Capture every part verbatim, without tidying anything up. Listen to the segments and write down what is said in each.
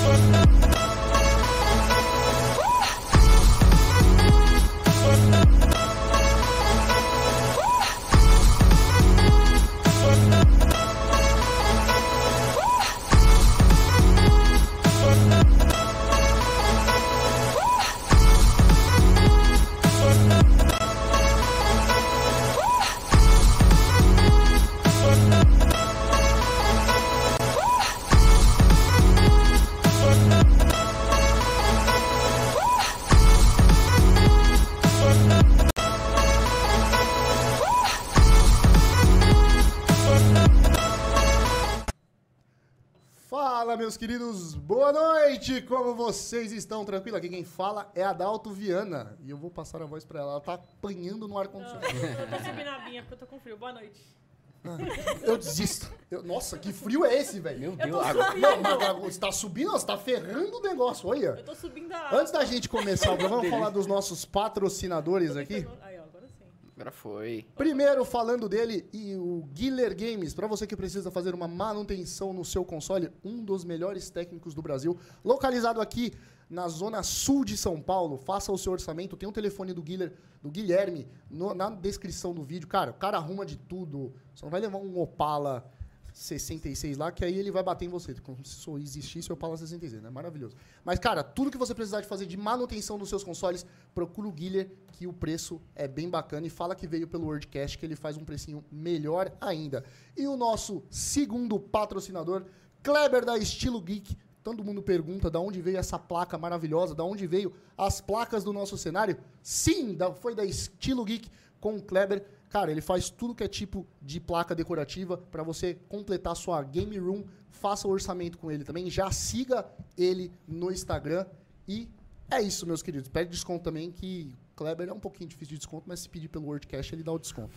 Fala, meus queridos, boa noite! Como vocês estão? Tranquilo? Aqui quem fala é a Adalto Viana. E eu vou passar a voz pra ela. Ela tá apanhando no ar-condicionado. Eu tô subindo a minha porque eu tô com frio. Boa noite. Ah, eu desisto. Eu, nossa, que frio é esse, velho? Meu Eu Deus, tô água. subindo. Não, mas você tá subindo, você tá ferrando o negócio, olha. Eu tô subindo a... Antes da gente começar o programa, vamos falar dos nossos patrocinadores aqui. Aí, ó, agora sim. Agora foi. Primeiro, falando dele, e o Guiller Games, para você que precisa fazer uma manutenção no seu console, um dos melhores técnicos do Brasil, localizado aqui na zona sul de São Paulo. Faça o seu orçamento, tem o telefone do Guiller, do Guilherme no- na descrição do vídeo. Cara, o cara arruma de tudo. Você não vai levar um Opala sessenta e seis lá, que aí ele vai bater em você. Como se só existisse o Opala sessenta e seis, né? Maravilhoso. Mas, cara, tudo que você precisar de fazer de manutenção dos seus consoles, procura o Guiller, que o preço é bem bacana. E fala que veio pelo WordCast, que ele faz um precinho melhor ainda. E o nosso segundo patrocinador, Kleber da Estilo Geek. Todo mundo pergunta de onde veio essa placa maravilhosa, de onde veio as placas do nosso cenário. Sim, da- foi da Estilo Geek com o Kleber. Cara, ele faz tudo que é tipo de placa decorativa para você completar sua game room. Faça o orçamento com ele também. Já siga ele no Instagram. E é isso, meus queridos. Pede desconto também, que Kleber é um pouquinho difícil de desconto, mas se pedir pelo WordCast, ele dá o desconto.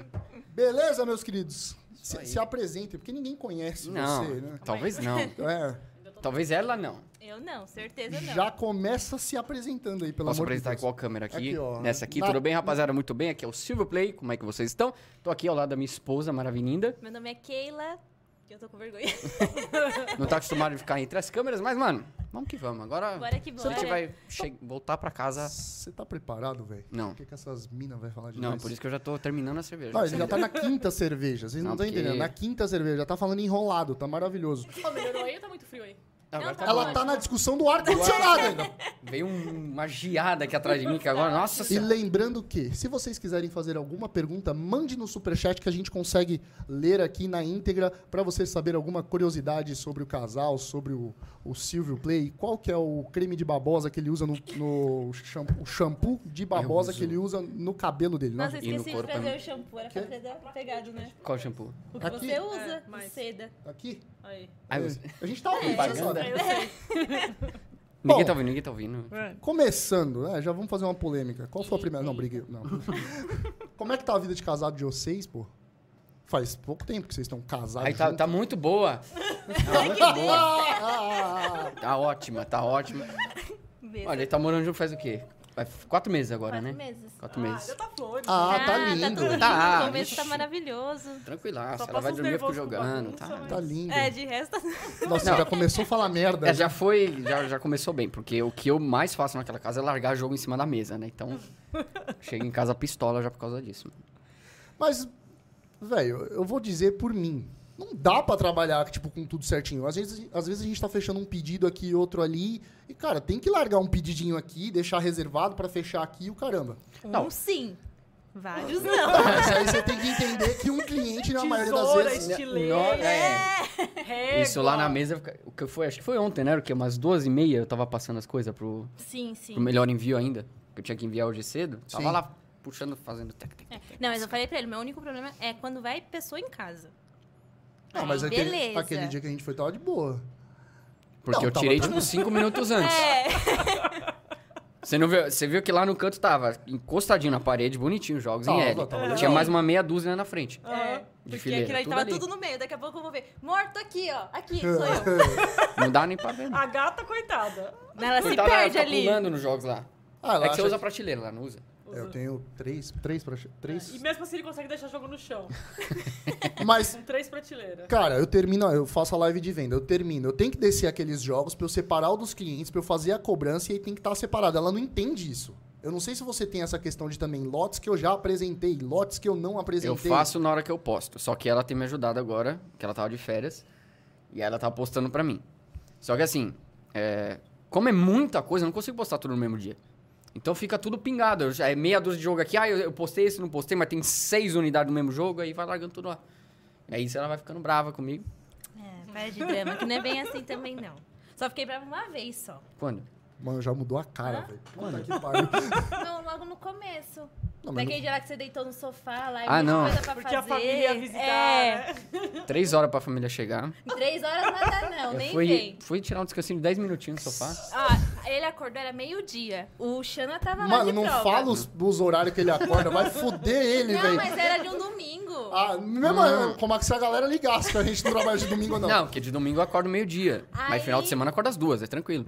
Beleza, meus queridos? Se, aí. se apresentem, porque ninguém conhece Não, você, né? talvez não. É, Talvez ela não. Eu não, certeza não. já começa se apresentando aí, pelo Posso amor de apresentar Deus. qual câmera aqui? Aqui, ó. Nessa aqui, Na- tudo bem, rapaziada? Muito bem. Aqui é o Silver Play. Como é que vocês estão? Tô aqui ao lado da minha esposa, maravilhinda. Meu nome é Keila, que eu tô com vergonha. Não tá acostumado a ficar entre as câmeras, mas, mano, vamos que vamos. Agora, Bora que a bora. gente vai che- voltar pra casa. Você tá preparado, velho? Não. O que, que essas minas vão falar de Não, nós? por isso que eu já tô terminando a cerveja. Não, ele já tá na quinta cerveja, vocês não Não, estão porque- entendendo. Na quinta cerveja, já tá falando enrolado, tá maravilhoso. Ó, melhorou aí ou tá muito frio aí? Agora Não, tá Ela bom. tá na discussão do ar-condicionado ainda. Veio um- uma geada aqui atrás de mim, que agora, nossa E senhora. lembrando que, se vocês quiserem fazer alguma pergunta, mande no superchat que a gente consegue ler aqui na íntegra para vocês saberem alguma curiosidade sobre o casal, sobre o, o Silvio Play, qual que é o creme de babosa que ele usa no, no shampoo, o shampoo de babosa Eu uso. que ele usa no cabelo dele. Nossa, Não? eu E no esqueci de corpo trazer também. o shampoo. Era pra trazer pegado, né? Qual shampoo? O que Aqui? você usa, É, o mas- seda. Aqui? Aí. Ai, É. você- A gente tá ouvindo, Pagando. você sabe. Aí eu sei. Ninguém Bom. tá ouvindo, ninguém tá ouvindo. Começando, né? Já vamos fazer uma polêmica. Qual foi a primeira? Não, briguei. Não. Como é que tá a vida de casado de vocês, pô? Faz pouco tempo que vocês estão casados. Aí tá, juntos. tá muito boa. Tá muito boa. Ah, ah, ah. Tá ótima, tá ótima. Beleza. Olha, ele tá morando junto faz o quê? Vai quatro meses agora, Quatro né? meses. Quatro Ah, meses. já tá flores. Ah, tá Ah, lindo. Tá tudo lindo. Tá, o começo tá vixe. maravilhoso. Tranquilaça, Só ela passa vai uns dormir, eu fico nervosos com jogando. bagunça, Tá. mas- Tá lindo. É, de resto... Nossa, Não. já começou a falar merda. É, já foi, já, já começou bem, porque o que eu mais faço naquela casa é largar jogo em cima da mesa, né? Então, chego em casa pistola já por causa disso. Mas, velho, eu vou dizer por mim. Não dá pra trabalhar, tipo, com tudo certinho. Às vezes, às vezes a gente tá fechando um pedido aqui e outro ali. E, cara, tem que largar um pedidinho aqui, deixar reservado pra fechar aqui e o caramba. Não. Um sim. Vários não. Mas aí você tem que entender que um cliente, na maioria das Tesoura, vezes... estileira, Não, é. régua. Isso lá na mesa, fica- o que foi? Acho que foi ontem, né? Era o quê? Umas duas e meia eu tava passando as coisas pro, Sim, sim. pro melhor envio ainda. Que eu tinha que enviar hoje cedo. Tava Sim. lá puxando, fazendo tec, tec, É. tec, tec. Não, mas eu falei pra ele, meu único problema é quando vai pessoa em casa. Não, mas Aí, aquele, beleza. aquele dia que a gente foi, tava de boa. Porque Não, eu tava tirei, tranquilo. tipo, cinco minutos antes. É. Você, não viu, você viu que lá no canto tava encostadinho na parede, bonitinho, os jogos Tava, em L. tava legal. Tinha mais uma meia dúzia na frente. É, De porque fileira, aquilo aí tudo tava ali. tudo no meio. Daqui a pouco eu vou ver. Morto aqui, ó. Aqui, sou eu. Não dá nem pra ver. A gata, coitada. Ela se Coitada, ela perde fica ali. pulando nos jogos lá. Ah, ela É que você acha usa a prateleira lá, não usa? Eu tenho três, três pra... Três... E mesmo assim ele consegue deixar o jogo no chão. Mas, Com três prateleiras. cara, eu termino, eu faço a live de venda, eu termino. Eu tenho que descer aqueles jogos pra eu separar o dos clientes, pra eu fazer a cobrança e aí tem que estar separado. Ela não entende isso. Eu não sei se você tem essa questão de também lotes que eu já apresentei, lotes que eu não apresentei. Eu faço na hora que eu posto. Só que ela tem me ajudado agora, que ela tava de férias. E ela tá postando pra mim. Só que assim, é, como é muita coisa, eu não consigo postar tudo no mesmo dia. Então fica tudo pingado. Eu já, é meia dúzia de jogo aqui. Ah, eu, eu postei esse, não postei, mas tem seis unidades do mesmo jogo. Aí vai largando tudo lá. E aí ela vai ficando brava comigo. É, para de drama, que não é bem assim também, não. Só fiquei brava uma vez só. Quando? Mano, já mudou a cara, Hã? velho. Puta que pariu. Não, logo no começo. Não, mas Daquele não- dia lá que você deitou no sofá, lá e Ah, muita não. coisa pra Porque fazer. a família ia visitar, É, né? Três horas pra família chegar. em três horas nada não, Eu nem fui, vem. fui tirar um descansinho de dez minutinhos no sofá. Ah, ele acordou, era meio-dia. O Xana tava lá Mano, de não prova. fala os, os horários que ele acorda, vai foder ele, Não, velho. mas era de um domingo. Ah, mesmo como é que se a galera ligasse pra gente não trabalhar de domingo ou não. Não, porque de domingo eu acordo meio-dia. Mas Aí- final de semana eu acordo às duas, é tranquilo.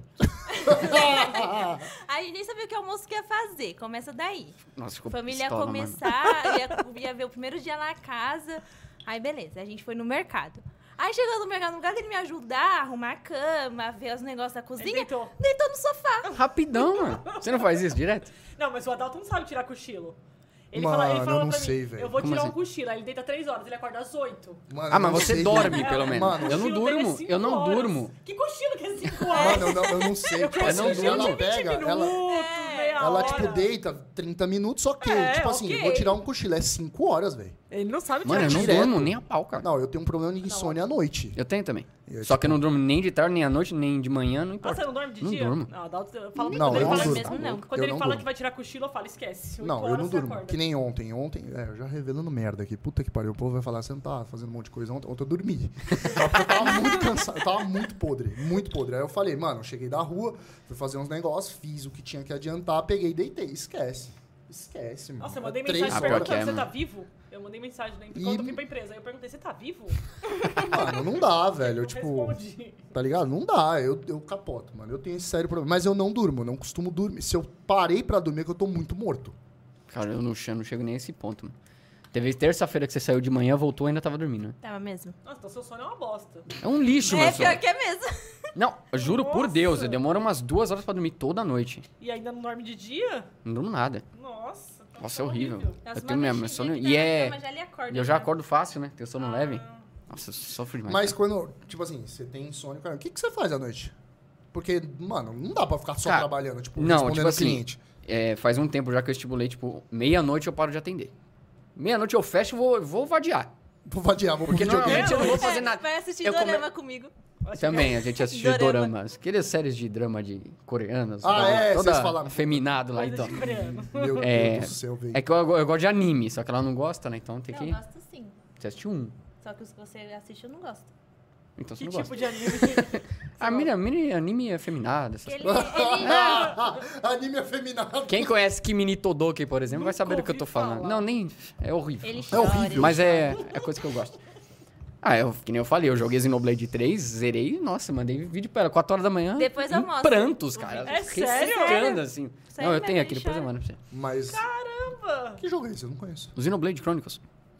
Aí a gente nem sabia o que o almoço que ia fazer. Começa daí. Nossa, ficou Família ia pistola, mano. começar, ia, ia ver o primeiro dia na casa. Aí, beleza, a gente foi no mercado. Aí, chegando no mercado, no lugar dele me ajudar a arrumar a cama, ver os negócios da Ele cozinha, deitou. deitou no sofá. Rapidão, mano. Você não faz isso direto? Não, mas o Adalto não sabe tirar cochilo. Ele Mano, fala, ele eu fala não pra sei, mim, velho. eu vou Como tirar assim? um cochilo. Aí ele deita três horas, ele acorda às oito. Mano, Ah, eu mas não você sei, dorme, velho. pelo menos. Mano, eu não cochilo dele é durmo, cinco eu não horas. durmo. Que cochilo que é cinco horas? Mano, eu não, eu não sei. Tipo Eu assim, não ela durmo. pega, ela, minutos, meia ela hora. tipo, deita trinta minutos, ok. É, tipo assim, ok. eu vou tirar um cochilo, é cinco horas, velho. Ele não sabe Mano, eu tirar não direto. durmo nem a pau, cara. Não, eu tenho um problema de insônia à noite. Eu tenho também. Eu, Só tipo- que eu não durmo nem de tarde, nem à noite, nem de manhã, não Ah, importa. você não dorme de Não dia? durmo. Não, Adalto fala Não, quando eu ele não fala, durmo. mesmo, não. Quando Eu ele não fala durmo. que vai tirar cochilo, eu falo, esquece. Não, Oito eu horas não você durmo. acorda. Que nem ontem. Ontem, é, eu já revelando merda aqui. Puta que pariu. O povo vai falar, você não tá fazendo um monte de coisa ontem. Ontem eu dormi. Só porque eu tava muito cansado. Eu tava muito podre. Muito podre. Aí eu falei, mano, eu cheguei da rua, fui fazer uns negócios, fiz o que tinha que adiantar, peguei e deitei. Esquece. Esquece, mano. Nossa, eu mandei É três mensagem Ah, pior horas. que é, perguntando, você tá mano. vivo? Eu mandei mensagem né, E- quando eu fui pra empresa. Aí eu perguntei, você tá vivo? Mano, não dá, velho. Eu, Eu tipo, respondi. tá ligado? Não dá. Eu, eu capoto, mano. Eu tenho esse sério problema. Mas eu não durmo, eu não costumo dormir. Se eu parei pra dormir, é que eu tô muito morto. Cara, eu não, che- não chego nem a esse ponto, mano. Teve terça-feira que você saiu de manhã, voltou e ainda tava dormindo, né? Tava mesmo. Nossa, então seu sono é uma bosta. É um lixo, É, mano. pior que é mesmo. Não, eu juro por Nossa. Deus, eu demoro umas duas horas pra dormir toda noite. E ainda não dorme de dia? Não durmo nada. Nossa. então Nossa, tá é horrível. Nossa, Eu uma tenho minha, vez meu tinha sono. dia que E tá na é. cama, já lhe acorda, E eu já já. acordo fácil, né? Tenho sono Ah. leve. Nossa, eu sofro demais. Mas cara. quando, tipo assim, você tem insônia, cara, o que, que você faz à noite? Porque, mano, não dá pra ficar só Cara, trabalhando, tipo, não, respondendo tipo assim, cliente. É, faz um tempo já que eu estipulei, tipo, meia-noite eu paro de atender. Meia-noite eu fecho e vou, vou vadiar. Vou vadiar, vou pro Porque videogame. normalmente eu não vou fazer nada. Vai assistir Eu come- dorama comigo. Também, a gente assiste Dorama. doramas. Aquelas séries de drama de coreanas. Ah, toda- é, toda vocês falaram. afeminado lá, Coisa então. de coreano. Meu É, Deus do céu, velho. É que eu, eu gosto de anime, só que ela não gosta, né? Então tem Não, que... eu gosto sim. Você assistiu um, Só que os que você assiste eu não gosto. então você Que não tipo gosta. de anime? A mini, mini anime afeminado, essas Ele, coisas. ele, Anime afeminado. Quem conhece Kimi Todoke, por exemplo, vai Nunca saber do que eu ouvi tô falando. falar. Não, nem... É horrível. ele É chora. horrível. ele Mas chora. é, é coisa que eu gosto. Ah, eu, que nem eu falei, eu joguei Xenoblade três, zerei, nossa, mandei vídeo pra ela, quatro horas da manhã. Depois eu em mostro. prantos, cara. É sério? Ressecando, assim. Sério Não, eu mesmo, tenho ele aqui, depois eu chora. mando pra você. Mas, Caramba! que jogo é esse? Eu não conheço. O Xenoblade Chronicles.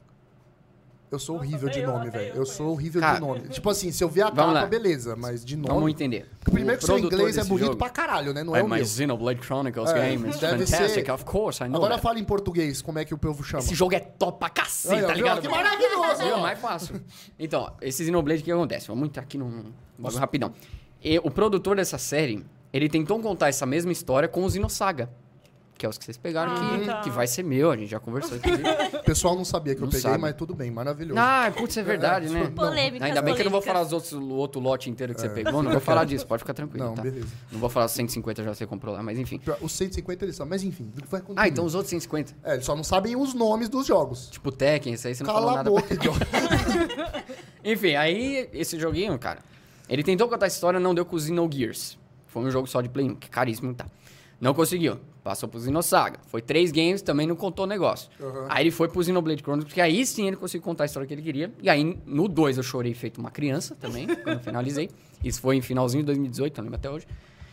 Eu sou Nossa, horrível até de eu, nome, até velho. eu Eu sou conheço. horrível Cara, de nome. Tipo assim, se eu ver a vamos capa, lá. beleza, mas de Vamos nome... entender. Porque primeiro que seu produtor inglês é desse bonito jogo- pra caralho, né? Não é, É, o meu. mas Xenoblade Chronicles É, game is deve fantastic, ser- of course, I know Agora that. fala em português, como é que o povo chama. Esse jogo é top pra cacete, Aí, ó, tá viu? ligado? Que maravilhoso, É ó. o mais fácil. Então, esse Xenoblade, o que acontece? Vamos entrar aqui num bagulho rapidão. E o produtor dessa série, ele tentou contar essa mesma história com o Xenosaga. Que é os que vocês pegaram, Ah, que, tá. que vai ser meu, a gente já conversou, inclusive. O pessoal não sabia que eu Não peguei, sabe. mas tudo bem, maravilhoso. Ah, putz, é verdade, né? Polêmicas, Ainda bem que eu não vou polêmicas. falar os outros, o outro lote inteiro que você pegou, não vou falar disso, pode ficar tranquilo, Não, tá? beleza. Não vou falar os cento e cinquenta já que você comprou lá, mas enfim. Os cento e cinquenta eles sabem, mas enfim, vai continuar. Ah, então os outros cento e cinquenta. É, eles só não sabem os nomes dos jogos. Tipo Tekken, isso aí você não Cala falou a nada. boca, idiota. Enfim, aí esse joguinho, cara, ele tentou contar a história, não deu com o Xenogears. Foi um jogo só de Play um, que é caríssimo, tá? Não conseguiu. Passou pro Xenosaga. Foi três games, também não contou o negócio. Uhum. Aí ele foi pro Xenoblade Chronicles, porque aí sim ele conseguiu contar a história que ele queria. E aí no dois eu chorei feito uma criança também, quando eu finalizei. Isso foi em finalzinho de dois mil e dezoito, eu lembro até hoje.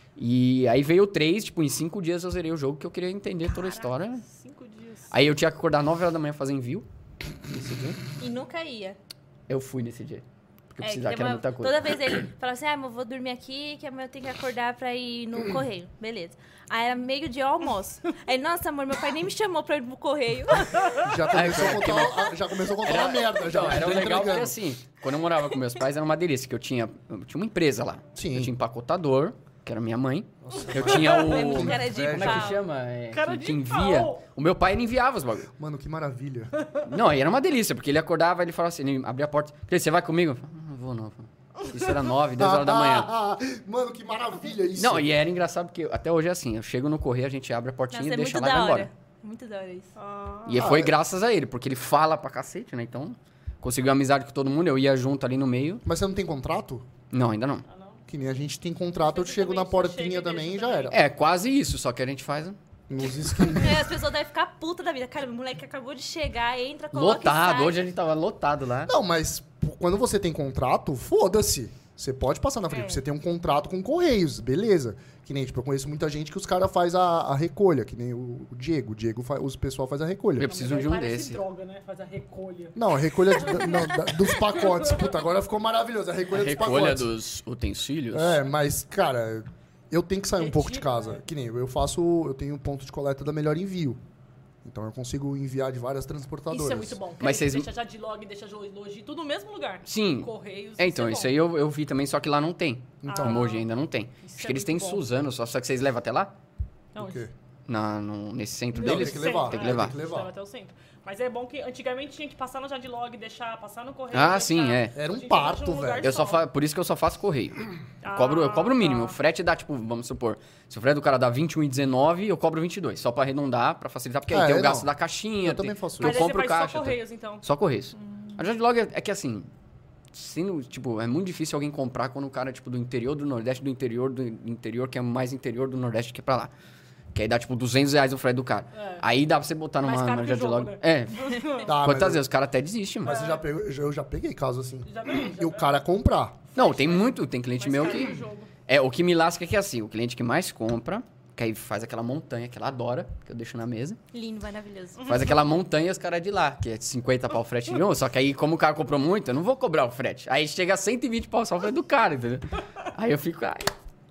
E aí veio o três, tipo, em cinco dias eu zerei o jogo, que eu queria entender toda a história. Cinco dias. Aí eu tinha que acordar nove horas da manhã fazer envio. Nesse dia. E nunca ia. Eu fui nesse dia. Porque eu É, precisava, que que era demora- muita coisa. Toda vez ele falava assim, ah, mas eu vou dormir aqui, que amanhã eu tenho que acordar pra ir no correio. Beleza. Aí era meio dia ao almoço. Aí, nossa, amor, meu pai nem me chamou pra ir pro correio. Já começou a contar, já começou a contar uma merda. Já, Não, era Tô legal porque entregando. assim, quando eu morava com meus pais era uma delícia, que eu tinha, eu tinha uma empresa lá. Sim. Eu tinha empacotador, que era minha mãe. Eu tinha o... Cara de Como Como é que pau. chama? É, Cara que, de que envia. pau. O meu pai ele enviava os bagulho. Mano, que maravilha. Não, e era uma delícia, porque ele acordava, ele falava assim, ele abria a porta. Falei, você vai comigo? Eu falei, não, não vou não. Isso era nove, dez horas da manhã. Mano, que maravilha isso. Não, e era engraçado porque até hoje é assim, eu chego no correio, a gente abre a portinha Nossa, e é deixa muito lá e da vai hora. embora. Muito da hora isso. Ah, E foi graças a ele, porque ele fala pra cacete, né? Então, conseguiu amizade com todo mundo, eu ia junto ali no meio. Mas você não tem contrato? Não, ainda não. ah, não. Que nem a gente tem contrato, eu Você chego na também só portinha chega e também e deixa já também. era. É, quase isso, só que a gente faz Nos skins. É, as pessoas devem ficar puta da vida. Cara, o moleque acabou de chegar, entra, coloca e lotado. sai. Hoje a gente tava lotado lá. Não, mas pô, quando você tem contrato, foda-se. Você pode passar na frente, É. porque você tem um contrato com Correios, beleza. Que nem, tipo, eu conheço muita gente que os caras fazem a, a recolha, que nem o, o Diego. O Diego, faz, os pessoal faz a recolha. Eu preciso Mas de um parece desse. droga, né? Faz a recolha. Não, a recolha de- não, da- dos pacotes. Puta, agora ficou maravilhoso. A recolha, A dos recolha pacotes. dos utensílios. É, mas, cara, eu tenho que sair um pouco de Retiro, casa. né? Que nem eu faço, eu tenho um ponto de coleta da Melhor Envio. Então eu consigo enviar de várias transportadoras. Isso é muito bom. Mas vocês- Deixa já de log, deixa logi, tudo no mesmo lugar. Sim. Correios. É, então, é isso bom. aí eu, eu vi também, só que lá não tem. Então. Como hoje ainda não tem. Isso Acho é que eles muito têm em bom. Suzano, só, só que vocês levam até lá? Não, O quê? Na, no- nesse centro Não, deles? tem que levar. Tem que É, levar. Tem que levar. Leva até o centro. Mas é bom que antigamente tinha que passar no Jadlog, deixar, passar no correio. Ah, deixar. sim, é. Era um Hoje em dia parto, deixa num lugar velho. Eu só fa... Por isso que eu só faço correio. Ah, Cobro, eu cobro o mínimo. tá. O frete dá, tipo, vamos supor, se o frete do cara dá vinte e um e dezenove, eu cobro vinte e dois. Só pra arredondar, pra facilitar, porque aí Ah, tem é, o gasto não. da caixinha. Eu também tem- faço Eu Mas isso. aí compro você faz caixa. só tá? correios, então. Só correios. A Jadlog é, é que assim, sendo, tipo, é muito difícil alguém comprar quando o cara é, tipo, do interior do Nordeste, do interior do interior, que é mais interior do Nordeste que é pra lá. Que aí dá, tipo, duzentos reais o frete do cara. É. Aí dá pra você botar Mais numa caro na que o jogo, Jadlog. né? É. Tá, Quantas mas, vezes? Os caras até desistem, mano. mas você já pegou, eu já- eu já peguei caso assim. Já veio, já E o cara comprar. Não, tem muito. Tem cliente Mais meu caro que... o jogo. É, o que me lasca é que é assim, o cliente que mais compra, que aí faz aquela montanha que ela adora, que eu deixo na mesa, Lindo, maravilhoso. faz aquela montanha e os caras de lá, que é cinquenta pau o frete de um, só que aí como o cara comprou muito, eu não vou cobrar o frete. Aí chega a cento e vinte pau só o frete do cara, entendeu? Aí eu fico, ai...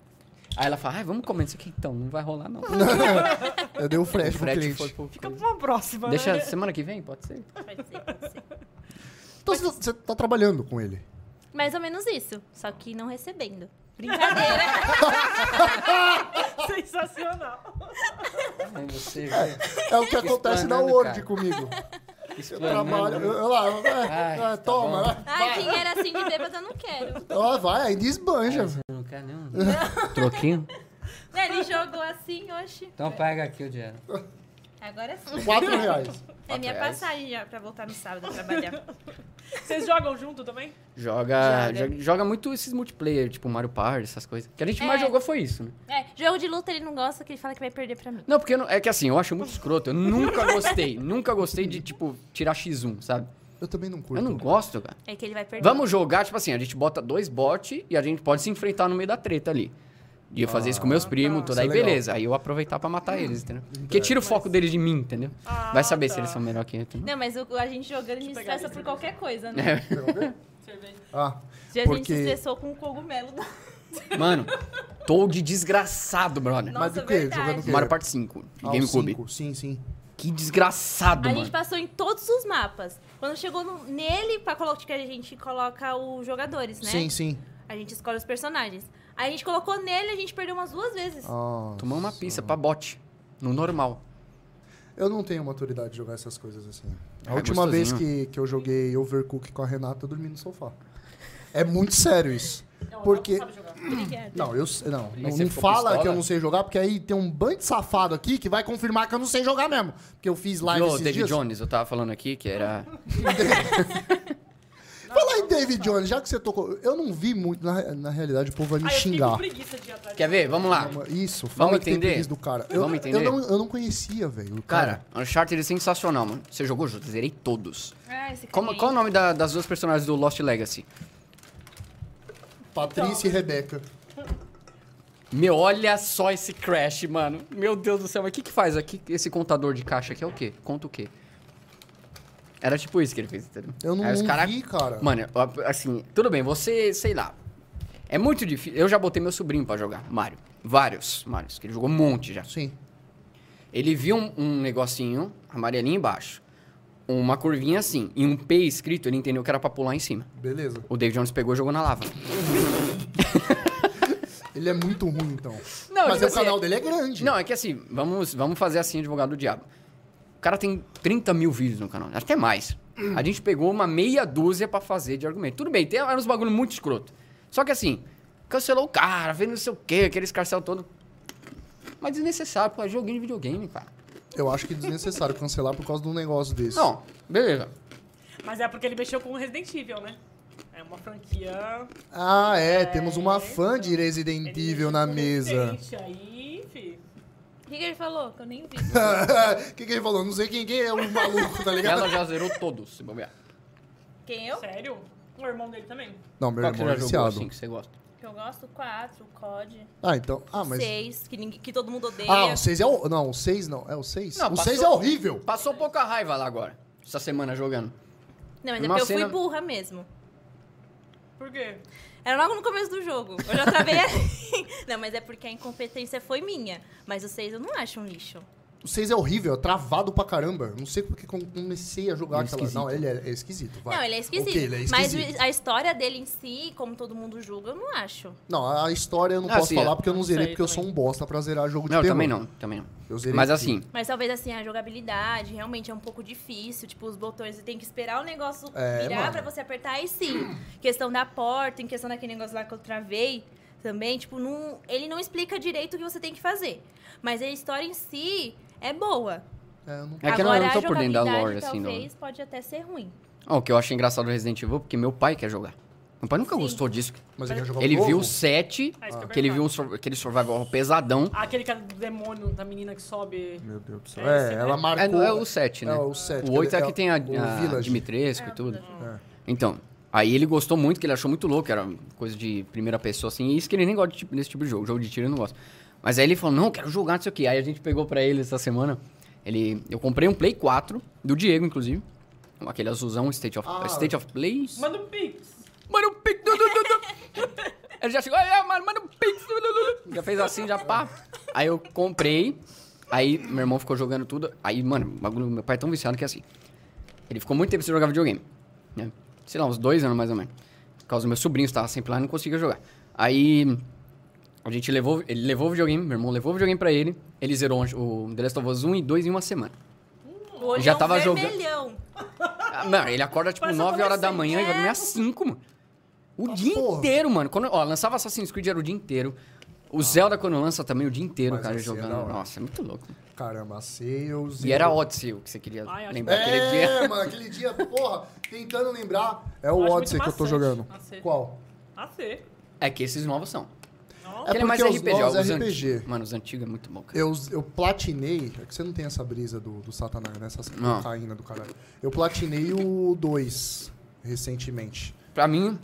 Aí ela fala, ai, vamos comer isso aqui então, não vai rolar não. Eu dei o O frete pro frete cliente. foi pro... Fica pra uma próxima, Deixa né? semana que vem, pode ser? Pode ser, pode ser. Então você, você tá trabalhando com ele. Mais ou menos isso, só que não recebendo. Brincadeira. Sensacional. Ai, você... É o que acontece na Explanando, Word cara. comigo. Eu Explanando. trabalho. Eu, eu lá, é, Ai, é, tá toma, bom. né? Ai, quem era assim de bêbado eu não quero. Ó, vai, ainda esbanja. Você não quer nenhum? Troquinho? Ele jogou assim, oxe. Então pega aqui o dinheiro. Agora sim. Quatro reais. É minha reais. passagem já pra voltar no sábado a trabalhar. Vocês jogam junto também? Joga, Joga. joga, joga muito esses multiplayer, tipo Mario Party, essas coisas. O que a gente mais É. jogou foi isso, né? É, jogo de luta ele não gosta, que ele fala que vai perder pra mim. Não, porque eu não- é que assim, eu acho muito escroto. Eu nunca gostei, nunca gostei de, tipo, tirar xis um, sabe? Eu também não curto. Eu não gosto, cara. É que ele vai perder. Vamos jogar, tipo assim, a gente bota dois bots e a gente pode se enfrentar no meio da treta ali. De eu fazer isso com meus primos, tudo Isso é aí, legal. beleza. Aí eu aproveitar pra matar eles, entendeu? Porque tira o foco deles de mim, entendeu? Ah, Vai saber tá. se eles são melhor que eu, entendeu? Não, mas o- a gente jogando, a gente Deixa eu pegar estressa ali, por cerveja. qualquer coisa, né? É. Quer ver? Cerveja. Ah, Já a gente se porque... estressou com o cogumelo. Mano, tô de desgraçado, brother. Nossa, Mas do quê? verdade. Jogando o quê? Mario Party cinco, de Ah, o GameCube. cinco, sim, sim. Que desgraçado, A mano. gente passou em todos os mapas. Quando chegou no- nele, pra colocar, que a gente coloca os jogadores, né? Sim, sim. A gente escolhe os personagens. Aí a gente colocou nele, a gente perdeu umas duas vezes. Ah, Tomamos uma pizza pra bot. No normal. eu não tenho maturidade de jogar essas coisas assim. A É última vez gostosinho. que, que eu joguei Overcooked com a Renata, eu dormi no sofá. É muito sério isso. Não, Porque... Sabe jogar. Obrigada. Não, eu sei- não, Mas não, você não ficou fala pistola? que eu não sei jogar, porque aí tem um bando de safado aqui que vai confirmar que eu não sei jogar mesmo. Porque eu fiz live Viu, esses David dias. Jones, eu tava falando aqui que era... Falar em David Jones, já que você tocou, eu não vi muito, na, na realidade o povo vai me Aí eu fiquei com xingar. preguiça de ir atrás. Quer ver? Vamos lá. Isso, fala Vamos que tem entender? preguiça do cara. Eu, Vamos entender? Eu não, eu não conhecia, velho. o Cara, Uncharted é sensacional, mano. Você jogou junto? Eu zerei todos. Ah, esse Como, carinha qual o aí. nome da- das duas personagens do Lost Legacy? Patrícia e Rebeca. Meu, olha só esse crash, mano. Meu Deus do céu, mas o que que faz aqui? Esse contador de caixa aqui é o quê? Conta o quê? Era tipo isso que ele fez, entendeu? Eu não, Aí os não cara- vi, cara. Mano, assim, tudo bem, você, sei lá. É muito difícil. Eu já botei meu sobrinho pra jogar, Mario. Vários Marios, que ele jogou um monte já. Sim. Ele viu um, um negocinho amarelinho embaixo, uma curvinha assim, e um P escrito, ele entendeu que era pra pular em cima. Beleza. O David Jones pegou e jogou na lava. Ele é muito ruim, então. Não, Mas tipo o assim, canal dele é grande. Não, é que assim, vamos, vamos fazer assim, advogado do diabo. O cara tem trinta mil vídeos no canal, até mais. A gente pegou uma meia dúzia pra fazer de argumento. Tudo bem, tem uns bagulho muito escroto. Só que assim, cancelou o cara, fez não sei o quê, aquele escarcel todo. Mas desnecessário, pô, é joguinho de videogame, cara. Eu acho que é desnecessário cancelar por causa de um negócio desse. Não, beleza. Mas é porque ele mexeu com o Resident Evil, né? É uma franquia... Ah, é, É, temos uma fã de Resident ele Evil mexeu na com mesa. Resident, aí, fi. O que, que ele falou? Que eu nem vi. O que, que ele falou? Não sei quem, quem é o maluco, tá ligado? Ela já zerou todos, se bobear. Quem eu? Sério? O irmão dele também. Não, meu Qual que irmão você é já jogou viciado. assim que você gosta? Que eu gosto? Quatro, C O D. Ah, então. Ah, mas. Seis, que, ninguém, que todo mundo odeia. Ah, o seis é o. Não, o seis não. É o seis? Não, O passou- seis é horrível. Passou pouca raiva lá agora, essa semana jogando. Não, mas é uma porque eu cena- fui burra mesmo. Por quê? Era logo no começo do jogo. Eu já travei assim. Não, mas é porque a incompetência foi minha. Mas o seis eu não acho um lixo. O seis é horrível, é travado pra caramba. Não sei porque comecei a jogar É aquela. esquisito. Não, ele é, é esquisito. Vai. Não, ele é esquisito. Ok, ele é Mas esquisito. o- a história dele em si, como todo mundo julga, eu não acho. Não, a história eu não Ah, posso sim, falar é. porque eu não Não zerei, sei porque eu também. sou um bosta pra zerar jogo de Não, terror. também não, também não. Eu zerei Mas tudo. assim, Mas talvez assim, a jogabilidade realmente é um pouco difícil. Tipo, os botões, você tem que esperar o negócio É, virar mano. pra você apertar. Aí sim, questão da porta, em questão daquele negócio lá que eu travei também, tipo, não, ele não explica direito o que você tem que fazer. Mas a história em si é boa. É, eu não... é que eu não, eu Agora, não tô a por dentro da jogabilidade, lore, assim, não. talvez, pode até ser ruim. Ó, o que eu achei engraçado do Resident Evil, porque meu pai quer jogar. Meu pai nunca Sim. gostou disso. Mas ele quer jogar o Ele novo? viu o sete, Ah, isso que eu ia que ele viu um perguntar. sur- aquele survival pesadão. Aquele cara do demônio, da menina que sobe... Meu Deus do céu. É É, esse, né? ela marcou... É, não é o sete, né? É o sete. O oito é ele- que tem a, o a Village. Dimitrescu e tudo. É. Então, aí ele gostou muito, que ele achou muito louco, era coisa de primeira pessoa, assim. E isso que ele nem gosta de tipo- desse tipo de jogo. Jogo de tiro ele não gosta. Mas aí ele falou, não, quero jogar, não sei o quê. Aí a gente pegou pra ele essa semana. Ele, eu comprei um Play quatro, do Diego, inclusive. Aquele azulzão, State of, Ah. State of Play. Manda um pix. Mano, pix. du, du, du, du. Ele já chegou, é, mano, mano, pix. du, du, du. Já fez assim, já pá. Aí eu comprei. Aí meu irmão ficou jogando tudo. Aí, mano, o bagulho, meu pai é tão viciado que é assim. Ele ficou muito tempo sem jogar videogame. Né? Sei lá, uns dois anos mais ou menos. Por causa do meu sobrinho, estava sempre lá e não conseguia jogar. Aí a gente levou, ele levou o videogame, meu irmão levou o videogame pra ele. Ele zerou o The Last of Us um e dois em uma semana. O olhão Já tava jogando- vermelhão. Ah, Mano, ele acorda tipo Parece nove horas da adolescente. manhã e vai dormir às cinco, mano. O Ah, dia porra. inteiro, mano. Quando, ó, lançava Assassin's Creed era o dia inteiro. O Zelda, quando lança, também o dia inteiro, Mas cara, esse é da jogando. hora. Nossa, é muito louco. Caramba, a Sales... E era Odyssey o que você queria Ai, acho lembrar aquele É, dia. mano, aquele dia, porra, tentando lembrar. É o Eu acho Odyssey muito que eu tô maçante. jogando. Maçante. Qual? A C. É que esses novos são. Nossa. É Aquele é mais porque os R P G, novos os R P G. antigos. Mano, os antigos é muito bom, cara. Eu, eu platinei... É que você não tem essa brisa do, do Satanás, né? Essa Não. cocaína do caralho. Eu platinei o dois recentemente. Pra mim,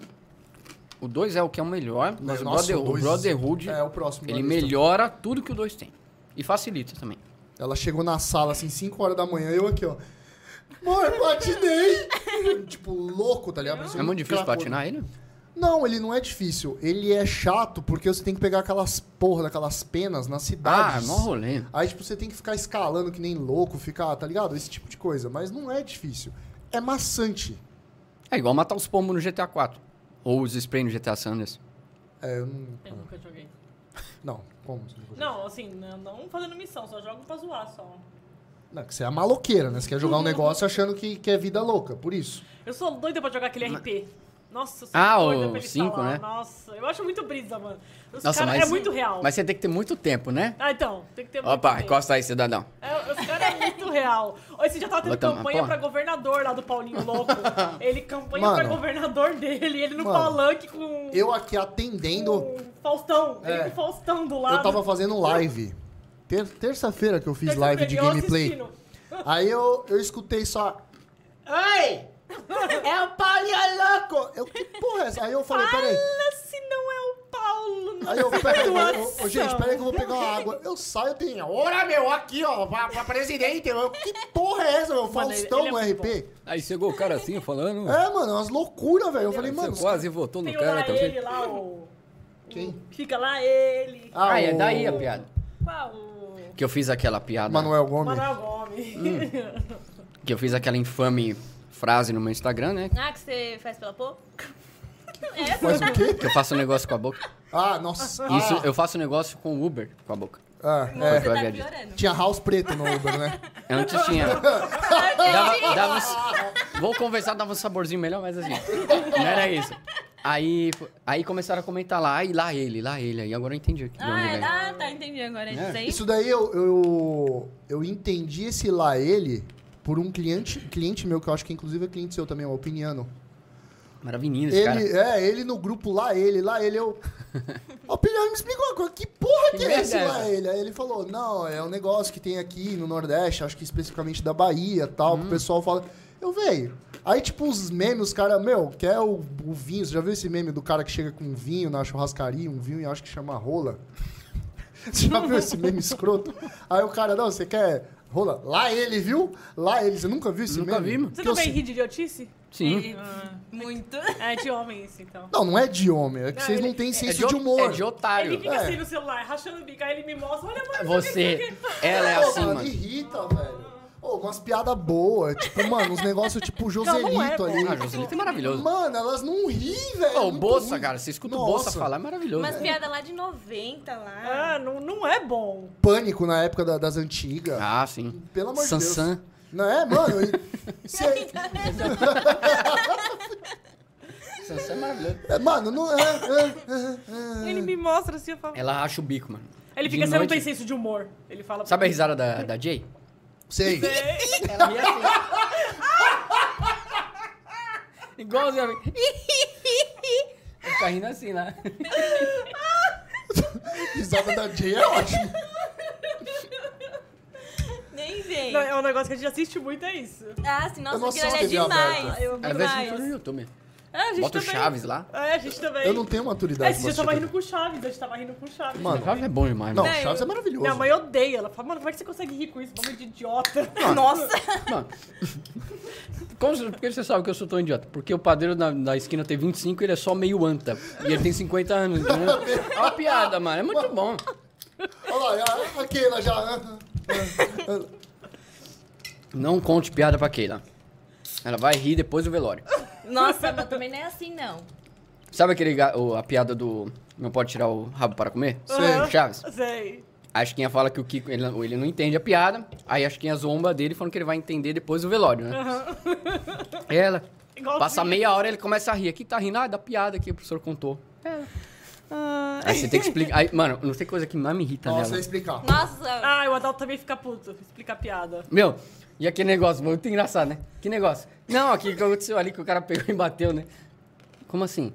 o dois é o que é o melhor, mas Nossa, o, Brother, o dois- Brotherhood, É o próximo. ele na lista. melhora tudo que o dois tem. E facilita também. Ela chegou na sala, assim, cinco horas da manhã, eu aqui, ó. Amor, platinei! Tipo, louco, tá ligado? Parecia É um muito difícil cracudo. platinar ele? Não, ele não é difícil. Ele é chato porque você tem que pegar aquelas porra daquelas penas nas Ah, cidades. é mó rolê. Aí, tipo, você tem que ficar escalando que nem louco, ficar, tá ligado? Esse tipo de coisa. Mas não é difícil. É maçante. É igual matar os pombos no G T A quatro. Ou os spray no G T A Sanders. É, eu não... Eu nunca joguei. Não, como? Você não, Não, assim, não não fazendo missão, só jogo pra zoar só. não, que você é a maloqueira, né? Você quer jogar um negócio achando que, que é vida louca, por isso. Eu sou doida pra jogar aquele R P. Nossa, eu sou Ah, doida o pra ele cinco, instalar. né? Nossa, eu acho muito brisa, mano. Os Nossa, cara, mas- é muito real. Mas você tem que ter muito tempo, né? Ah, então, tem que ter muito Opa, tempo. encosta aí, cidadão. É, os caras é muito real. Esse já tava tendo Bota- campanha porra. pra governador lá do Paulinho Louco. Ele campanha Mano. pra governador dele, ele no Mano, palanque com, Eu aqui atendendo... com Faustão. É. Ele com Faustão do lado. Eu tava fazendo live. Ter- Terça-feira que eu fiz Terça-feira, live de eu gameplay. assistindo. Aí eu, eu escutei só... Oi! É o Paulinho louco! Eu, que porra é essa? Aí eu falei, peraí. Fala se não é o Paulo. Aí eu, pera aí, Nossa. ô, ô, gente, pera aí que eu vou pegar uma água. Eu saio, tem, ora, meu, aqui, ó, pra, pra presidente. Eu, que porra é essa, meu? Mano, ele- Faustão ele é no muito R P? Aí chegou o cara assim, falando... É, mano, umas loucuras, velho. Eu falei, Você mano... quase votou no Tem o cara lá também. ele, lá o... Quem? Fica lá ele. Ah, é o daí a piada. Qual? O Que eu fiz aquela piada. Manuel Gomes. Manuel Gomes. Que eu fiz aquela infame frase no meu Instagram, né? Ah, que você faz pela pouco? Faz o quê? Que eu faço um negócio com a boca. Ah, nossa. Isso, eu faço um negócio com o Uber com a boca. Ah, Não, é. você tá Vai, piorando. Tinha house preto no Uber, né? Antes tinha. Dava, dava um- vou conversar, dava um saborzinho melhor, mas assim. Não era isso. Aí, aí começaram a comentar lá, aí lá ele, lá ele. Aí agora eu entendi. de onde Ah, é, vem. ah, tá, entendi agora. É É. isso aí? Isso daí eu, eu, eu entendi esse lá ele por um cliente, cliente meu, que eu acho que inclusive é cliente seu também, o Opiniano. Maravilhoso esse cara. Ele, é, ele no grupo lá ele, lá ele, eu... Opiniano, me explica uma coisa, que porra que, Que é merda esse é lá essa? ele? Aí ele falou, não, é um negócio que tem aqui no Nordeste, acho que especificamente da Bahia e tal, Hum. que o pessoal fala... Eu, velho... Aí, tipo, os memes, os caras, meu, quer o, o vinho, você já viu esse meme do cara que chega com um vinho na churrascaria, um vinho e acho que chama rola? Você já viu esse meme escroto? Aí o cara, não, você quer rola? Lá ele, viu? Lá ele, você nunca viu esse Nunca meme? vi, mano. Você Que eu também sei- ri de idiotice? Sim. Ah, Muito. é de homem isso, então. Não, não é de homem, é que Não, vocês ele- não têm é senso é de, de, humor. É de otário. Ele fica É. assim no celular, rachando o bico, aí ele me mostra, olha, mano, Você, ela é Pô, assim, mano, mano. irrita, velho. Ô, umas piadas boas, tipo, mano, uns negócios tipo Joselito não é, ali. Ah, Joselito é maravilhoso. Mano, elas não riem, velho. Ô, é o muito Bolsa, ruim. cara, você escuta o Nossa. Bolsa falar, é maravilhoso. Umas piadas lá de noventa lá. Ah, não, não é bom. Pânico na época da- das antigas. Ah, sim. Pelo amor de Deus. Sansan. Não é, mano? e- se é- Sansan é maravilhoso. é, mano, não é, é, é, é. Ele me mostra assim, eu falo... Ela racha o bico, mano. Ele De fica, você não noite- tem senso de humor. Ele fala... Sabe a risada da, da Jay? Sei. Ela ria assim. Igualzinho a mim. Ele fica rindo assim lá. Risada da Jay é ótimo. Nem vem. Não, é um negócio que a gente assiste muito, é isso. Ah, sim, Eu nossa, não aquilo ali é assisto T V demais. aberta. Eu Às vezes Demais. fica no YouTube. É, a gente Bota o também. Chaves lá. É, a gente também. Eu não tenho É, maturidade esse dia eu pra tava assistir. rindo com o Chaves, a gente tava rindo com o Chaves. Mano, Chaves é bom demais, Não, mano. Não, Chaves eu- é maravilhoso. Minha mãe odeia. Ela fala, mano, como é que você consegue rir com isso? Bagulho de idiota. Nossa. Mano, como, você- por que você sabe que eu sou tão idiota? Porque o padeiro da, da esquina tem vinte e cinco e ele é só meio anta. E ele tem cinquenta anos, entendeu? É uma piada, mano. É muito bom. Olha lá, a- a Keila já... Não conte piada pra Keila. Ela vai rir depois do velório. Nossa, mas também não é assim, não. Sabe aquele ga- o- a piada do não pode tirar o rabo para comer? Sei. Chaves. Sei. A Chiquinha fala que o Kiko, ele, não- ele não entende a piada. Aí a Chiquinha zomba dele falando que ele vai entender depois do velório, né? Ela. Igualzinho. Passa meia hora ele começa a rir. Aqui tá rindo, ah, da piada que o professor contou. Aí você tem que explicar. Aí, mano, não tem coisa que mais me irrita Nossa, nela. vai explicar. Nossa. Ah, o Adalto também fica puto. Explica a piada. Meu, e aquele negócio, muito engraçado, né? Que negócio? Não, aquilo que aconteceu ali que o cara pegou e bateu, né? Como assim?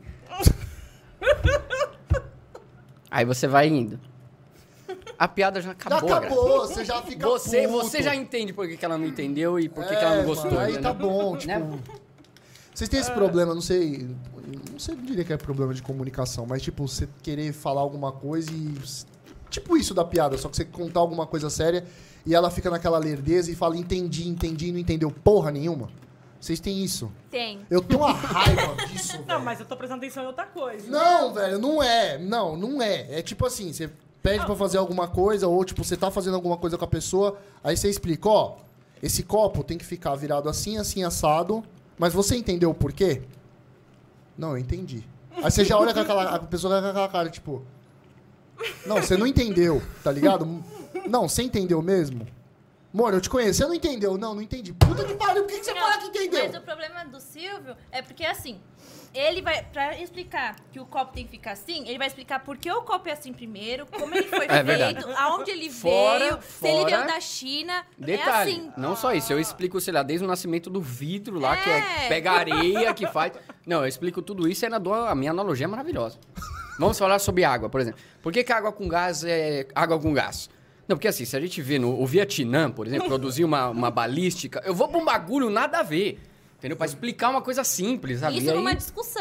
Aí você vai indo. A piada já Já acabou, a graça. acabou, você já fica Você, puto. você já entende por que, que ela não entendeu e por que, É, que ela não gostou. mano, aí entendeu? tá bom, tipo... Né? Vocês têm esse problema, não sei... Não sei, não diria que é problema de comunicação, mas tipo, você querer falar alguma coisa e... Tipo isso da piada, só que você contar alguma coisa séria e ela fica naquela lerdeza e fala entendi, entendi e não entendeu porra nenhuma. Vocês têm isso. Tem. Eu tenho uma raiva disso, velho. Não, mas eu tô prestando atenção em outra coisa. Não, velho, não é. Não, não é. É tipo assim, você pede pra fazer alguma coisa ou tipo, você tá fazendo alguma coisa com a pessoa, aí você explica, ó, esse copo tem que ficar virado assim, assim, assado, mas você entendeu o porquê? Não, eu entendi. Aí você já olha com aquela, a pessoa com aquela cara, tipo... Não, você não entendeu, tá ligado? Não, você entendeu mesmo? Amor, eu te conheço, você não entendeu? Não, não entendi. Puta que pariu, por que, que você Não, fala que entendeu? Mas o problema do Silvio é porque, assim, ele vai, pra explicar que o copo tem que ficar assim, ele vai explicar por que o copo é assim primeiro, como ele foi É verdade. feito, aonde ele Fora- veio, se ele fora- veio da China. Detalhe, É assim. não só isso, eu explico, sei lá, desde o nascimento do vidro lá, que é É. pega areia, que faz... Não, eu explico tudo isso e ainda dou a minha analogia é maravilhosa. Vamos falar sobre água, por exemplo. Por que, que água com gás é água com gás? Não, porque assim, se a gente vê no o Vietnã, por exemplo, produzir uma, uma balística, eu vou pra um bagulho nada a ver, entendeu? Pra explicar uma coisa simples, sabe? Isso E aí- numa discussão.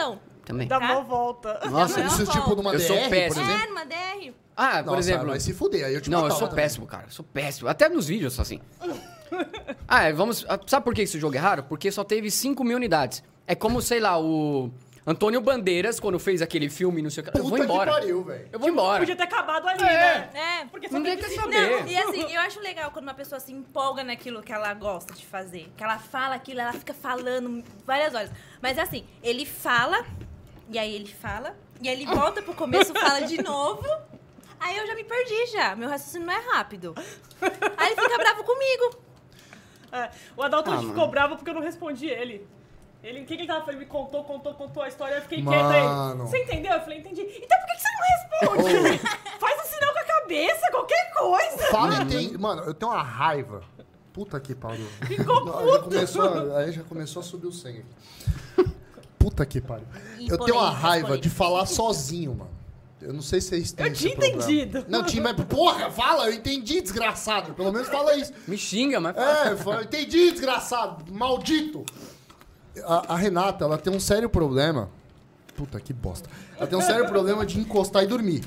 também. Dá Tá? mó volta. Nossa, Não, Isso não, tipo não. numa Eu D sou R, por péssimo. exemplo? É, numa D R. Ah, por Nossa, exemplo... vai se fuder, aí eu te Não, eu matava sou também. péssimo, cara. Eu sou péssimo. Até nos vídeos eu sou assim. Ah, é, vamos... ah, Sabe por que esse jogo é raro? Porque só teve cinco mil unidades. É como, sei lá, o... Antônio Bandeiras, quando fez aquele filme, não sei o que... Eu vou Puta que embora. pariu, velho. Eu vou embora. Podia ter acabado ali, É. né? É. Porque só Ninguém teve quer cinco- saber. Não, e assim, eu acho legal quando uma pessoa se empolga naquilo que ela gosta de fazer. Que ela fala aquilo, ela fica falando várias horas. Mas assim, ele fala, e aí ele fala, e aí ele volta pro começo, fala de novo. Aí eu já me perdi já. Meu raciocínio não é rápido. Aí ele fica bravo comigo. É, o Adalto Ah, hoje mano. ficou bravo porque eu não respondi ele. Ele, o que, que ele tava falando? Ele me contou, contou, contou a história, eu fiquei quieta Mano. aí. Você entendeu? Eu falei, entendi. Então por que, que você não responde? Faz um sinal com a cabeça, qualquer coisa. Fala tem... Mano, eu tenho uma raiva. Puta que pariu. Ficou Não, já começou, a- aí já começou a subir o sangue aqui. Puta que pariu. E Eu tenho uma polêmicas, raiva de polêmicas. falar sozinho, mano. Eu não sei se vocês têm Eu esse tinha problema. entendido. Não, tinha, mas porra, fala, eu entendi, desgraçado. Pelo menos fala isso. Me xinga, mas... É, fala, entendi, desgraçado, maldito. A, a Renata, ela tem um sério problema. Puta que bosta. Ela tem um sério problema de encostar e dormir.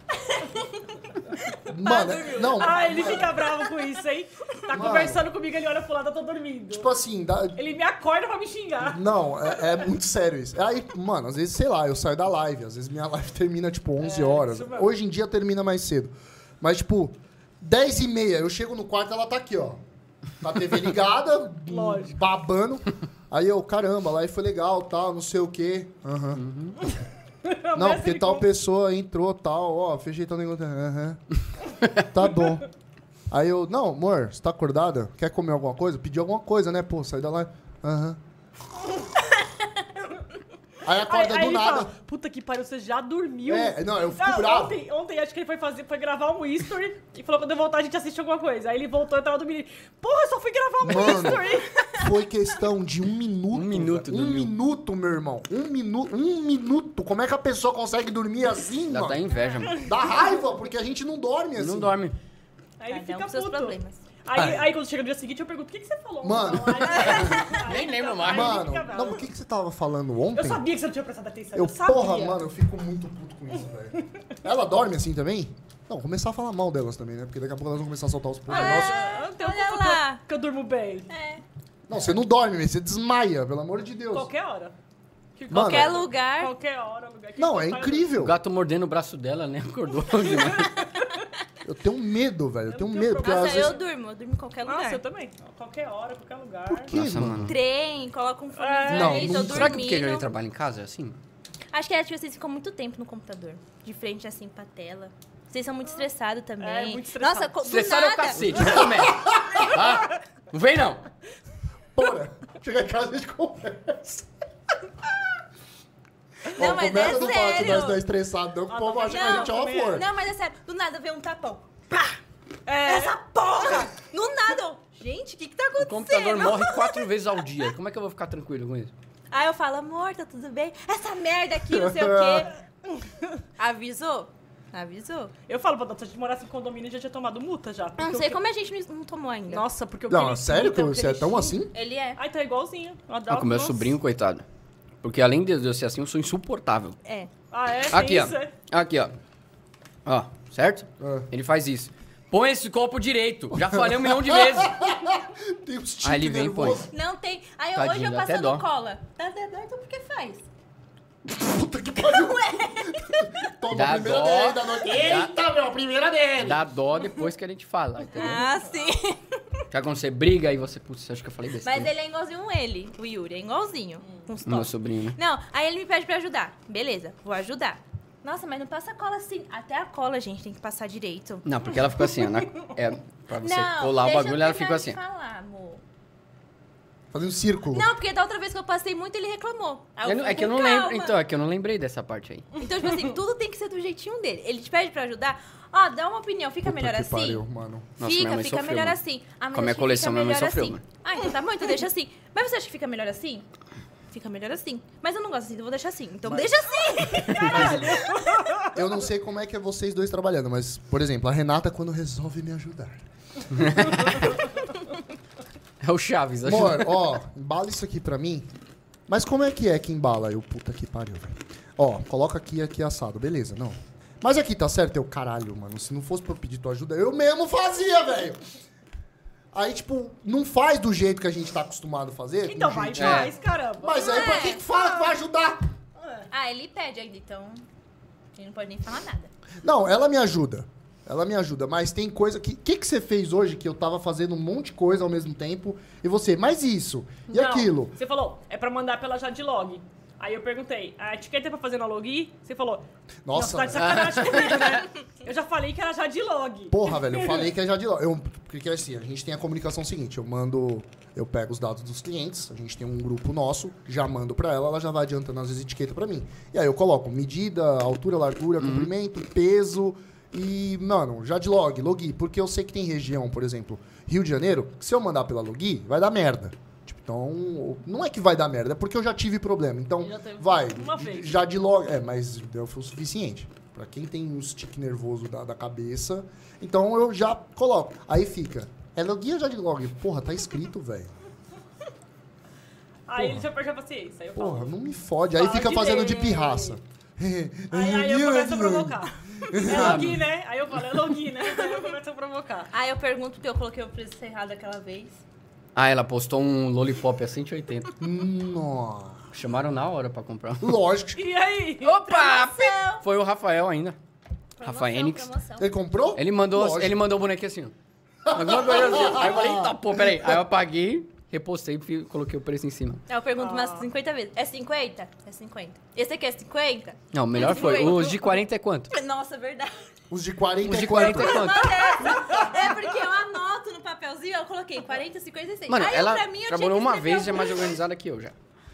Mano, é- não. Ah, ele fica bravo com isso, hein? Tá Mano. conversando comigo, ele olha pro lado, eu tô dormindo. Tipo assim, dá, Ele me acorda pra me xingar. não, é, é muito sério isso. Aí, mano, às vezes, sei lá, eu saio da live. Às vezes minha live termina, tipo, onze É, horas. isso mesmo. Hoje em dia termina mais cedo. Mas, tipo, dez e meia, eu chego no quarto, ela tá aqui, ó. Tá a T V ligada, Lógico. babando. Aí eu, caramba, a live foi legal, tal, não sei o quê. Aham. Não, Mas porque ele tal com- pessoa entrou, tal, ó, fechei tal negócio. Aham. Tá bom. Aí eu, não, amor, você tá acordada? Quer comer alguma coisa? Pediu alguma coisa, né? Pô, saí da live. Aham. Aí acorda Aí, aí do ele nada. fala, puta que pariu, você já dormiu? É, não, eu fico Não, bravo. Ontem, ontem acho que ele foi, fazer, foi gravar um history e falou quando eu voltar a gente assiste alguma coisa. Aí ele voltou e tava dormindo. Porra, eu só fui gravar um Mano, history. foi questão de um minuto. Um minuto velho. Um dormiu. minuto, meu irmão. Um minuto. Um minuto. Como é que a pessoa consegue dormir assim, Dá mano? até inveja, mano. Dá raiva, porque a gente não dorme assim. Não dorme. Aí ele Cada um fica com seus puto. problemas. Aí, aí quando chega no dia seguinte eu pergunto, o que, que você falou? Mano. Não, aí- aí- Nem lembro aí mais. ele Mano, fica bravo. não, o que, que você tava falando ontem? Eu sabia que você não tinha prestado atenção. Eu, Eu, sabia. porra, mano, eu fico muito puto com isso, velho. Ela dorme assim também? Não, começar a falar mal delas também, né? Porque daqui a pouco elas vão começar a soltar os putos. Nossa. Ah, eu não tenho Olha culpa que eu- lá. Que eu durmo bem. É. Não, você não dorme, você desmaia, pelo amor de Deus. Qualquer hora. Que- Mano, Qualquer lugar. Qualquer hora, lugar. que Não, é encostar, eu incrível. O gato mordendo o braço dela, né? Acordou hoje, mano. Eu tenho medo, velho. Eu Eu tenho não medo. tenho Porque problema. às Nossa, vezes... eu durmo. Eu durmo em qualquer durmo. lugar. Nossa, eu também. Qualquer hora, qualquer lugar. Por quê, Nossa, mano? mano. Trem, coloca um fone É. Não, ali, não- tô dormindo. Será que porque ele trabalha em casa é assim? Acho que é tipo, vocês ficam muito tempo no computador. De frente, assim, pra tela. Vocês são muito estressados também. É, muito estressado. Nossa, co- do Estressado é o nada. cacete, não começa. Tá? Não vem, não. Bora. Chega em casa e a gente conversa. Não, Ó, mas começa é a não falar que nós sério. não é estressado, não, que o Ah, povo tá acha que vendo? a gente é uma Não, flor. Não, mas é sério. Do nada vem um tapão. Pá! É. Essa porra! No nada. eu, Gente, o que que tá O acontecendo? computador morre quatro vezes ao dia. Como é que eu vou ficar tranquilo com isso? Aí eu falo, amor, tá tudo bem? Essa merda aqui, não sei o quê. Avisou? Avisou. Eu falo pra Dota, se a gente morasse em condomínio, já tinha tomado multa já. Eu porque não o sei que- como a gente não não tomou ainda. Nossa, porque o Não, que ele sério que pinta, o você é ele tão xinga- assim? Ele é. Ai, tá igualzinho. O Ah, Adalto, com meu nossa. sobrinho, coitado. Porque além de eu ser assim, eu sou insuportável. É. Ah, é? Tem Aqui, ó. isso, é? Aqui, ó. Ó, certo? Ah. Ele faz isso. Põe esse copo direito. Já falei um milhão de vezes. Tem uns Aí ele tique vem e põe. nervoso. Não tem. Aí eu- Tadinho, hoje eu dá até passando dó. cola. Tá dando, então por que faz? Puta que pariu. Toma Dá a primeira dó. dele da noite. Eita, meu, a primeira dele. Dá dó depois que a gente fala, entendeu? Ah, sim. Já quando você briga, aí você... Putz, acho que eu falei besteira. Mas ele é igualzinho ele, o Yuri. É igualzinho. Com os Meu toques. sobrinho, né? Não, aí ele me pede pra ajudar. Beleza, vou ajudar. Nossa, mas não passa cola assim. Até a cola, gente, tem que passar direito. Não, porque ela ficou assim, ó. Na, é, pra você não, colar o deixa bagulho, eu ela ficou terminar assim. de falar, amor. Fazendo um círculo. Não, porque da outra vez que eu passei muito, ele reclamou. Aí Eu não- fui é que eu com não calma. lembro. Então, é que eu não lembrei dessa parte aí. Então, tipo assim, tudo tem que ser do jeitinho dele. Ele te pede pra ajudar. Ó, dá uma opinião, fica Puta melhor que assim? pariu, mano. Nossa, minha fica, mãe fica sofreu, melhor mano. assim. Ah, mas Com a minha acho que coleção, fica minha mãe melhor sofreu, assim. mano. Ah, então tá bom, então deixa assim. Mas você acha que fica melhor assim? Fica melhor assim. Mas eu não gosto assim, então eu vou deixar assim. Então deixa assim! Eu não sei como é que é vocês dois trabalhando, mas, por exemplo, a Renata quando resolve me ajudar. É o Chaves, acho. Amor, ó, embala isso aqui pra mim. Mas como é que é que embala? Eu, puta que pariu, velho. Ó, coloca aqui, aqui assado. Beleza, não. Mas aqui, tá certo? Eu, caralho, mano. Se não fosse pra eu pedir tua ajuda, eu mesmo fazia, velho. Aí, tipo, não faz do jeito que a gente tá acostumado a fazer. Então do vai e jeitinho. faz, caramba. Mas aí, pra que que fala que vai ajudar? Ah, ele pede ainda, então... Ele não pode nem falar nada. Não, ela me ajuda. Ela me ajuda, mas tem coisa que... O que, que você fez hoje que eu tava fazendo um monte de coisa ao mesmo tempo e você, mas isso, e Não, aquilo? Você falou, é pra mandar pela Jadlog. Aí eu perguntei, a etiqueta é pra fazer na login? Você falou, Nossa, tá de velho. sacanagem comigo, né? Eu já falei que era Jadlog. Porra, velho, eu falei que é já de lá. Eu, porque assim, a gente tem a comunicação seguinte, eu mando... Eu pego os dados dos clientes, a gente tem um grupo nosso, já mando pra ela, ela já vai adiantando as etiquetas pra mim. E aí eu coloco medida, altura, largura, Uhum. comprimento, peso e, mano, já de log, logi, porque eu sei que tem região, por exemplo, Rio de Janeiro, que se eu mandar pela logi, vai dar merda. Tipo, então, não é que vai dar merda, é porque eu já tive problema. Então, Já teve vai, uma vez. já de log, é, mas deu foi o suficiente. Pra quem tem um stick nervoso da, da cabeça, então eu já coloco. Aí fica, é logi ou já de log? Porra, tá escrito, velho. Aí Porra. ele já perdeu a paciência. Aí eu Porra, falo. não me fode. Aí Fala fica de fazendo lei. de pirraça. Aí, aí eu começo a provocar. É login, né? Aí eu falo, é login, né? Aí eu começo a provocar. Aí eu pergunto porque eu coloquei o preço errado aquela vez. Ah, ela postou um lollipop a cento e oitenta. Nossa. Chamaram na hora pra comprar. Lógico. E aí? Opa! Promoção. Foi o Rafael ainda. Promoção, Rafa Enix. promoção. Ele comprou? Ele mandou, Lógico. ele mandou o bonequinho assim, ó. Alguma coisa assim. Aí eu falei, eita, pô, peraí. Aí eu apaguei, repostei e coloquei o preço em cima. Aí eu pergunto umas Ah. cinquenta vezes. É cinquenta? É cinquenta. Esse aqui é cinquenta? Não, o melhor foi. Os de quarenta é quanto? Nossa, é verdade. Os de quarenta Os de é quanto? quarenta é quanto? É porque eu anoto no papelzinho, eu coloquei quarenta, cinquenta e seis. Mano, Aí ela pra mim, eu trabalhou tinha uma que vez e é escrever mais alguma organizada que eu já.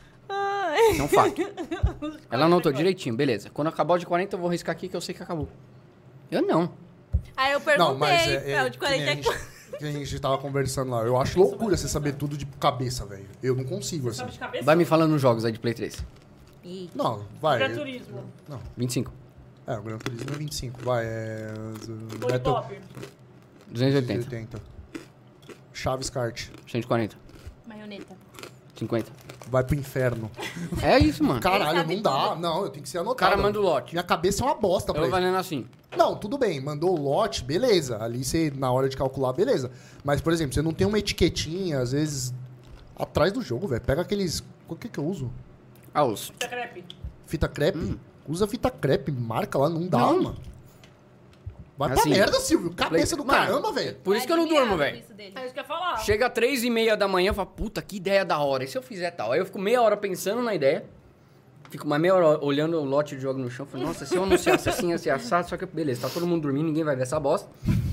É um fato. Ela anotou direitinho, beleza. Quando acabar o de quarenta, eu vou riscar aqui que eu sei que acabou. Eu não. Aí eu perguntei, Não, mas é, é é, o de que nem quarenta a gente, que a gente tava conversando lá. Eu acho loucura você saber tudo de cabeça, velho. Eu não consigo, assim. Sabe de cabeça? Vai me falando nos jogos aí de Play três. Ih, Não, vai. Gran Turismo. vinte e cinco. É, o Gran Turismo é vinte e cinco. Vai, é... Lollipop. duzentos e oitenta. oitenta. Chaves Kart. cento e quarenta. maioneta. cinquenta. Vai pro inferno. É isso, mano. Caralho, sabe não dá. tudo. Não, eu tenho que ser O anotado. cara manda o lote. Minha cabeça é uma bosta pra Eu isso. valendo assim. Não, tudo bem, mandou o lote, beleza. Ali você, na hora de calcular, beleza. Mas, por exemplo, você não tem uma etiquetinha, às vezes, atrás do jogo, velho. Pega aqueles. O que que eu uso? Ah, os. Fita crepe. Fita crepe? Usa fita crepe, marca lá, não dá, Não. mano. Vai Assim, pra merda, Silvio. Cabeça do Mano, caramba, velho. Por isso que eu não durmo, velho. Isso dele. É isso que eu ia falar. Chega três e meia da manhã e fala, puta, que ideia da hora. E se eu fizer tal? Aí eu fico meia hora pensando na ideia. Fico mais meia hora olhando o lote de jogo no chão. Falo, nossa, se eu anunciasse assim, assim, assado, só que beleza, tá todo mundo dormindo, ninguém vai ver essa bosta.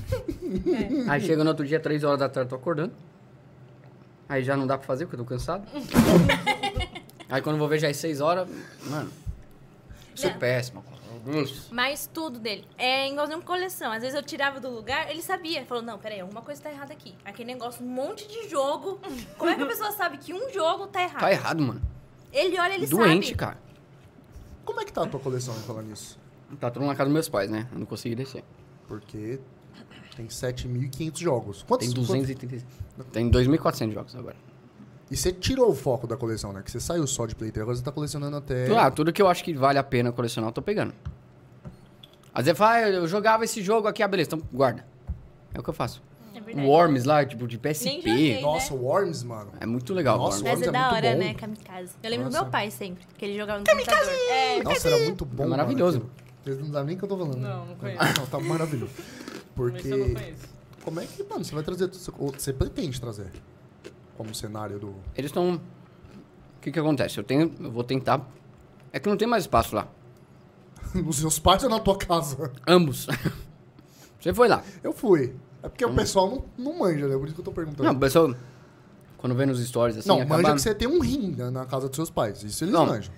Aí chega no outro dia, três horas da tarde, tô acordando. Aí já não dá pra fazer, porque eu tô cansado. Aí quando eu vou ver já é seis horas, mano, isso é Não. péssimo. Meu Deus. Mas tudo dele. É igualzinho uma coleção. Às vezes eu tirava do lugar, ele sabia. Ele falou, não, peraí, alguma coisa tá errada aqui. Aquele negócio, um monte de jogo. Como é que a pessoa sabe que um jogo tá errado? Tá errado, mano. Ele olha, ele Doente, sabe. cara. Como é que tá a tua coleção, falando nisso? Tá tudo na casa dos meus pais, né? Eu não consegui descer. Porque tem sete mil e quinhentos jogos. Quantos? Tem duzentos e trinta. Tem dois mil e quatrocentos jogos agora. E você tirou o foco da coleção, né? Que você saiu só de Play três, agora você tá colecionando até... Ah, tudo que eu acho que vale a pena colecionar, eu tô pegando. Às vezes fala, ah, eu jogava esse jogo aqui, ah, beleza, então guarda. É o que eu faço. É O verdade. Worms lá, tipo, de P S Nem P. joguei. Nossa, o Worms, mano. É muito legal o Nossa, Worms. Mas Worms é é da muito hora, bom. né? Kamikaze. Eu lembro Nossa. do meu pai sempre, que ele jogava no computador. É, Nossa, era muito bom, É mano, maravilhoso. aquilo. Vocês não sabem nem o que eu tô falando. Não, não conheço. Não, tá maravilhoso. Esse eu não Porque... conheço. Como é que, mano, você vai trazer... ou Você pretende trazer como cenário do... Eles estão... O que que acontece? Eu tenho... Eu vou tentar... É que não tem mais espaço lá. Nos seus pais ou na tua casa? Ambos. Você foi lá. Eu fui. É porque Hum. o pessoal não, não manja, né? Por isso que eu tô perguntando. Não, o pessoal... Quando vê nos stories assim... Não, acaba... manja que você tem um rim né, na casa dos seus pais. Isso eles Não. manjam.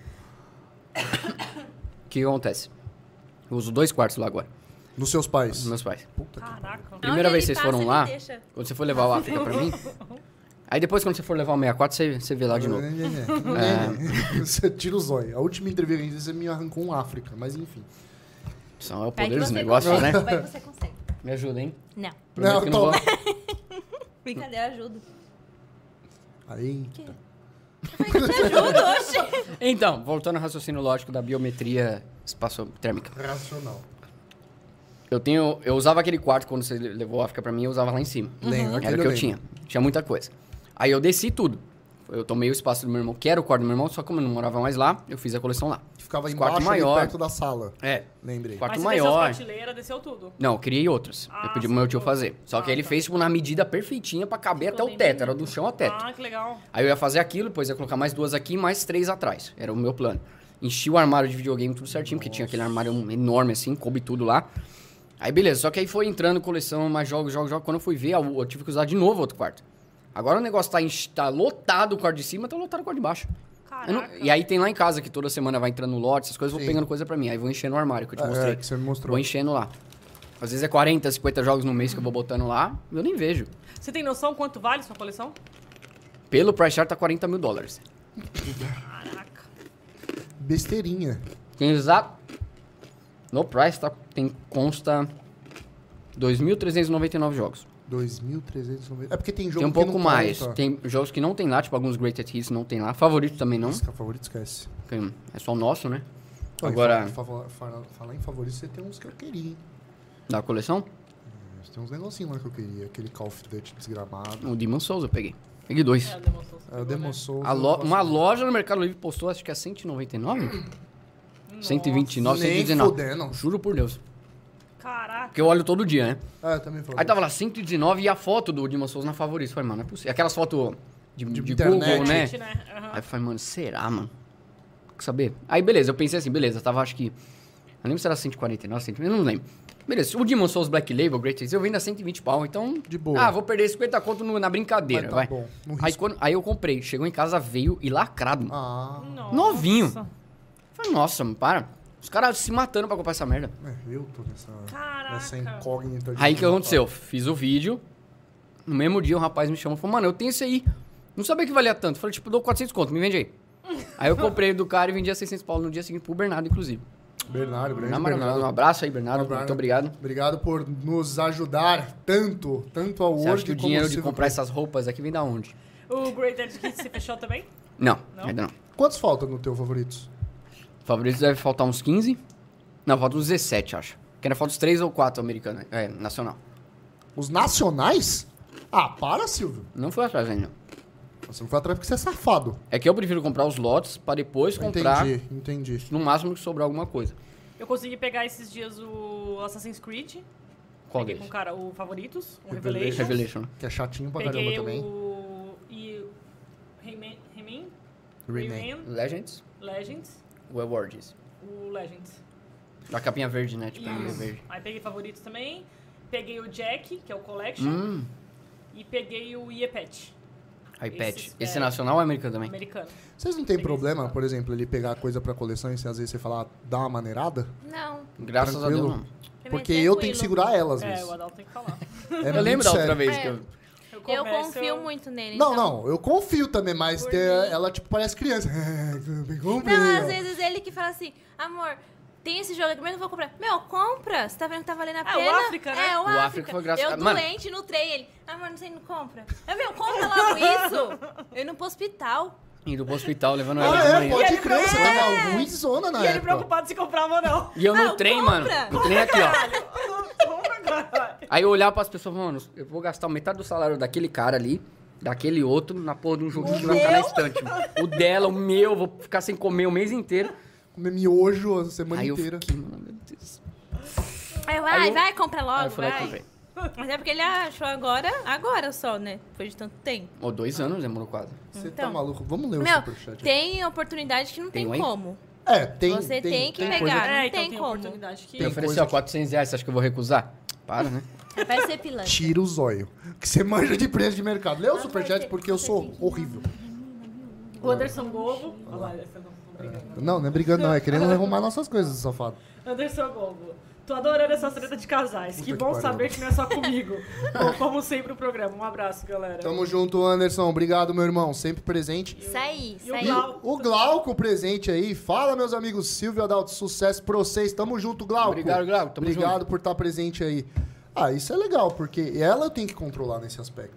O que que acontece? Eu uso dois quartos lá agora. Nos seus pais. Dos meus pais. Puta que... Caraca. Primeira Onde vez que ele vocês foram passa, lá... ele deixa. Quando você for levar o África pra mim... Aí depois, quando você for levar o sessenta e quatro, você, você vê lá de novo. É. Você tira o zóio. A última entrevista que a gente fez, você me arrancou um África, mas enfim. São é o Vai poder que dos você negócios, né? consegue, vai que você consegue. Me ajuda, hein? Não. Prometo Não, que tô- vou... Brincadeira, ajuda. Aí. Que? Te ajudo, oxe. Então, voltando ao raciocínio lógico da biometria espaçotérmica. Racional. Eu tenho... Eu usava aquele quarto quando você levou a África pra mim, eu usava lá em cima. Lembro, Era aquele o que eu eu tinha. lembro. Tinha muita coisa. Aí eu desci tudo. Eu tomei o espaço do meu irmão, que era o quarto do meu irmão, só que como eu não morava mais lá, eu fiz a coleção lá. Ficava Os embaixo quartos ali maior. perto da sala. É. Lembrei. Quarto Mas você desceu as maior. prateleiras, desceu tudo. Não, eu criei outros. Ah, eu pedi pro você meu tio criou. fazer. Só que Ah, ele tá. fez tipo, na medida perfeitinha pra caber até Ficou o bem teto. Era bonito. do chão ao teto. Ah, que legal. Aí eu ia fazer aquilo, depois ia colocar mais duas aqui, mais três atrás. Era o meu plano. Enchi o armário de videogame tudo certinho, porque tinha aquele armário enorme assim, coube tudo lá. Aí beleza, só que aí foi entrando coleção, mais jogos, jogos, jogos. Quando eu fui ver, eu tive que usar de novo outro quarto. Agora o negócio tá, ench... tá lotado o quarto de cima, tá lotado o quarto de baixo. Eu não- Caraca. E aí tem lá em casa, que toda semana vai entrando no lote, essas coisas, eu Sim. vou pegando coisa pra mim. Aí vou enchendo o armário, que eu te É, mostrei. é, que você me mostrou. Vou enchendo lá. Às vezes é quarenta, cinquenta jogos no mês que eu vou botando lá, eu nem vejo. Você tem noção quanto vale sua coleção? Pelo price chart tá quarenta mil dólares. Caraca. Besteirinha. Tem exato... No price tá, tem, consta dois mil trezentos e noventa e nove jogos. dois mil trezentos e noventa. É porque tem jogo Tem um que pouco não mais. conta. Tem jogos que não tem lá, tipo alguns Greatest Hits não tem lá. Favoritos também não. Isca, favorito, esquece. porque É só o nosso, né? Olha, Agora, fa- fa- fa- Falar em favorito, você tem uns que eu queria, hein? da coleção, Você tem uns negocinhos lá que eu queria. Aquele Call of Duty desgramado. o Demon Souls eu peguei. Peguei dois. É, demonstrou. É, o Demon Souls. A eu lo- gosto Uma muito. loja no Mercado Livre postou, acho que é cento e noventa e nove? cento e vinte e nove, cento e Nem dezenove. fudendo. Juro por Deus. Caraca. Porque eu olho todo dia, né? É, também falou. Aí tava lá cento e dezenove e a foto do Demon Souls na favorita. Eu falei, mano, não é possível. Aquelas fotos de, De de internet. Google, né? Gente, né? Aham. Aí eu falei, mano, será, mano? Quer saber? Aí beleza, eu pensei assim, beleza, tava acho que... Eu não lembro se era cento e quarenta e nove, cento, eu não lembro. Beleza, o Demon Souls Black Label, Great Hits, eu vendo a cento e vinte pau, então... De boa. Ah, vou perder cinquenta conto no- na brincadeira, Mas tá vai. bom, no Aí, risco. quando, aí eu comprei, chegou em casa, veio e lacrado. mano. Ah, Nossa. Novinho. Falei, nossa, mano, para. Os caras se matando pra comprar essa merda. é, eu tô nessa, Caraca. nessa incógnita. de Aí o que como aconteceu? Fiz o vídeo. No mesmo dia, o rapaz me chamou e falou, mano, eu tenho esse aí. Não sabia que valia tanto. Falei, tipo, dou quatrocentos conto, me vende aí. Aí eu comprei do cara e vendi a seiscentos pau no dia seguinte pro Bernardo, inclusive. Bernardo, grande Na Maravilha. Bernardo. Um abraço aí, Bernardo. Bernardo. Muito obrigado. Obrigado por nos ajudar tanto, tanto ao Você acha Word que o como dinheiro ao de Silvio comprar Preto. essas roupas aqui vem da onde? O Greatest Hits se fechou também? Não, Não? ainda não. Quantos faltam no teu favoritos? Favoritos deve faltar uns quinze. Não, falta uns dezessete, acho. Que ainda falta uns três ou quatro americanos. É, nacional. Os nacionais? Ah, para, Silvio. Não foi atrás ainda. Você não foi atrás porque você é safado. É que eu prefiro comprar os lotes pra depois comprar, Entendi, entendi. no máximo que sobrar alguma coisa. Eu consegui pegar esses dias o Assassin's Creed. Qual Peguei deles? com o cara, o Favoritos, o Revelation. Revelations. Revelation. Que é chatinho pra caramba Peguei também. o... E... Rayman... Rayman? Rayman. Rayman, Legends, Legends. o Awards. O Legends. Da capinha verde, né? Tipo, Isso. verde. Aí peguei Favoritos também. Peguei o Jack, que é o Collection. Hum, E peguei o iPad, iPad. Esses, Esse é, é nacional ou é americano também? americano. Vocês não tem Peguei problema, esse, por exemplo, ele pegar coisa pra coleção e às vezes você falar, dá uma maneirada? Não. Graças Tranquilo? a Deus, não. pra mim é Porque eu tenho que tranquilo. segurar ela às É, vezes. o Adalto tem que falar. É Eu muito lembro da outra sério. vez É. que eu... Eu começo- confio muito nele. Não, então. não, eu confio também, mas Por ter- mim. ela tipo parece criança. Me comprei, Não, ó. às vezes ele que fala assim, amor, tem esse jogo aqui, mas eu não vou comprar. Meu, compra. Você tá vendo que tá valendo a É, o pena? África, né? É, o, O África. África foi graças- Eu Mano. doente, nutrei ele. Amor, não sei, não compra. Eu, meu, compra logo isso. Eu indo pro hospital. Indo pro hospital, levando ela de Ah, é, manhã. pode E ele crer, você preocupa- tava ruimzona na E ele época. preocupado se comprava ou não. E eu no Não, trem, compra. mano. No trem aqui, ó. Compra, caralho. Aí eu olhava pras pessoas, mano, eu vou gastar metade do salário daquele cara ali, daquele outro, na porra de um joguinho que vai ficar na estante. Mano. O dela, o meu, eu vou ficar sem comer o mês inteiro. Comer miojo a semana Aí eu inteira. fiquei, mano, meu Deus. Aí eu, Aí vai, eu- vai, compra Aí logo, eu fui lá e vai. comprei. Mas é porque ele achou agora, agora só, né? Depois de tanto tempo. Ô, dois anos demorou quase. Você tá Então. maluco? Vamos ler o Meu, superchat. tem oportunidade que não tem, Tem um aí? como. É, tem. Você tem que coisa- pegar. É, não então tem tem, como. oportunidade que... Eu Tem ofereci, coisa ó, que- quatrocentos reais, você acha que eu vou recusar? Para, né? Vai ser pilantra. Tira o zóio. Que você manja de preço de mercado. Lê o Ah, superchat vai ter- porque eu vai sou ter que- horrível. O Anderson Govo... Olha lá, essa não, não briga. Não, não é brigando, não. É querendo arrumar nossas coisas, safado. Anderson Govo. Tô adorando essa treta de casais. Puta que que bom pariu. saber que não é só comigo. Bom, como sempre o programa. Um abraço, galera. Tamo junto, Anderson. Obrigado, meu irmão. Sempre presente. Isso aí, isso E o aí. E Glau- o Glauco presente aí. Fala, meus amigos. Silvio Adalto, sucesso pra vocês. Tamo junto, Glauco. Obrigado, Glauco. Tamo Obrigado junto. por estar presente aí. Ah, isso é legal, porque ela tem que controlar nesse aspecto.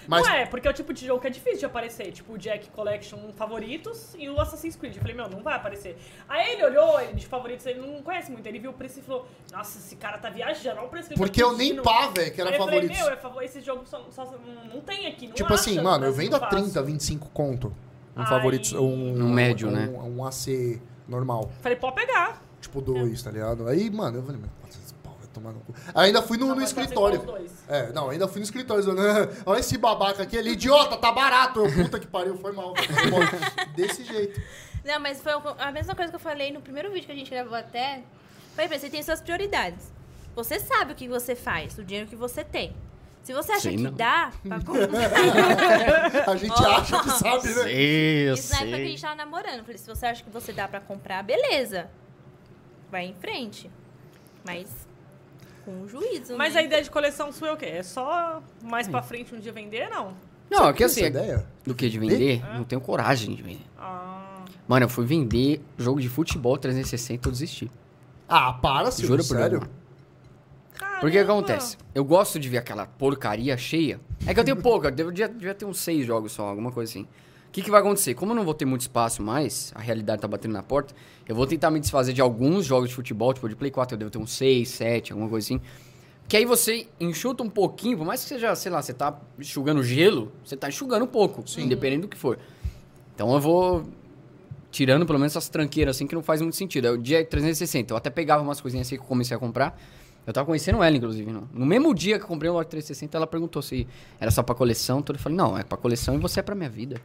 Mas Não é, porque é o tipo de jogo que é difícil de aparecer. Tipo, o Jack Collection favoritos e o Assassin's Creed. Eu falei, meu, não vai aparecer. Aí ele olhou, ele de favoritos, ele não conhece muito. Ele viu o preço e falou, nossa, esse cara tá viajando, olha o preço que ele porque tá eu nem pedindo. pá, velho, que era Aí eu favoritos. falei, meu, é favor... esse jogo só, só não, não tem aqui, não Tipo acha assim, no mano, eu Brasil vendo a fácil. trinta, vinte e cinco conto. Um Ai. favoritos, um... Um médio, um, né? Um A C normal. Falei, pode pegar. Tipo dois, tá ligado? Aí, mano, eu falei, meu, esse pau vai tomar no cu. Ainda fui no, Não, no mas vai ser escritório. igual os dois. É, não, ainda fui no escritório. Dizendo, olha esse babaca aqui, ele, idiota, tá barato. Eu, puta que pariu, foi mal. Foi mal. Desse jeito. Não, mas foi a mesma coisa que eu falei no primeiro vídeo que a gente gravou até. Falei pra você, tem suas prioridades. Você sabe o que você faz, o dinheiro que você tem. Se você acha Sei que não. dá pra comprar... A gente acha que sabe, né? Sei, eu Isso na época que a sei. gente tava namorando. Eu falei, se você acha que você dá pra comprar, beleza. Vai em frente. Mas com juízo, Mas né? a ideia de coleção sua é o quê? É só mais pra frente um dia vender, não? Não, é que Essa assim, ideia? do que de vender, não tenho coragem de vender. Ah... Mano, eu fui vender jogo de futebol trezentos e sessenta, eu desisti. Ah, para, Silvio, Juro por sério? Deus. Porque o que acontece? Eu gosto de ver aquela porcaria cheia. É que eu tenho pouco, eu devia, devia ter uns seis jogos só, alguma coisa assim. O que, que vai acontecer? Como eu não vou ter muito espaço mais, a realidade tá batendo na porta, eu vou tentar me desfazer de alguns jogos de futebol, tipo de Play quatro, eu devo ter uns seis, sete, alguma coisa assim. Que aí você enxuta um pouquinho, por mais que seja, sei lá, você tá enxugando gelo, você tá enxugando um pouco, independente do que for. Então eu vou tirando pelo menos essas tranqueiras assim que não faz muito sentido. É o dia trezentos e sessenta, eu até pegava umas coisinhas assim que eu comecei a comprar. Eu tava conhecendo ela, inclusive. Não. No mesmo dia que eu comprei o Lote trezentos e sessenta, ela perguntou se era só pra coleção. Então eu falei, não, é pra coleção e você é pra minha vida.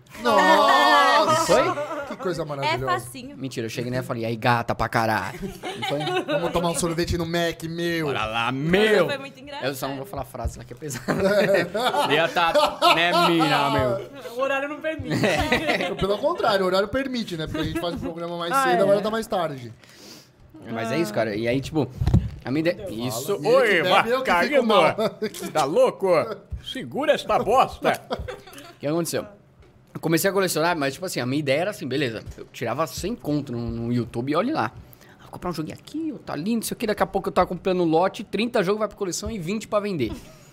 Nossa! Foi? Que coisa É maravilhosa. facinho. Mentira, eu cheguei nela e falei, aí gata pra caralho. Não foi? Vamos tomar um sorvete no Mac, meu. Bora lá, meu! Foi muito engraçado. Eu só não vou falar frase lá que é pesada. Ia tá, né, mina, meu. O horário não permite. Pelo contrário, o horário permite, né? Porque a gente faz o programa mais Ah, cedo, é. agora tá mais tarde. Mas é isso, cara. E aí, tipo, a minha ideia... Isso. E ele que bebe, eu que fico mal. Tá louco? Segura esta bosta. O que aconteceu? Eu comecei a colecionar, mas tipo assim, a minha ideia era assim, beleza. Eu tirava cem conto no, no YouTube e olha lá. Vou comprar um joguinho aqui, ó, tá lindo, isso aqui. Daqui a pouco eu tava comprando um lote, trinta jogos vai pra coleção e vinte pra vender.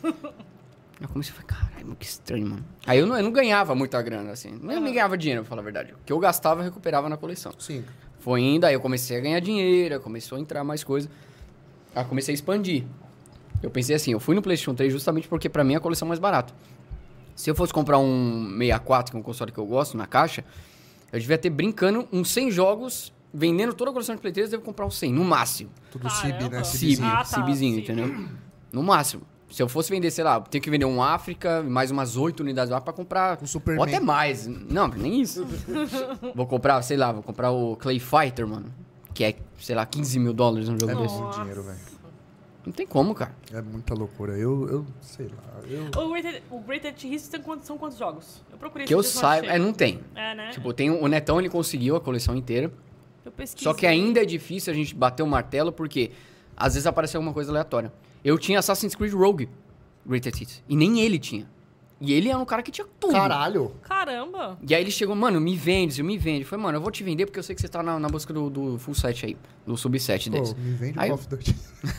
Eu comecei a falar, caralho, que estranho, mano. Aí eu não, eu não ganhava muita grana, assim. Não nem ganhava dinheiro, pra falar a verdade. O que eu gastava, eu recuperava na coleção. Sim. Foi indo, aí eu comecei a ganhar dinheiro, começou a entrar mais coisa. Aí eu comecei a expandir. Eu pensei assim, eu fui no PlayStation três justamente porque pra mim é a coleção mais barata. Se eu fosse comprar um sessenta e quatro, que é um console que eu gosto, na caixa, eu devia ter brincando uns cem jogos, vendendo toda a coleção de Play três, eu devo comprar uns cem, no máximo. Tudo C I B, né? Caramba. C I B. Cib, Ah, tá, Cibzinho, Cib. entendeu? No máximo. Se eu fosse vender, sei lá, eu tenho que vender um África, mais umas oito unidades lá pra comprar... Um Superman. Ou até mais. Não, nem isso. Vou comprar, sei lá, vou comprar o Clay Fighter, mano. Que é, sei lá, quinze mil dólares um jogo É desse. muito dinheiro, velho. Não tem como, cara. É muita loucura. Eu, eu sei lá. Eu... O Greatest, o Greatest Hits tem quantos, são quantos jogos? Eu procurei Que eu esses dias, não saiba... achei. É, não tem. É, né? Tipo, tem o Netão, ele conseguiu a coleção inteira. Eu pesquisei. Só que ainda é difícil a gente bater o martelo, porque às vezes aparece alguma coisa aleatória. Eu tinha Assassin's Creed Rogue, Greatest Hits, e nem ele tinha. E ele era um cara que tinha tudo. Caralho. Caramba! E aí ele chegou, mano, me vende, Zil, me vende. Eu falei, mano, eu vou te vender porque eu sei que você tá na, na busca do, do full set aí, do subset Pô, desse. me vende o Aí- Call of Duty.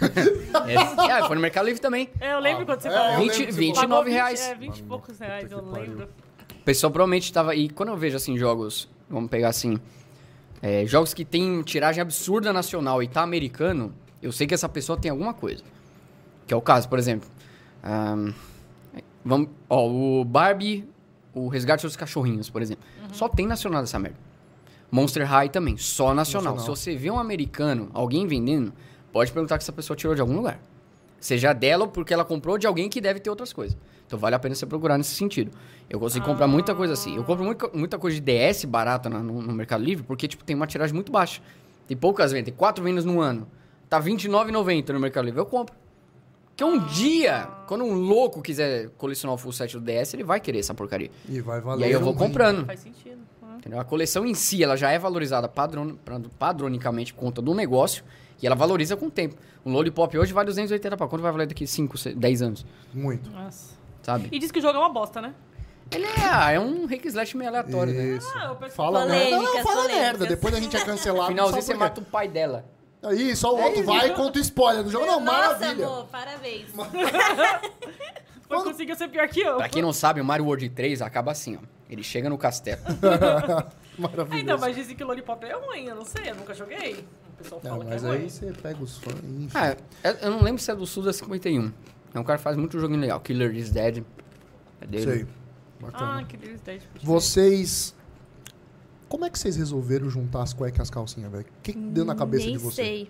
É, é, foi no Mercado Livre também. É, eu lembro quando você é, falou. eu vinte, lembro que você vinte e Pagou nove vinte, reais. É, vinte e poucos reais, puta eu que pariu. lembro. O pessoal provavelmente tava... E quando eu vejo, assim, jogos... Vamos pegar, assim... é, jogos que tem tiragem absurda nacional e tá americano, eu sei que essa pessoa tem alguma coisa. Que é o caso, por exemplo... ahn, vamos, ó, o Barbie... O Resgate dos Cachorrinhos, por exemplo. Só tem nacional dessa merda. Monster High também, só nacional. Nacional. Se você vê um americano, alguém vendendo, pode perguntar que essa pessoa tirou de algum lugar. Seja dela ou porque ela comprou de alguém que deve ter outras coisas. Então vale a pena você procurar nesse sentido. Eu consigo comprar muita coisa assim. Eu compro muita, muita coisa de D S barata na- no, no Mercado Livre, porque tipo, tem uma tiragem muito baixa. Tem poucas vendas, tem quatro vendas no ano. Tá vinte e nove reais e noventa centavos no Mercado Livre, eu compro. Porque um dia, quando um louco quiser colecionar o full set do D S, ele vai querer essa porcaria. E vai valer. E aí eu vou um comprando. Faz sentido. Ah. Entendeu? A coleção em si, ela já é valorizada padron, padronicamente por conta do negócio e ela valoriza com o tempo. Um Lollipop hoje vale duzentos e oitenta pau. Quanto vai valer daqui cinco, dez anos? Muito. Nossa. Sabe? E diz que o jogo é uma bosta, né? Ele é, é um hack slash meio aleatório, né? Isso. Ah, eu pensei- Fala merda. Não, Polêmicas, fala polêmicas. merda. Depois a gente é cancelado. Finalzinho não você sabe por mata o pai dela. quê. Aí, só o outro vai e conta o spoiler do jogo. Não, Nossa, maravilha. amor, parabéns. Mas conseguiu ser pior que eu. Pra quem não sabe, o Mario World três acaba assim, ó. Ele chega no castelo. Maravilhoso. Ainda, mas dizem que Lollipop é ruim, eu não sei, eu nunca joguei. O pessoal fala Não, que mas é aí ruim. você pega os fãs. Enfim. Ah, é- eu não lembro se é do Sul da cinquenta e um. É um cara que faz muito joguinho legal. Killer is Dead. É dele. Sei. Bacana. Ah, que delicioso. Vocês. Como é que vocês resolveram juntar as cuecas e as calcinhas, velho? O que que deu na cabeça Nem de você? sei.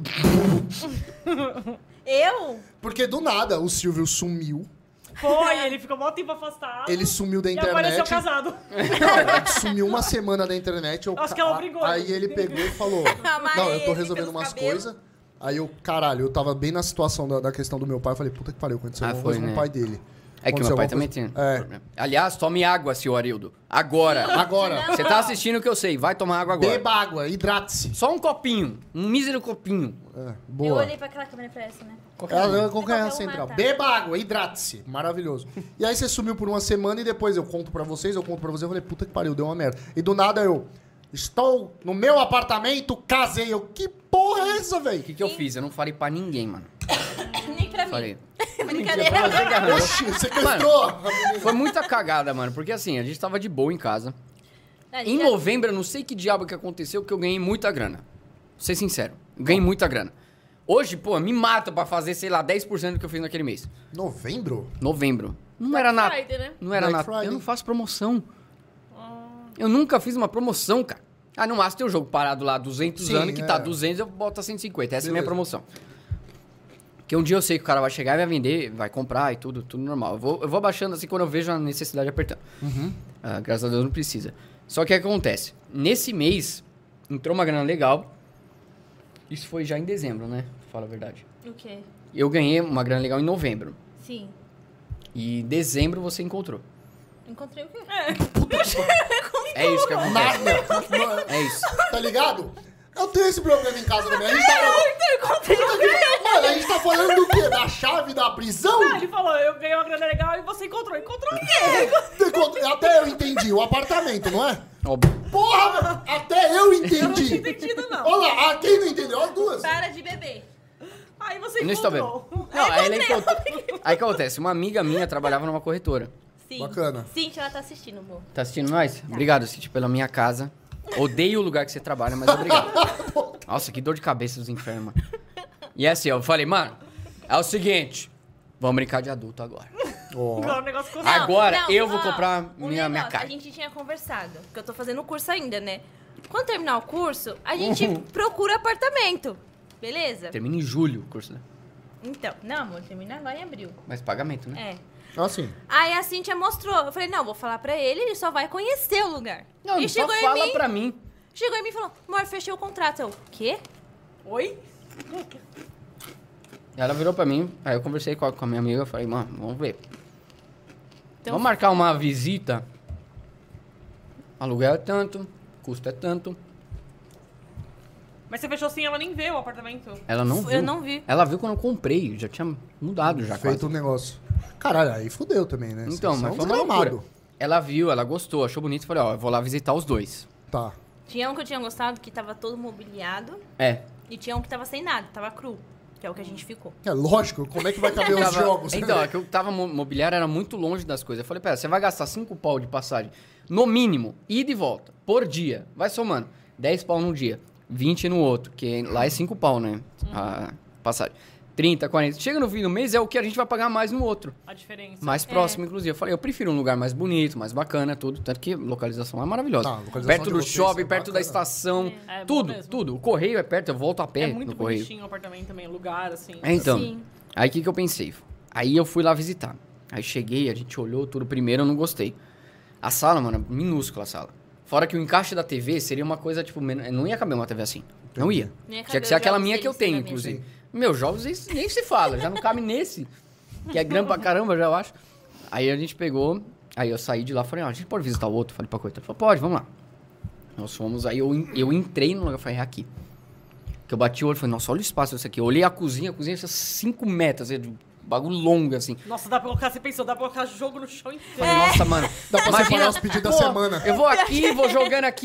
Eu? Porque do nada o Silvio sumiu. Foi, ele ficou mó tempo afastado. Ele sumiu da E apareceu internet. casado. Ele sumiu uma semana da internet. Eu, Acho que ela brigou. Aí ele pegou e falou: Amarrei não, eu tô ele resolvendo pelos umas cabelos. coisas. Aí eu, caralho, eu tava bem na situação da, da questão do meu pai. Eu falei: puta que pariu, aconteceu Ah, alguma foi, coisa com né? o pai dele. É que Aconteceu meu pai alguma também coisa- tem. É. problema. Aliás, tome água, senhor Arildo. Agora. Agora, Você tá assistindo o que eu sei. Vai tomar água agora. beba água, hidrate-se. Só um copinho. Um mísero copinho. É, Eu boa. olhei pra aquela câmera pra essa, né? Ela, qualquer Qualquer uma, central. tá. Beba água, hidrate-se. Maravilhoso. E aí você sumiu por uma semana e depois eu conto pra vocês, eu conto pra vocês. Eu falei, puta que pariu, deu uma merda. E do nada eu, estou no meu apartamento, casei. Eu, que porra é essa, velho? O que, que eu fiz? Eu não falei pra ninguém, mano. Nem pra mim. Falei. Brincadeira. Você que arranjou. Oxi, sequestrou. Foi muita cagada, mano. Porque assim, a gente tava de boa em casa. A Em gente- novembro, eu não sei que diabo que aconteceu, que eu ganhei muita grana. Vou ser sincero. Eu ganhei muita grana. Hoje, pô, me mata pra fazer, sei lá, dez por cento do que eu fiz naquele mês. Novembro? Novembro. Não Black era nada. Friday, né? Não era Black nada. Friday. Eu não faço promoção. Eu nunca fiz uma promoção, cara. Ah, no máximo tem o jogo parado lá duzentos Sim, anos, que é. tá duzentos, eu boto a cento e cinquenta. Essa é a minha Beleza. promoção. Porque um dia eu sei que o cara vai chegar e vai vender, vai comprar e tudo, tudo normal. Eu vou, eu vou abaixando assim quando eu vejo a necessidade apertando. Ah, graças a Deus não precisa. Só que o que acontece? Nesse mês, entrou uma grana legal. Isso foi já em dezembro, né? Fala a verdade. O quê? Eu ganhei uma grana legal em novembro. Sim. E em dezembro você encontrou. Encontrei o quê? É isso que acontece. Nada. É isso. Tá ligado? Eu tenho esse problema em casa também. A gente tá falando... Mano, a gente tá falando do quê? Da chave da prisão? Ah, ele falou, eu ganhei uma grana legal e você encontrou. Encontrou o quê? Até eu entendi. O apartamento, não é? Óbvio. Porra, mano, até eu entendi. Eu não tinha entendido, não. Olha lá, ah, quem não entendeu? As duas. Para de beber. Aí você Eu não estou encontrou. vendo. Não, aí ele encontrou. Aí o que acontece? Uma amiga minha trabalhava numa corretora. Sim. Bacana. Cintia, ela tá assistindo, amor. Tá assistindo nós? Obrigado, City, pela minha casa. Odeio o lugar que você trabalha, mas obrigado. Nossa, que dor de cabeça dos infernos, mano. E é assim, eu falei, mano, é o seguinte, vamos brincar de adulto agora. Ó. Agora o negócio ficou... Não. Agora eu vou ó, comprar um minha- minha negócio, carne. A gente tinha conversado, porque eu tô fazendo o curso ainda, né? Quando terminar o curso, a gente Uhum. procura apartamento. Beleza? Termina em julho o curso, né? Então, não, amor, termina agora em abril. Mas pagamento, né? É. Assim. Aí a Cintia mostrou. Eu falei, não, vou falar pra ele, ele só vai conhecer o lugar. Não, e ele só chegou em fala mim, pra mim. chegou em mim e falou, amor, fechei o contrato. Eu, quê? Oi? Ela virou pra mim, aí eu conversei com a, com a minha amiga, eu falei, mano, vamos ver. Então- Vamos marcar uma visita. Aluguel é tanto, custo é tanto. Mas você fechou assim, ela nem vê o apartamento. Ela não Eu viu. não vi. Ela viu quando eu comprei, já tinha mudado já Feito quase. o negócio. Caralho, aí fudeu também, né? Então, Vocês mas são foi uma loucura. desgramado. Ela viu, ela gostou, achou bonito, falei, ó, eu vou lá visitar os dois. Tá. Tinha um que eu tinha gostado que tava todo mobiliado É. e tinha um que tava sem nada, tava cru, que é o que a gente ficou. É lógico, como é que vai caber os Tava- jogos? Então, é que eu tava mo- mobiliário era muito longe das coisas. Eu falei, pera, você vai gastar cinco pau de passagem, no mínimo, ida e volta, por dia. Vai somando. dez pau num dia, vinte no outro, que lá é cinco pau, né? A passagem. trinta, quarenta. Chega no fim do mês, é o que a gente vai pagar mais no outro. A diferença. Mais próximo, inclusive. Eu falei, eu prefiro um lugar mais bonito, mais bacana, tudo. Tanto que localização é maravilhosa. Não, a localização perto de do vocês shopping, é perto da bacana. estação. É, é bom tudo, mesmo. tudo. O correio é perto, eu volto a pé É no muito correio. bonitinho o apartamento também, lugar, assim. É, então. Sim. Aí o que, que eu pensei? Aí eu fui lá visitar. Aí cheguei, a gente olhou tudo. Primeiro eu não gostei. A sala, mano, minúscula a sala. Fora que o encaixe da T V seria uma coisa, tipo, men- não ia caber uma T V assim. Não ia. Não ia Tinha caber que ser os aquela jogos minha que eu deles tenho, na mesa. inclusive. Meus jogos nem, nem se fala, já não cabe nesse. Que é grande pra caramba, já eu acho. Aí a gente pegou, aí eu saí de lá, falei, ah, a gente pode visitar o outro? Falei pra coitada, falou, pode, vamos lá. Nós fomos, aí eu, en- eu entrei no lugar, falei, é aqui. Que eu bati o olho, falei, nossa, olha o espaço desse aqui. Eu olhei a cozinha, a cozinha tinha cinco metros, assim, de bagulho longo, assim. Nossa, dá pra colocar, você pensou, dá pra colocar jogo no chão inteiro. Falei, nossa, mano. Dá pra imagina, separar os pedidos da pô, semana. Eu vou aqui, vou jogando aqui,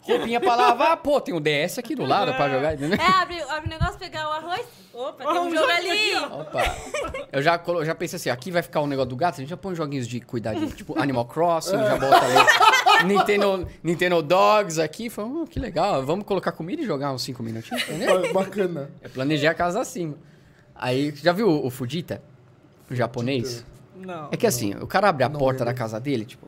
roupinha pra lavar, pô, tem um D S aqui do lado pra jogar, entendeu? É, abre, abre o negócio, pegar o arroz. Opa, tem um Um jogo joguinho ali. aqui, ó. Opa. Eu já, colo- já pensei assim, aqui vai ficar o negócio do gato, a gente já põe joguinhos de cuidar de, tipo, Animal Crossing, já bota ali Nintendo, Nintendo Dogs aqui, falei, oh, que legal, vamos colocar comida e jogar uns cinco minutinhos, entendeu? Bacana. Eu planejei a casa assim. Aí, já viu o, o Fujita? O japonês? Não. É que assim, o cara abre a Não porta lembro. da casa dele, tipo...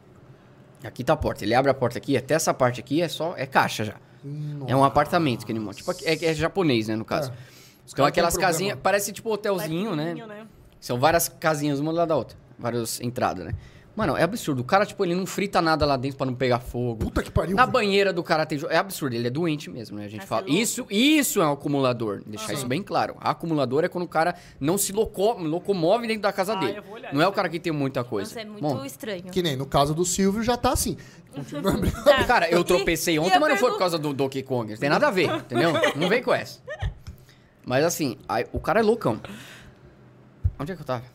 Aqui tá a porta, ele abre a porta aqui, até essa parte aqui é só... É caixa já. É um apartamento que ele monta. Tipo, é, é japonês, né, no caso. É. Os Então caras têm aquelas programa. casinhas, parece tipo hotelzinho, né? Pequenininho, São várias casinhas, uma do lado da outra. Várias entradas, né? Mano, é absurdo. O cara, tipo, ele não frita nada lá dentro pra não pegar fogo. Puta que pariu. Na velho. banheira do cara tem... jo- É absurdo, ele é doente mesmo, né? A gente Ah, fala. você é louco. Isso, isso é um acumulador. Deixar isso bem claro. Acumulador é quando o cara não se loco... locomove dentro da casa Ah, dele. eu vou olhar Não é isso o cara que tem muita coisa. Nossa, é muito Bom, estranho. Que nem no caso do Silvio já tá assim. Continua abrindo. Tá. cara, eu E- tropecei e ontem, eu mas não foi pergunto- por causa do Donkey Kong. Não tem nada a ver, entendeu? Não vem com essa. Mas assim, aí, o cara é loucão. Onde é que eu tava?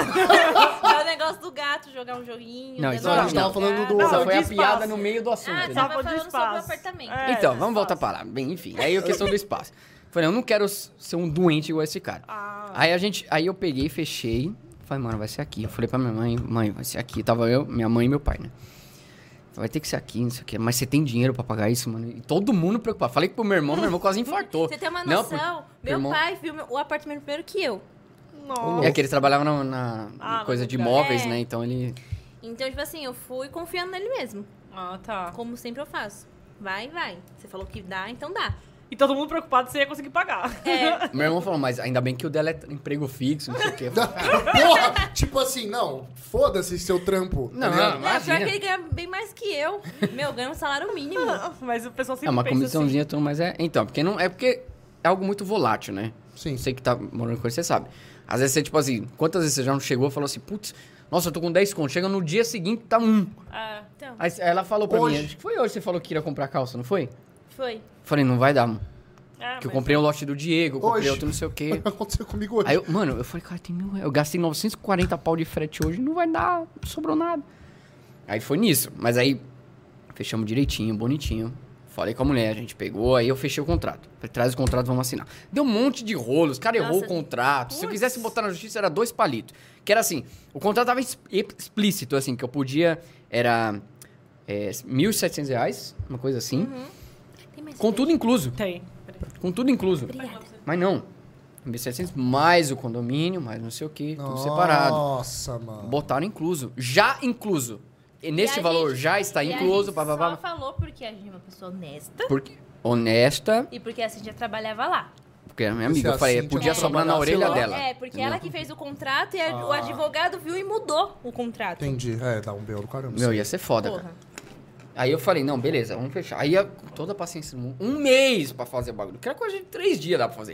É o negócio do gato, jogar um joguinho. Não, né, isso no não, a gente tava não. falando do... Não, Essa de foi a espaço. piada no meio do assunto. Ah, né? tava Tava de falando sobre o espaço. apartamento. É. Então, do vamos voltar espaço. pra lá. Bem, enfim. Aí a questão do espaço. Falei, eu não quero s- ser um doente igual esse cara. Ah. Aí a gente, aí eu peguei, fechei. Falei, mano, vai ser aqui. Eu falei pra minha mãe, mãe, vai ser aqui. Tava eu, minha mãe e meu pai, né? Vai ter que ser aqui, não sei o quê. Mas você tem dinheiro pra pagar isso, mano? E todo mundo preocupado. Falei pro meu irmão, meu irmão quase infartou. Você tem uma Não, noção? porque meu irmão- pai viu meu- o apartamento primeiro que eu. Nossa. É que ele trabalhava na, na Ah, coisa na de imobiliária. imóveis, É. né? Então ele... Então, tipo assim, eu fui confiando nele mesmo. Ah, tá. Como sempre eu faço. Vai, vai. Você falou que dá, então dá. E todo mundo preocupado se ia conseguir pagar. É. Meu irmão falou, mas ainda bem que o dela é emprego fixo, não sei o quê. Eu falei, Porra! Tipo assim, não, foda-se seu trampo. Não, tá ligado? não, Não, pior imagina. que ele ganha bem mais que eu. Meu, ganha um salário mínimo. Mas o pessoal sempre É uma pensa comissãozinha, tudo, mas é... Então, porque não... É porque é algo muito volátil, né? Sim. Você que tá morando com ele, você sabe. Às vezes você, tipo assim, quantas vezes você já não chegou e falou assim, putz, nossa, eu tô com dez contos. Chega no dia seguinte, tá um. assim. É. Então, Aí ela falou pra Hoje. mim, acho que foi hoje que você falou que iria comprar calça, não foi? foi. Falei, não vai dar, mano. É, Porque eu mas- comprei um lote do Diego, eu comprei Hoje. outro não sei o quê. Aconteceu comigo hoje. Aí eu, mano, eu falei, cara, tem mil reais. Eu gastei novecentos e quarenta pau de frete hoje, não vai dar, não sobrou nada. Aí foi nisso. Mas aí, fechamos direitinho, bonitinho. Falei com a mulher, a gente pegou, aí eu fechei o contrato. Falei, traz o contrato, vamos assinar. Deu um monte de rolos, o cara errou Nossa, o contrato. Se eu putz. quisesse botar na justiça, era dois palitos. Que era assim, o contrato tava es- explícito, assim, que eu podia, era é, mil e setecentos reais, uma coisa assim. Tem mais Com tudo incluso, Tem. Peraí. com tudo incluso. Obrigada. Mas não, mil e setecentos mais o condomínio, mais não sei o que, tudo separado. Nossa, mano. Botaram incluso, já incluso. E nesse E a valor gente- já está e a incluso, gente papapá. só falou porque a gente é uma pessoa honesta Porque, honesta, e porque a Cintia trabalhava lá. porque a minha Se amiga, a eu falei, Cíntia podia não sobrar na trabalhasse orelha lá- dela. É, porque entendeu? ela que fez o contrato e a- o Ah. advogado viu e mudou o contrato. Entendi. É, dá um B O do caramba. Meu, ia ser foda, Porra. cara. Aí eu falei, não, beleza, vamos fechar. Aí, eu, com toda a paciência do mundo, um mês pra fazer o bagulho. Que era coisa de três dias dá pra fazer.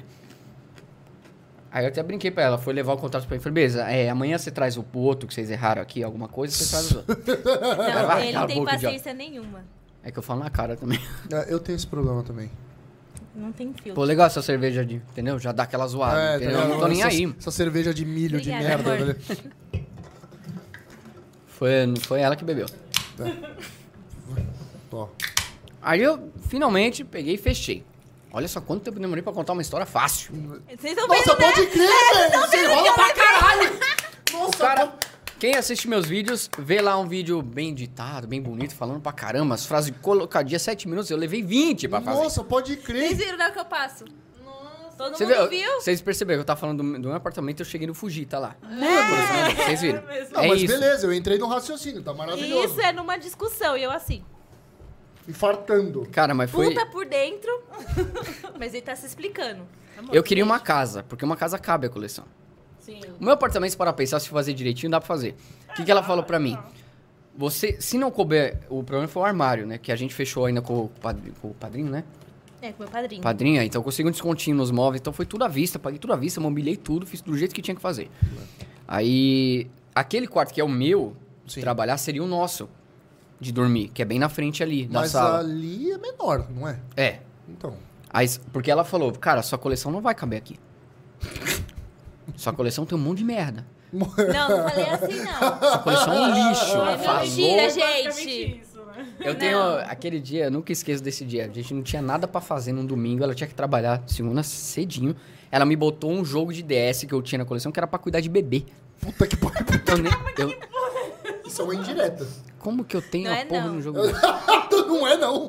Aí eu até brinquei pra ela, foi levar o contrato pra mim. Falei, beleza, é, amanhã você traz o outro que vocês erraram aqui, alguma coisa, você traz os outros. Não, vai, ele cala não a tem boca, paciência nenhuma. É que eu falo na cara também. É, eu tenho esse problema também. Não tem filtro. Pô, legal essa cerveja de, entendeu? Já dá aquela zoada, É, entendeu? tá Eu não tô nem ligado? aí. Essa, essa cerveja de milho, de Obrigada, merda. amor. Né? Foi, foi ela que bebeu. Ó. Aí eu, finalmente, peguei e fechei. Olha só quanto tempo eu demorei pra contar uma história fácil. Vocês estão Nossa, vendo, né? pode crer, velho! Você enrola pra caralho! O Nossa, cara, pô- quem assiste meus vídeos, vê lá um vídeo bem editado, bem bonito, falando pra caramba, as frases colocadinhas, sete minutos, eu levei vinte pra fazer. Nossa, pode Vocês crer. viram né, o que eu passo? Nossa. Todo Você mundo viu? viu? Vocês perceberam que eu tava falando do, do meu apartamento, eu cheguei no Fujita lá. É. Vocês viram? Não, é mas isso. beleza, eu entrei no raciocínio, tá maravilhoso. Isso é numa discussão. E eu assim, Infartando. Cara, mas foi... puta por dentro. Mas ele tá se explicando. Amor, Eu queria uma beijo. casa, porque uma casa cabe a coleção. Sim. O meu apartamento, se para pensar, se fazer direitinho, dá pra fazer. O que, que ela falou pra mim? Você, se não couber, o problema foi o armário, né? Que a gente fechou ainda com o padrinho, com o padrinho né? É, com meu padrinho. Padrinha, então eu consegui um descontinho nos móveis, então foi tudo à vista, paguei tudo à vista, mobilei tudo, fiz do jeito que tinha que fazer. Aí, aquele quarto que é o meu, de Sim. trabalhar, seria o nosso, de dormir, que é bem na frente ali, da Mas sala. ali é menor, não é? É. Então. Aí, porque ela falou, cara, sua coleção não vai caber aqui. Sua coleção tem um monte de merda. Não, não falei assim, não. Sua coleção é um lixo. É Falou. mentira, Basicamente gente. isso, né? Eu tenho aquele dia, eu nunca esqueço desse dia. A gente não tinha nada pra fazer num domingo, ela tinha que trabalhar segunda cedinho. Ela me botou um jogo de D S que eu tinha na coleção que era pra cuidar de bebê. Puta que pariu. Eu nem, eu, Isso é uma indireta. como que eu tenho Não a é porra não. no jogo desse? Não é, não.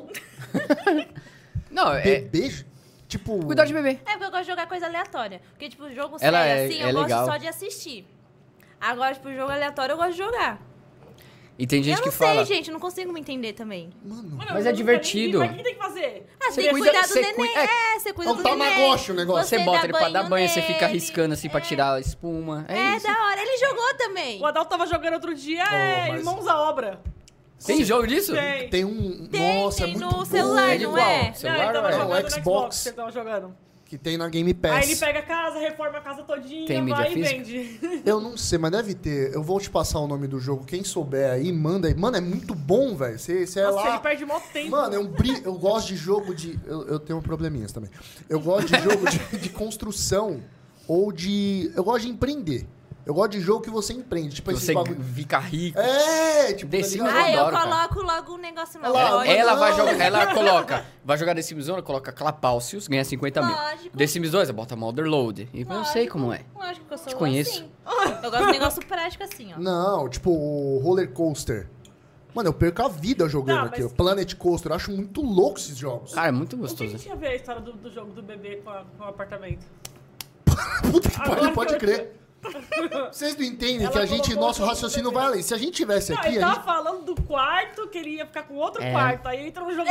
Não, é Bebê, tipo... cuidar de bebê. É porque eu gosto de jogar coisa aleatória. Porque, tipo, jogo Ela sério é- assim, é eu legal. gosto só de assistir. Agora, tipo, jogo aleatório eu gosto de jogar. E tem gente eu que não sei, fala... gente, eu não consigo me entender também. Mano, Mano, Mas eu é nunca divertido. nem vi, mas o que tem que fazer? Ah, Você você tem que cuida- cuidar do você neném. cui- É, você cuida É um do neném. tamagotchi o negócio. Você bota dá ele pra dar banho, você fica nele. riscando assim pra tirar a espuma. É, É, isso. da hora. Ele jogou também. O Adalto tava jogando outro dia, Oh, é mas- Irmãos à Obra. Tem jogo disso? Tem. Tem um... Tem, Nossa, tem é muito no bom. celular, É de não qual? é? Não, ele Celular tava ou é? jogando É o no Xbox. Xbox que ele tava jogando. Que tem na Game Pass. Aí ele pega a casa, reforma a casa todinha, Tem mídia vai e física? vende. Eu não sei, mas deve ter. Eu vou te passar o nome do jogo. Quem souber aí, manda aí. Mano, é muito bom, velho. Você você é Nossa, lá... ele perde mó tempo. Mano, eu, bri... eu gosto de jogo de... Eu, eu tenho probleminhas também. Eu gosto de jogo de, de construção ou de... Eu gosto de empreender. Eu gosto de jogo que você empreende. Tipo, esses Você bagulho... fica rico. É, tipo... The tá Sims ligado? eu Ah, eu adoro, cara. coloco logo o negócio na Olha lá, loja. Ela não. vai jogar, ela coloca, vai jogar The Sims um, ela coloca Clapalcios, ganha cinquenta mil. Lógico. The Sims dois, ela bota Motherload. E eu sei como é. Lógico que eu sou Te conheço. assim. Eu gosto de negócio prático assim, ó. Não, tipo o Roller Coaster. Mano, eu perco a vida jogando Tá, aquilo. mas- Planet Coaster. Eu acho muito louco esses jogos. Cara, é muito O que, gostoso. que tinha a ver a história do, do jogo do bebê com, a- com o apartamento? Puta que Agora pariu, que pode eu- crer. Vocês não entendem Ela que a gente, colocou nosso o jogo raciocínio do vai bebê. além. Se a gente tivesse Não, aqui, ele a tava gente... falando do quarto, que ele ia ficar com outro É. quarto. Aí entrou no jogo do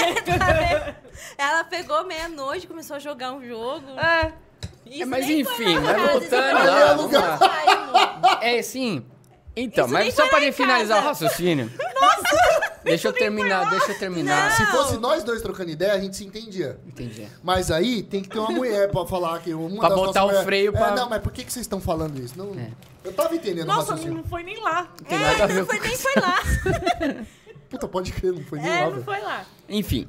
bebê. Ela pegou meia-noite, começou a jogar um jogo. É. Isso É, mas nem foi enfim, na vai casa, voltando isso foi lá, na vamos casa, amor. É, sim. Então, Isso mas nem só foi pra lá em finalizar o casa. raciocínio. Nossa! Deixa eu terminar, deixa eu terminar. Se fosse nós dois trocando ideia, a gente se entendia. Entendi. Mas aí tem que ter uma mulher pra falar que uma Pra das botar nossas o mulheres- freio É, pra- não, mas por que, que vocês estão falando isso? Não, É. Eu tava entendendo o Nossa, raciocínio. não foi nem lá. Tem nada a É, ver não foi, com- nem foi lá. Puta, pode crer, não foi nem É, lá, não velho. foi lá. Enfim.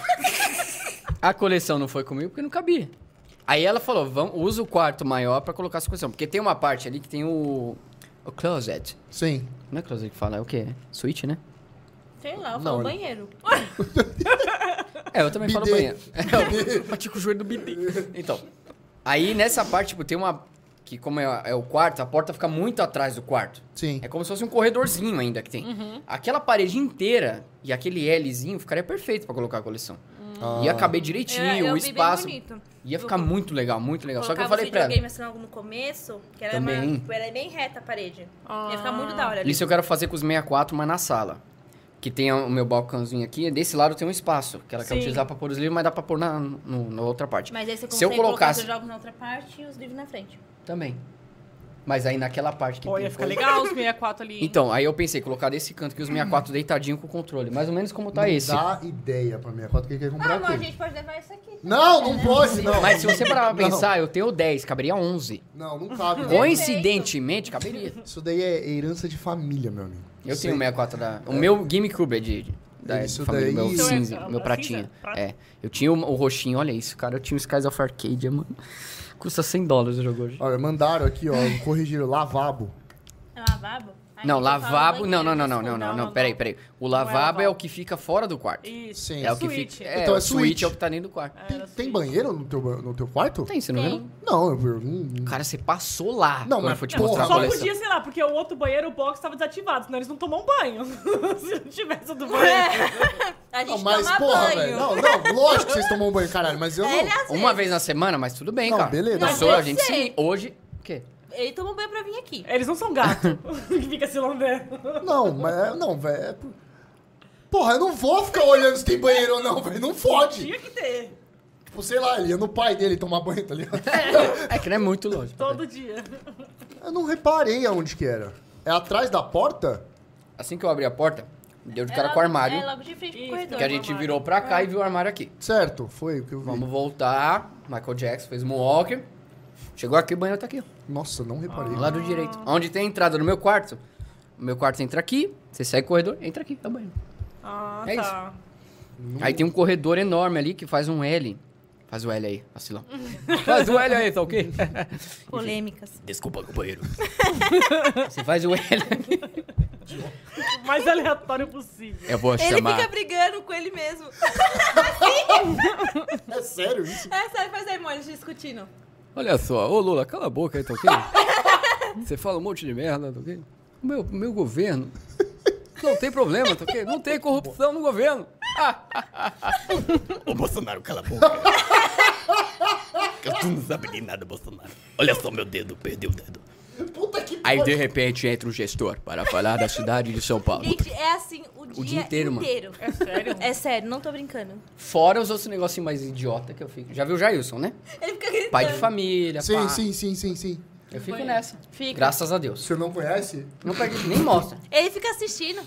A coleção não foi comigo porque não cabia. Aí ela falou, vamos, usa o quarto maior pra colocar essa coleção. Porque tem uma parte ali que tem o... O closet. Sim. Não é closet que fala, é o quê? Suíte, né? Sei lá, eu Não, falo ele- banheiro. É, eu também falo Bidê. banheiro. É, eu bati com o joelho do bidê. Então, aí nessa parte, tipo, tem uma... Que como é, é o quarto, a porta fica muito atrás do quarto. Sim. É como se fosse um corredorzinho ainda que tem. Aquela parede inteira e aquele Lzinho ficaria perfeito pra colocar a coleção. Ah. Ia caber direitinho, É, eu o vi bem espaço. bonito. Ia ficar muito legal, muito legal. Só que eu Colocava falei os pra ela... videogame assim logo no começo, que ela é, uma, Também. tipo, ela é bem reta a parede. Ah. Ia ficar muito da hora ali. Isso eu quero fazer com os sessenta e quatro, mas na sala. Que tem o meu balcãozinho aqui, desse lado tem um espaço, que ela quer Sim. utilizar pra pôr os livros, mas dá pra pôr na, no- na outra parte. Mas aí você Se eu consegue colocar colocasse... os jogos na outra parte e os livros na frente. Também. Mas aí naquela parte que Pô, tem ia ficar coisa- legal os sessenta e quatro ali. hein? Então, aí eu pensei, colocar desse canto aqui os sessenta e quatro deitadinho com o controle. Mais ou menos como tá não esse. dá ideia pra minha quatro que quer comprar Ah, não, a aqui. gente pode levar isso aqui. Não, não pode, não. Mas se você parar pra Não. pensar, eu tenho dez, caberia onze. Não, não cabe. não. Coincidentemente, caberia. Isso daí é herança de família, meu amigo. Eu Isso tenho o aí- sessenta e quatro da... O meu GameCube é de... de da Isso família, daí- meu Isso é- cinza, é- meu é pratinha. cinza? Prata? É. Eu tinha o, o roxinho, olha isso, cara. Eu tinha o Skies of Arcadia, mano. Custa cem dólares o jogo hoje. Olha, mandaram aqui, ó, corrigiram, lavabo. É lavabo? Ai, Não, gente, eu falo lavabo... Não, banheiro, não, não, não, desculpa. não, não, não, não, não. peraí, peraí. O Não é lavabo é lavabo. o que fica fora do quarto. Isso. Sim. É o que Suíte. fica... É, Então é o suíte suíte. é o que tá dentro do quarto. Era Tem, suíte. tem banheiro no teu, no teu quarto? Tem, você não viu? Tem. Não, eu... eu não- Cara, você passou lá Não, quando mas eu fui te porra, mostrar a Só coleção. podia, sei lá, porque o outro banheiro, o box, tava desativado, senão eles não tomam banho. Se não tivesse o do banheiro. É. A gente Não, mas toma porra, banho. velho. Não, não, lógico que vocês tomam banho, caralho, mas eu não. Ele às Uma vezes. vez na semana, mas tudo bem, Não, cara. beleza. Eu Não, sou, a eu gente sei. se... Hoje... O quê? Ele toma banho pra vir aqui. Eles não são gato que fica se lambendo. Não, mas é- não, velho. é por- Porra, eu não vou ficar olhando se tem banheiro ou não, velho. Não fode. Tinha que ter. Tipo, sei lá, ele ia no pai dele tomar banho, tá ligado? É que não é muito longe. Todo dia. Eu não reparei aonde que era. É atrás da porta? Assim que eu abri a porta, deu de É cara logo- com o armário. É logo de frente pro Isso, corredor. Que a gente armário. virou pra cá e viu o armário aqui. Certo, foi o que eu vi. Vamos voltar. Michael Jackson fez Moonwalker. Chegou aqui, o banheiro tá aqui, ó. Nossa, não reparei. Do lado direito. Onde tem a entrada no meu quarto. O meu quarto entra aqui, você segue o corredor, entra aqui, é o banheiro. Ah, É tá. Aí tem um corredor enorme ali que faz um L. Faz o L aí, vacilão. Faz o L aí, tá ok? Polêmicas. Desculpa, companheiro. Você faz o L aqui. O mais aleatório possível. Eu vou Ele chamar... fica brigando com ele mesmo. É sério isso? É, sabe, faz aí, mole, discutindo. Olha só, ô Lula, cala a boca aí, tá ok? Você fala um monte de merda, tá ok? O meu, meu governo não tem problema, tá ok? Não tem corrupção no governo. Ô, Bolsonaro, cala a boca. Tu não sabe de nada, Bolsonaro. Olha só meu dedo, perdeu o dedo. Puta que Aí, de pariu. repente, entra um gestor para falar da cidade de São Paulo. Gente, é assim o dia, dia inteiro, mano. É sério? É sério, não tô brincando. Fora os outros negocinhos mais idiota que eu fico. Já viu o Jailson, né? Ele fica gritando. Pai de família, Sim, pá. sim, sim, sim, sim. Eu fico nessa. Fica. Graças a Deus. Você não conhece? Não perdi, nem mostra. Ele fica assistindo.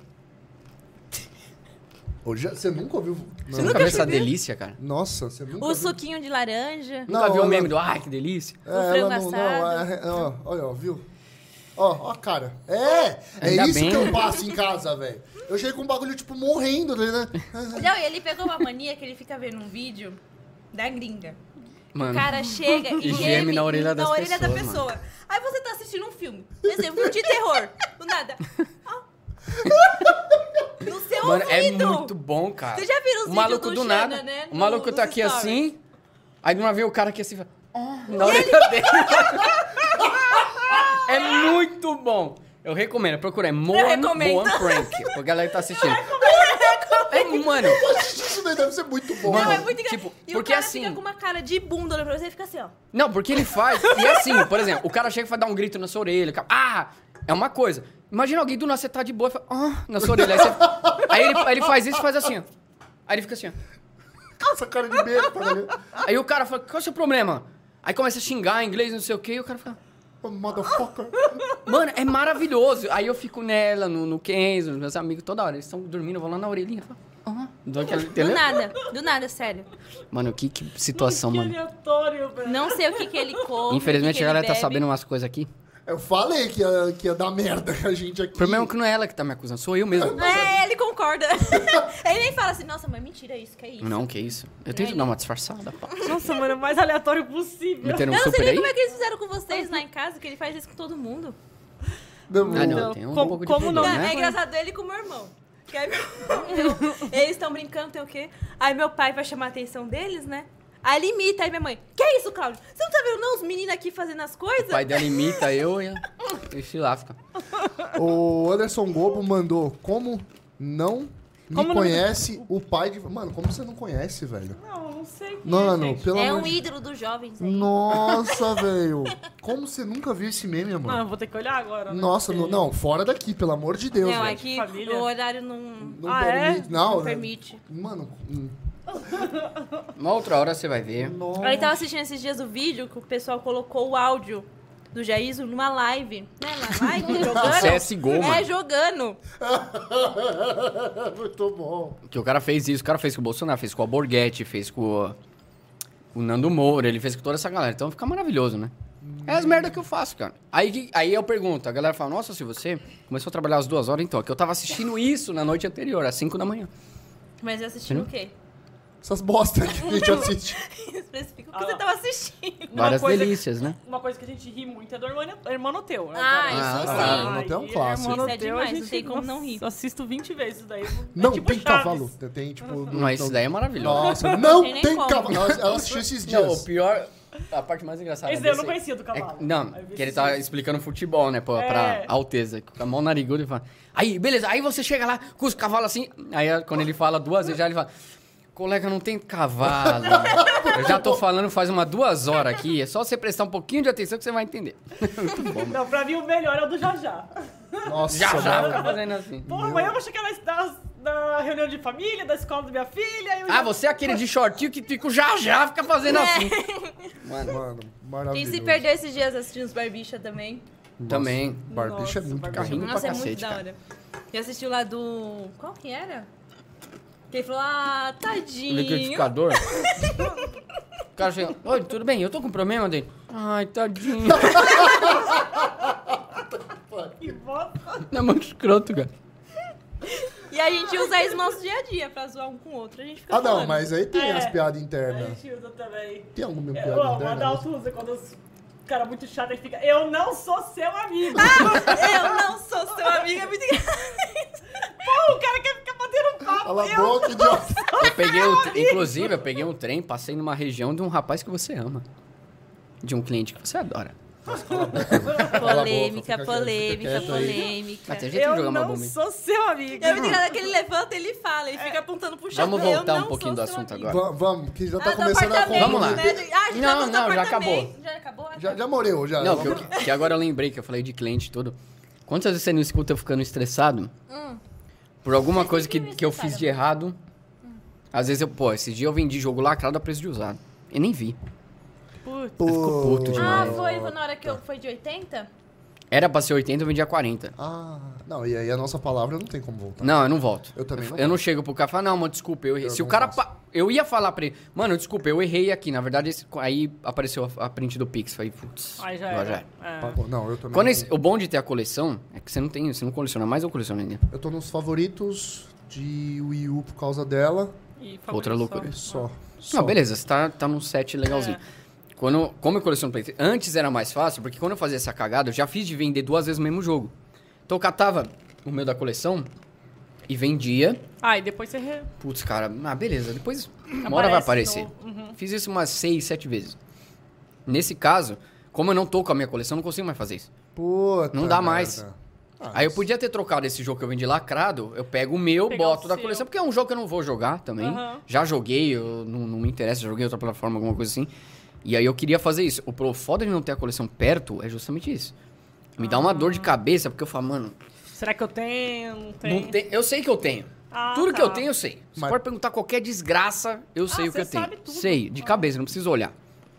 Ou já- Você nunca ouviu? Você Não. nunca viu essa delícia, cara? Nossa, você nunca O viu? suquinho de laranja. Não, Nunca viu o ela- meme do ai, que delícia? É, O ela frango não, não, assado. é, é, ó, olha, ó, viu? Ó, ó a cara. É, é Ainda isso bem. que eu passo em casa, velho. Eu cheguei com um bagulho, tipo, morrendo, né? Não, e ele pegou uma mania que ele fica vendo um vídeo da gringa. Mano, O cara chega e, E geme na orelha das na orelha da pessoas, pessoa. Aí você tá assistindo um filme. Por exemplo, um filme de terror. Do nada. Ó. No seu mano, é ouvido. muito bom, cara. Você já viu os O vídeos maluco do do Xana, nada. né? O maluco No- tá nos aqui stories. assim, aí de uma vez o cara aqui assim, fala, oh, na orelha dele. É muito bom. Eu recomendo, procura, é Moan, recomendo. Moan Prank, pra galera que tá assistindo. É, mano, Isso daí deve ser muito bom. Não, Mano, é muito engraçado. tipo, e porque o cara assim- fica com uma cara de bunda olhando pra você e fica assim, ó. não, porque ele faz, e é assim, por exemplo, o cara chega e vai dar um grito na sua orelha, cara, ah, é uma coisa. Imagina alguém do nada, você tá de boa e fala, ah, na sua orelha. Aí, você- aí ele, aí ele faz isso e faz assim, ó. Aí ele fica assim, ó. Essa cara de besta, tá ligado? Aí o cara fala, qual é o seu problema? Aí começa a xingar em inglês, não sei o quê, e o cara fica... Motherfucker. Mano, é maravilhoso. Aí eu fico nela, no, no Kenzo, nos meus amigos, toda hora. Eles estão dormindo, eu vou lá na orelhinha. falo, Ah, dou aquela- Do entendeu? nada, do nada, sério. Mano, que, que situação, que mano. aleatório, velho. Não sei o que que ele come. Infelizmente o que que a galera ele tá bebe. sabendo umas coisas aqui. Eu falei que ia, que ia dar merda com a gente aqui. O problema é que não é ela que tá me acusando, sou eu mesmo. É, ele concorda. Ele nem fala assim, nossa, mas mentira isso, que é isso. Não, que isso. Eu tento dar uma disfarçada, pá. Nossa, mano, é o mais aleatório possível. Meteram um Eu não sei super nem aí? como é que eles fizeram com vocês lá em casa, que ele faz isso com todo mundo. Não, Ah, não, Não, tem um como- pouco de como pudor, não, Não, né? é engraçado ele com o meu irmão. Que aí, meu- eles estão brincando, tem o quê? Aí meu pai vai chamar a atenção deles, né? Aí ele imita, aí minha mãe, que é isso, Cláudio? Você não tá vendo não os meninos aqui fazendo as coisas? O pai dela imita eu e esse lá fica. O Anderson Gobo mandou, como não me Como não- conhece o pai de... Mano, como você não conhece, velho? Não, não sei quem Mano, é, gente. pelo É amor um de... ídolo dos jovens aí. Nossa, velho. Como você nunca viu esse meme, Não, mano? eu vou ter que olhar agora, né? Nossa, Porque- não, não, fora daqui, pelo amor de Deus, Não, velho. é que Família. o horário não, Não Ah, é? permite. Não, não né? permite. Mano, hum, Uma outra hora você vai ver. nossa. Aí tava assistindo esses dias o vídeo que o pessoal colocou o áudio do Jair numa live. Né? Na live, jogando. C S G O, É, mano. jogando. Muito bom. Que o cara fez isso, o cara fez com o Bolsonaro, fez com o Alborguete, fez com o, com o Nando Moura, ele fez com toda essa galera. Então fica maravilhoso, né? É as merda que eu faço, cara. Aí, que- aí eu pergunto, a galera fala, nossa, se você começou a trabalhar às duas horas, então, é que eu tava assistindo isso na noite anterior, às cinco da manhã. Mas assistindo o quê? Essas bosta que a gente assiste. Especifica o que Ah, você lá. tava assistindo. Uma Várias coisa- delícias, né? Uma coisa que a gente ri muito é do Hermano, Hermano Teu. Ah, Agora- isso Ah, sim. Hermano Teu é um Aí, clássico. Hermano Isso é Teu, demais, a não gente- tem como não nossa, rir. Eu assisto vinte vezes isso daí. É Não tipo tem Chaves. cavalo. Tem, tipo... Não, esse daí é maravilhoso. Nossa, não Tem tem, nem como. cavalo. Ela ela assistiu esses Não, o dias. pior, a parte mais engraçada Esse daí eu desse não conhecia do é cavalo. que- não, Aí eu vi que ele esses tá dias. explicando futebol, né, pra, É. pra Alteza, com a mão nariguda e fala, aí, beleza, aí você chega lá com os cavalos assim, aí quando ele fala duas vezes, já ele fala, colega, não tem cavalo, eu já tô falando faz umas duas horas aqui, é só você prestar um pouquinho de atenção que você vai entender. Muito bom, mano. Não, pra mim o melhor é o do Jajá. Nossa, Já, já, mano. fica fazendo assim. Pô, amanhã eu vou chegar na, na, na reunião de família, da escola da minha filha. Eu Ah, você é aquele de shortinho que fica já, já, fica fazendo assim. Mano, Mano, Quem maravilhoso. se perdeu esses dias assistindo os Barbicha também. também. Barbicha é Nossa, muito Barbicha. carrinho. Rindo Nossa, pra é muito cacete, da cara. hora. Já assistiu lá do... Qual que era? Que ele falou, ah, tadinho. Liquidificador. O cara chega, oi, tudo bem? Eu tô com problema dele. Ai, tadinho. Que bosta. Não é muito escroto, cara. E a gente usa isso no nosso dia a dia pra zoar um com o outro. A gente fica Ah, não, falando. mas aí tem É. as piadas A internas. gente usa também. Tem alguma É, piada ó, o interna? Adalto usa quando os cara muito chato, ele fica, eu não sou seu amigo. Eu não sou seu amigo, é muito engraçado. Cala a boca, idiota. Eu peguei o, inclusive, eu peguei um trem, passei numa região de um rapaz que você ama. De um cliente que você adora. Polêmica, fica quieto, polêmica, fica quieto aí. polêmica. Ah, tem jeito de Eu jogar uma não bomba. hein? sou seu amigo. Eu me lembro que ele levanta, ele fala, ele fica apontando pro chão. Vamos Eu voltar um não pouquinho sou do seu assunto amigo. agora. Va- Vamos, que já tá Ah, do começando a apartamento, Vamos lá. né? Ah, já Não, tá no não, já apartamento. Já acabou? Já, já morreu, já. Não, que, eu- que agora eu lembrei que eu falei de cliente e tudo. Quantas vezes você não escuta eu ficando estressado? Hum. Por alguma Você coisa que, sempre me que eu estressada, fiz de né? errado. Às vezes eu, pô, esses dias eu vendi jogo lacrado a preço de usado. E nem vi. Putz. Ficou puto Ah, demais. foi foi na hora que eu foi de oitenta? Era pra ser oitenta, eu vendi a quarenta. Ah, não, e aí a nossa palavra não tem como voltar. Não, eu não volto. Eu também não Eu não chego pro cara e falo, não, mano, desculpa, eu errei. Eu Se o não cara. faço. pa- Eu ia falar pra ele, mano, desculpa, eu errei aqui. Na verdade, esse- aí apareceu a, a print do Pix. Falei, putz. Aí já agora era. É. Pagou. Não, eu também. Quando não- esse- o bom de ter a coleção é que você não tem, você não coleciona mais, eu coleciono ainda. Eu tô nos favoritos de Wii U por causa dela. E Outra favorito loucura. Só. Só. Não, beleza, você tá, tá num set legalzinho. É. Quando, como eu coleciono Play três, antes era mais fácil, porque quando eu fazia essa cagada, eu já fiz de vender duas vezes o mesmo jogo. Então eu catava o meu da coleção e vendia. Ah, e depois você... Re... Putz, cara, ah, beleza, depois uma hora vai Aparece aparecer. de novo. Uhum. Fiz isso umas seis, sete vezes. Nesse caso, como eu não tô com a minha coleção, eu não consigo mais fazer isso. Puta Não dá merda. mais. Ah, Aí eu mas- podia ter trocado esse jogo que eu vendi lacrado, eu pego o meu, Pegar boto o da seu. coleção, porque é um jogo que eu não vou jogar também. Aham. Já joguei, eu, não, não me interessa, joguei em outra plataforma, alguma coisa assim. E aí eu queria fazer isso. O pro foda de não ter a coleção perto é justamente isso. Me dá uma dor de cabeça, porque eu falo, mano, Será que eu tenho? Não tenho? não tem, eu sei que eu tenho. Ah, Tudo tá. que eu tenho, eu sei. Você Mas- pode perguntar qualquer desgraça, eu sei o que você eu tenho. sabe tudo. Sei, de Ah. cabeça, não preciso olhar.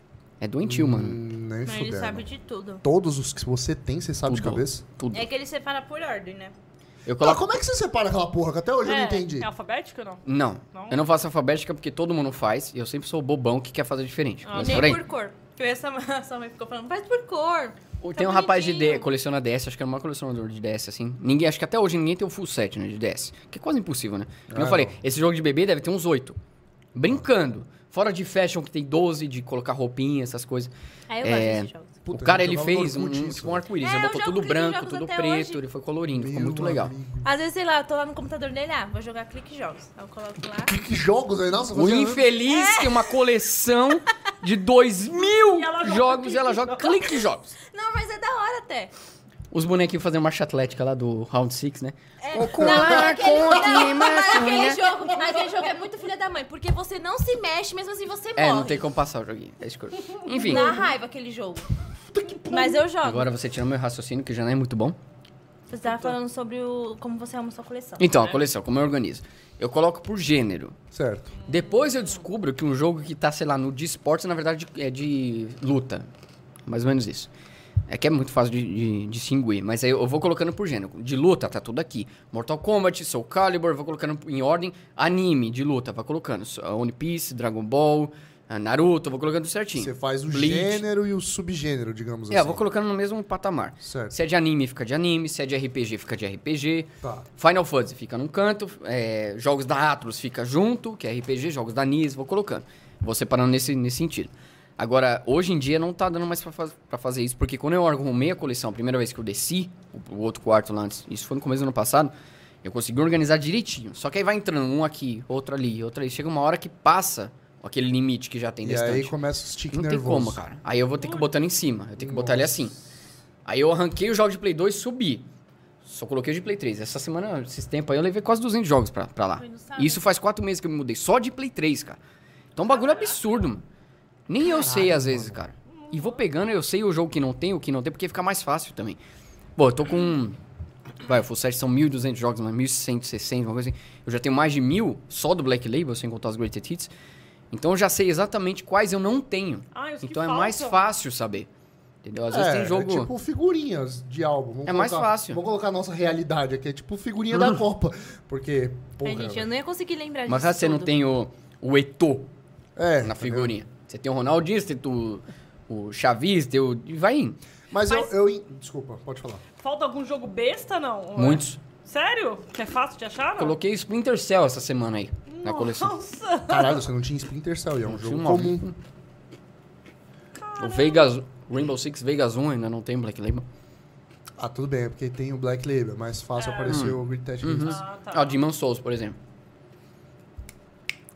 É doentio, mano. Hum, nem Mas ele fudendo. sabe de tudo. Todos os que você tem, você sabe de Tudo. cabeça? Tudo. É que ele separa por ordem, né? Eu Tá, coloco... como é que você separa aquela porra que até hoje eu não É, entendi? É alfabético ou não? Não, Não? eu não faço alfabética porque todo mundo faz. E eu sempre sou o bobão que quer fazer diferente. Ah, Mas Nem por aí. por cor. Porque essa sua mãe ficou falando, faz por cor. Tem Tá um rapaz de D, bonitinho. coleciona D S, acho que é o maior colecionador de D S, assim. Ninguém, acho que até hoje ninguém tem o full set, né, de D S. Que é quase impossível, né? Como Ah, eu falei, não. esse jogo de bebê deve ter uns oito. Brincando. Fora de fashion, que tem doze, de colocar roupinha, essas coisas. Aí eu É, gosto desses jogos. Puta, o cara, eu ele jogava no fez um, Orkut um, isso, tipo um arco-íris. É, ele eu botou jogo tudo Clique branco, Jogos tudo até preto, hoje. ele foi colorindo, ficou Meu muito legal. amigo. Às vezes, sei lá, eu tô lá no computador dele, ah, vou jogar clique jogos. Aí eu coloco lá. Que jogos aí? Nossa, O fazia- infeliz tem uma coleção de dois mil E ela joga jogos e ela clique joga jogos. clique jogos. Não, mas é da hora até. Os bonequinhos fazendo marcha atlética lá do Round seis, né? É. O Não, mas colar aquele, com que não, mas maçã, aquele né? jogo, aquele jogo é muito filha da mãe, porque você não se mexe, mesmo assim você morre. É, não tem como passar o joguinho. É escuro. Enfim, Dá raiva aquele jogo. Mas eu jogo. agora você tirou meu raciocínio, que já não é muito bom. Você tava falando sobre o, como você ama sua coleção. Então, a coleção, como eu organizo? Eu coloco por gênero. Certo. Depois eu descubro que um jogo que tá, sei lá, no de esportes, na verdade, é de luta. Mais ou menos isso. É que é muito fácil de, de distinguir, mas aí eu vou colocando por gênero. De luta, tá tudo aqui. Mortal Kombat, Soul Calibur, vou colocando em ordem. Anime, de luta, vai colocando. One Piece, Dragon Ball, Naruto, vou colocando certinho. Você faz o Bleach. gênero e o subgênero, digamos É, assim. eu vou colocando no mesmo patamar. Certo. Se é de anime, fica de anime. Se é de R P G, fica de R P G. Tá. Final Fantasy fica num canto. é, jogos da Atlus fica junto, que é R P G. Jogos da Nis, vou colocando. Vou separando nesse, nesse sentido. Agora, hoje em dia não tá dando mais pra, faz, pra fazer isso, porque quando eu arrumei a coleção, a primeira vez que eu desci, o, o outro quarto lá antes, isso foi no começo do ano passado, eu consegui organizar direitinho. Só que aí vai entrando um aqui, outro ali, outro ali. Chega uma hora que passa aquele limite que já tem E da aí estante. começa o stick Não tem nervoso. como, cara. Aí eu vou ter que botar ele em cima. Eu tenho que botar ele assim. Aí eu arranquei o jogo de Play dois e subi. Só coloquei o de Play três. Essa semana, esses tempos aí, eu levei quase duzentos jogos pra, pra lá. Foi no sábado. E isso faz quatro meses que eu me mudei. Só de Play três, cara. Então é um bagulho absurdo, mano. Nem eu sei, às vezes, cara. E vou pegando, eu sei o jogo que não tem, o que não tem, porque fica mais fácil também. Pô, eu tô com... Vai, o Full Set são mil e duzentos jogos, mas mil cento e sessenta, uma coisa assim. Eu já tenho mais de mil só do Black Label, sem contar os Greatest Hits. Então eu já sei exatamente quais eu não tenho. Ah, os que Então é mais faltam. fácil saber. Entendeu? Às vezes É, tem jogo... é tipo figurinhas de álbum. Vamos É mais colocar- fácil. Vamos colocar a nossa realidade aqui. É tipo figurinha da Copa. Porque, porra... Ai, gente, eu não ia conseguir lembrar disso Mas ah, você não tudo. tem o, o Eto'o é, na entendeu? figurinha. Você tem o Ronaldinho, você tem o, o Chaves, tem o... E vai indo. Mas, Mas- Eu, eu... Desculpa, pode falar. Falta algum jogo besta, não? Muitos. Sério? Que é fácil de achar, não? Coloquei Splinter Cell essa semana aí, na coleção. Nossa! Caralho, você não tinha Splinter Cell. E é um jogo Tinha um comum. O Vegas... Rainbow Six Vegas um ainda não tem Black Label. Ah, tudo bem. É porque tem o Black Label. É mais fácil É. aparecer o Great Test Uhum. Hits. Ah, tá. Ah, o Demon Souls, por exemplo.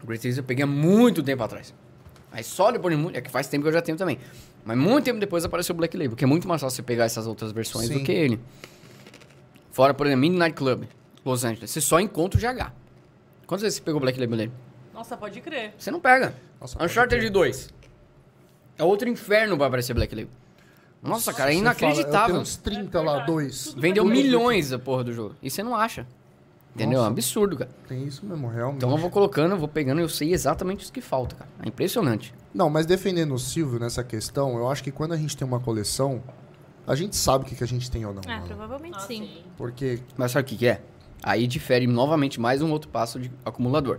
O Great Race eu peguei há muito tempo atrás. Aí só depois de muito... É que faz tempo que eu já tenho também. Mas muito tempo depois apareceu o Black Label, que é muito mais fácil você pegar essas outras versões Sim. do que ele. Fora, por exemplo, Midnight Club, Los Angeles. Você só encontra o G H. Quantas vezes você pegou o Black Label dele? Nossa, pode crer. Você não pega. Nossa, pode Uncharted crer. dois. É outro inferno pra aparecer Black Label. Nossa, cara, é Você inacreditável. Fala, eu tenho uns trinta É lá, verdade. dois. Tudo Vendeu Black Label. milhões a porra do jogo. E você não acha. Entendeu? Nossa. É um absurdo, cara. Tem isso mesmo, realmente. Então eu vou colocando, eu vou pegando e eu sei exatamente o que falta, cara. É impressionante. Não, mas defendendo o Silvio nessa questão, eu acho que quando a gente tem uma coleção, a gente sabe o que, que a gente tem ou não. Ah, mano. provavelmente Ah, sim. sim. Porque Mas sabe o que, que é? Aí difere novamente mais um outro passo de acumulador.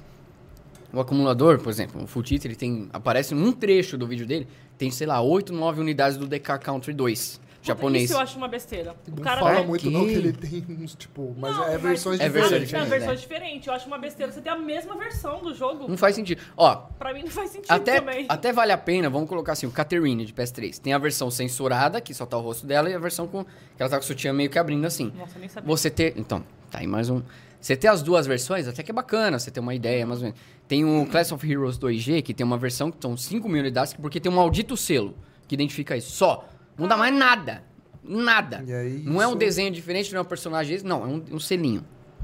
O acumulador, por exemplo, o Full Tilt, ele tem. Aparece num trecho do vídeo dele, tem, sei lá, oito, nove unidades do D K Country dois. Puta, Japonês. Isso eu acho uma besteira. não O cara fala é muito que- não que ele tem uns, tipo... Mas Não, é versões É versão diferentes. É diferente, versões né? diferentes. Eu acho uma besteira você ter a mesma versão do jogo. Não faz sentido. Ó, Pra mim não faz sentido até, também. até vale a pena, vamos colocar assim, o Caterine de P S três. Tem a versão censurada, que só tá o rosto dela, e a versão com. Que ela tá com o sutiã meio que abrindo assim. Nossa, nem sabia. Você ter. Então, tá aí mais um. Você ter as duas versões, até que é bacana, você ter uma ideia, mais ou menos. Tem o Class of Heroes dois G, que tem uma versão que são cinco mil unidades, porque tem um maldito selo que identifica isso. Só. Não dá mais nada. Nada. E aí, não é um isso- desenho diferente, não é um personagem. Não, é um, um selinho.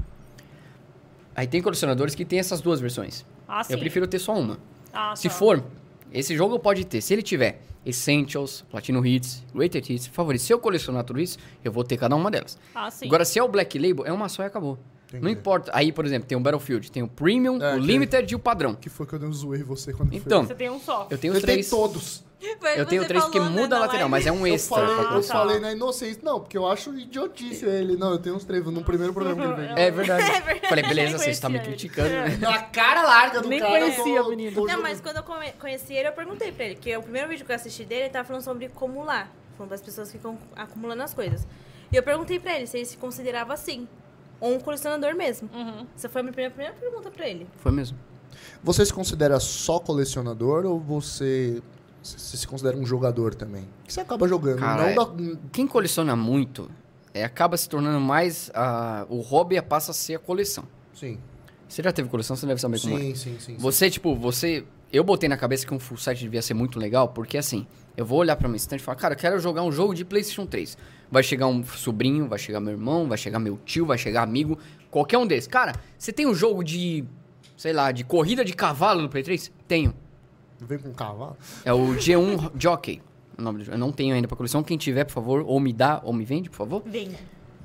Aí tem colecionadores que tem essas duas versões. Ah, sim. Eu prefiro ter só uma. Ah, Se tá. for, esse jogo pode ter. Se ele tiver Essentials, Platinum Hits, Rated Hits, favoritos. Se eu colecionar tudo isso, eu vou ter cada uma delas. Ah, sim. Agora, se é o Black Label, é uma só e acabou. Entendi. Não importa. Aí, por exemplo, tem o Battlefield, tem o Premium, É, o que- Limited e o padrão. Que foi quando eu zoei você quando Então, Você tem um só. Eu tenho foi. os Ele tem três. todos. Foi Eu o que tenho você três porque falou, né, muda a na lateral, live. mas é um Eu extra. falei, pra eu colocar. falei na inocência. Não, porque eu acho idiotice ele. Não, eu tenho uns três no primeiro programa que ele veio. É verdade. É verdade. Falei, beleza, Nem você está me conhecia ele. criticando, né? Na cara larga do Nem cara. eu conhecia, tô- menino. tô Não, jogando. mas quando eu come- conheci ele, eu perguntei pra ele. Que o primeiro vídeo que eu assisti dele, ele tava falando sobre acumular. Falando das pessoas que ficam acumulando as coisas. E eu perguntei pra ele se ele se considerava assim. Ou um colecionador mesmo. Uhum. Essa foi a minha primeira, primeira pergunta pra ele. Foi mesmo. Você se considera só colecionador ou você, você se considera um jogador também? Que você acaba jogando, Cara, não da... Quem coleciona muito, é, acaba se tornando mais... a- o hobby passa a ser a coleção. Sim, Você já teve coleção, você deve saber como é. sim, sim, sim. Você, tipo, você... Eu botei na cabeça que um full set devia ser muito legal, porque assim, eu vou olhar pra minha estante e falar, cara, eu quero jogar um jogo de PlayStation três. Vai chegar um sobrinho, vai chegar meu irmão, vai chegar meu tio, vai chegar amigo, qualquer um desses. Cara, você tem um jogo de, sei lá, de corrida de cavalo no Play três? Tenho. Vem com um cavalo? É o G um Jockey. O nome do jogo. Eu não tenho ainda pra coleção. Quem tiver, por favor, ou me dá, ou me vende, por favor. Vem.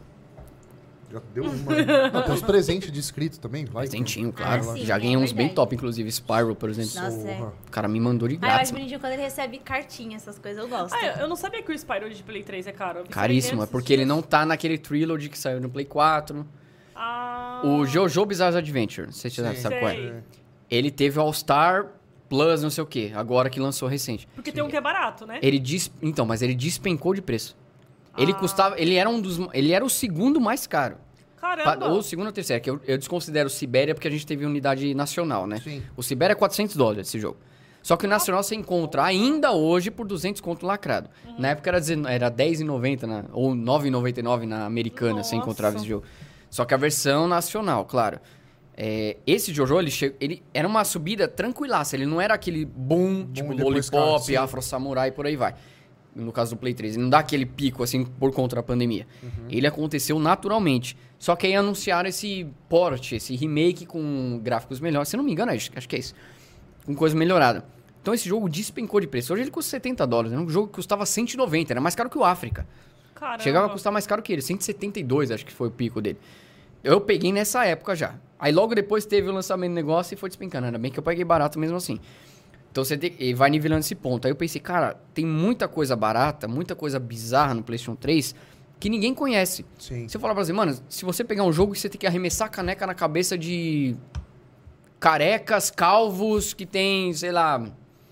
Já deu uma. né? Não, tem uns presentes de inscrito também, vai. Presentinho, claro. Ah, sim, Já é ganhei uns bem verdade. top, inclusive Spyro, por exemplo. Nossa, é. Porra. O cara me mandou de Ah, eu grátis. acho mano. bonitinho quando ele recebe cartinha, essas coisas, eu gosto. Ah, eu, eu não sabia que o Spyro de Play três é caro. Eu vi Caríssimo, é esses porque ele dias. não tá naquele trilogy que saiu no Play quatro. Ah, O Jojo Bizarre Adventure, não sei se você Sim. sabe qual é. Sei. Ele teve o All-Star Plus, não sei o que, agora que lançou recente. Porque tem um que é barato, né? Ele dis... Então, mas ele despencou de preço. Ele Ah. custava. Ele era um dos. Ele era o segundo mais caro. Caramba. Pa- Ou o segundo ou terceiro, que eu, eu desconsidero o Sibéria porque a gente teve unidade nacional, né? Sim. O Sibéria é quatrocentos dólares esse jogo. Só que o nacional você encontra ainda hoje por duzentos conto lacrado. Na época era, dezen- era dez reais e noventa centavos, ou nove reais e noventa e nove centavos na americana, você Nossa. encontrava esse jogo. Só que a versão nacional, claro. É, esse Jojo, ele, che... ele era uma subida tranquilaça. Ele não era aquele boom, tipo e depois cai, Lollipop, sim. Afro Samurai e por aí vai. No caso do Play três. Ele não dá aquele pico, assim, por conta da pandemia. Ele aconteceu naturalmente. Só que aí anunciaram esse port, esse remake com gráficos melhores. Se eu não me engano, acho, acho que é isso. Com coisa melhorada. Então esse jogo despencou de preço. Hoje ele custa setenta dólares. Era um jogo que custava cento e noventa. Era mais caro que o África. Caramba. Chegava a custar mais caro que ele. cento e setenta e dois, acho que foi o pico dele. Eu peguei nessa época já. Aí logo depois teve o lançamento do negócio e foi despencando. Ainda bem que eu peguei barato mesmo assim. Então você tem, e vai nivelando esse ponto. Aí eu pensei, cara, tem muita coisa barata, muita coisa bizarra no PlayStation três que ninguém conhece. Sim. Se eu falar pra você, mano, se você pegar um jogo que você tem que arremessar a caneca na cabeça de carecas, calvos, que tem, sei lá,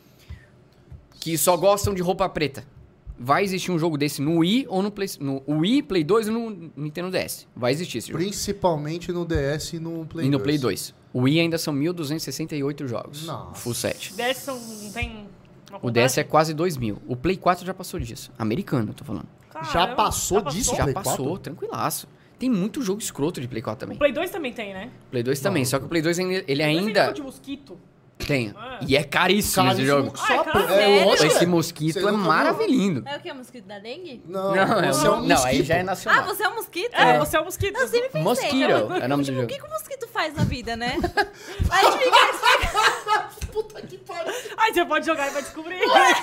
que só gostam de roupa preta. Vai existir um jogo desse no Wii ou no Play, no Wii, Play dois e no Nintendo D S. Vai existir esse jogo. Principalmente no D S e no Play E no dois. Play dois. O Wii ainda são mil duzentos e sessenta e oito jogos. Nossa. Full set. D S são, não tem... uma O D S é contagem? quase dois mil. O Play quatro já passou disso. Americano, eu tô falando. Já Caramba, passou disso? Já Play passou, quatro? tranquilaço. Tem muito jogo escroto de Play quatro também. O Play dois também tem, né? Play dois também, só que o Play dois ele, ele Mas ainda tem de mosquito. tem. Ah. E é caríssimo, esse jogo. Caríssimo, só Ah, por- cara, é sério? lógico. Esse mosquito Você é nunca viu? maravilhoso. É o que? O mosquito da dengue? Não, Não, é você é um- um não, aí mosquito. já é Ah, nacional. você é um mosquito? É, você é um mosquito. Eu sempre pensei. Mosquito né? é o nome do Tipo, jogo. o que, que o mosquito faz na vida, né? Aí a gente fica... Puta que pariu. Aí você pode jogar e vai descobrir.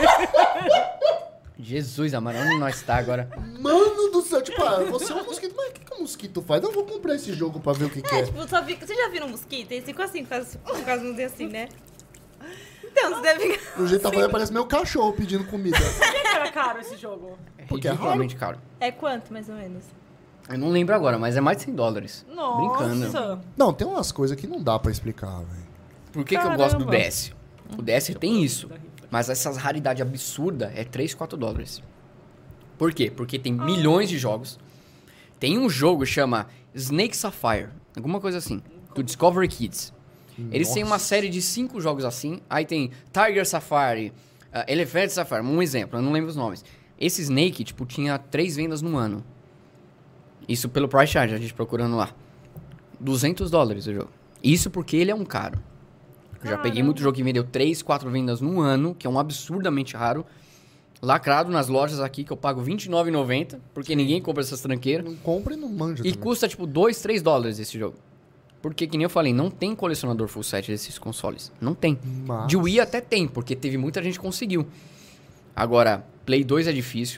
Jesus, amado, onde nós tá agora? Mano do céu, tipo, ah, você é um mosquito, mas o que, que o mosquito faz? Eu vou comprar esse jogo pra ver o que, que É, é. tipo, só vi... Vocês já viram um mosquito? Eles ficam assim, faz, faz um dedo assim, né? Então, você deve ficar... Do jeito que tá falando, parece meu cachorro pedindo comida. Por que que era caro esse jogo? É Porque é ridiculamente caro. É quanto, mais ou menos? Eu não lembro agora, mas é mais de cem dólares. Nossa. Brincando. Não, tem umas coisas que não dá pra explicar, velho. Por que, que eu gosto do Caramba. D S? O D S tem isso. Mas essas raridades absurdas é três, quatro dólares. Por quê? Porque tem milhões de jogos. Tem um jogo que chama Snake Sapphire. Alguma coisa assim. Do Discovery Kids. Eles têm uma série de cinco jogos assim. Aí tem Tiger Safari, uh, Elephant Safari. Um exemplo, eu não lembro os nomes. Esse Snake, tipo, tinha três vendas no ano. Isso pelo Price Charge, a gente procurando lá. duzentos dólares o jogo. Isso porque ele é um caro. Eu já peguei muito jogo que vendeu três, quatro vendas no ano, que é um absurdamente raro. Lacrado nas lojas aqui, que eu pago vinte e nove reais e noventa centavos, porque ninguém compra essas tranqueiras. Não compra e não manja E também. custa, tipo, dois, três dólares esse jogo. Porque, que nem eu falei, não tem colecionador full set desses consoles. Não tem. Mas- De Wii até tem, porque teve muita gente que conseguiu. Agora, Play dois é difícil.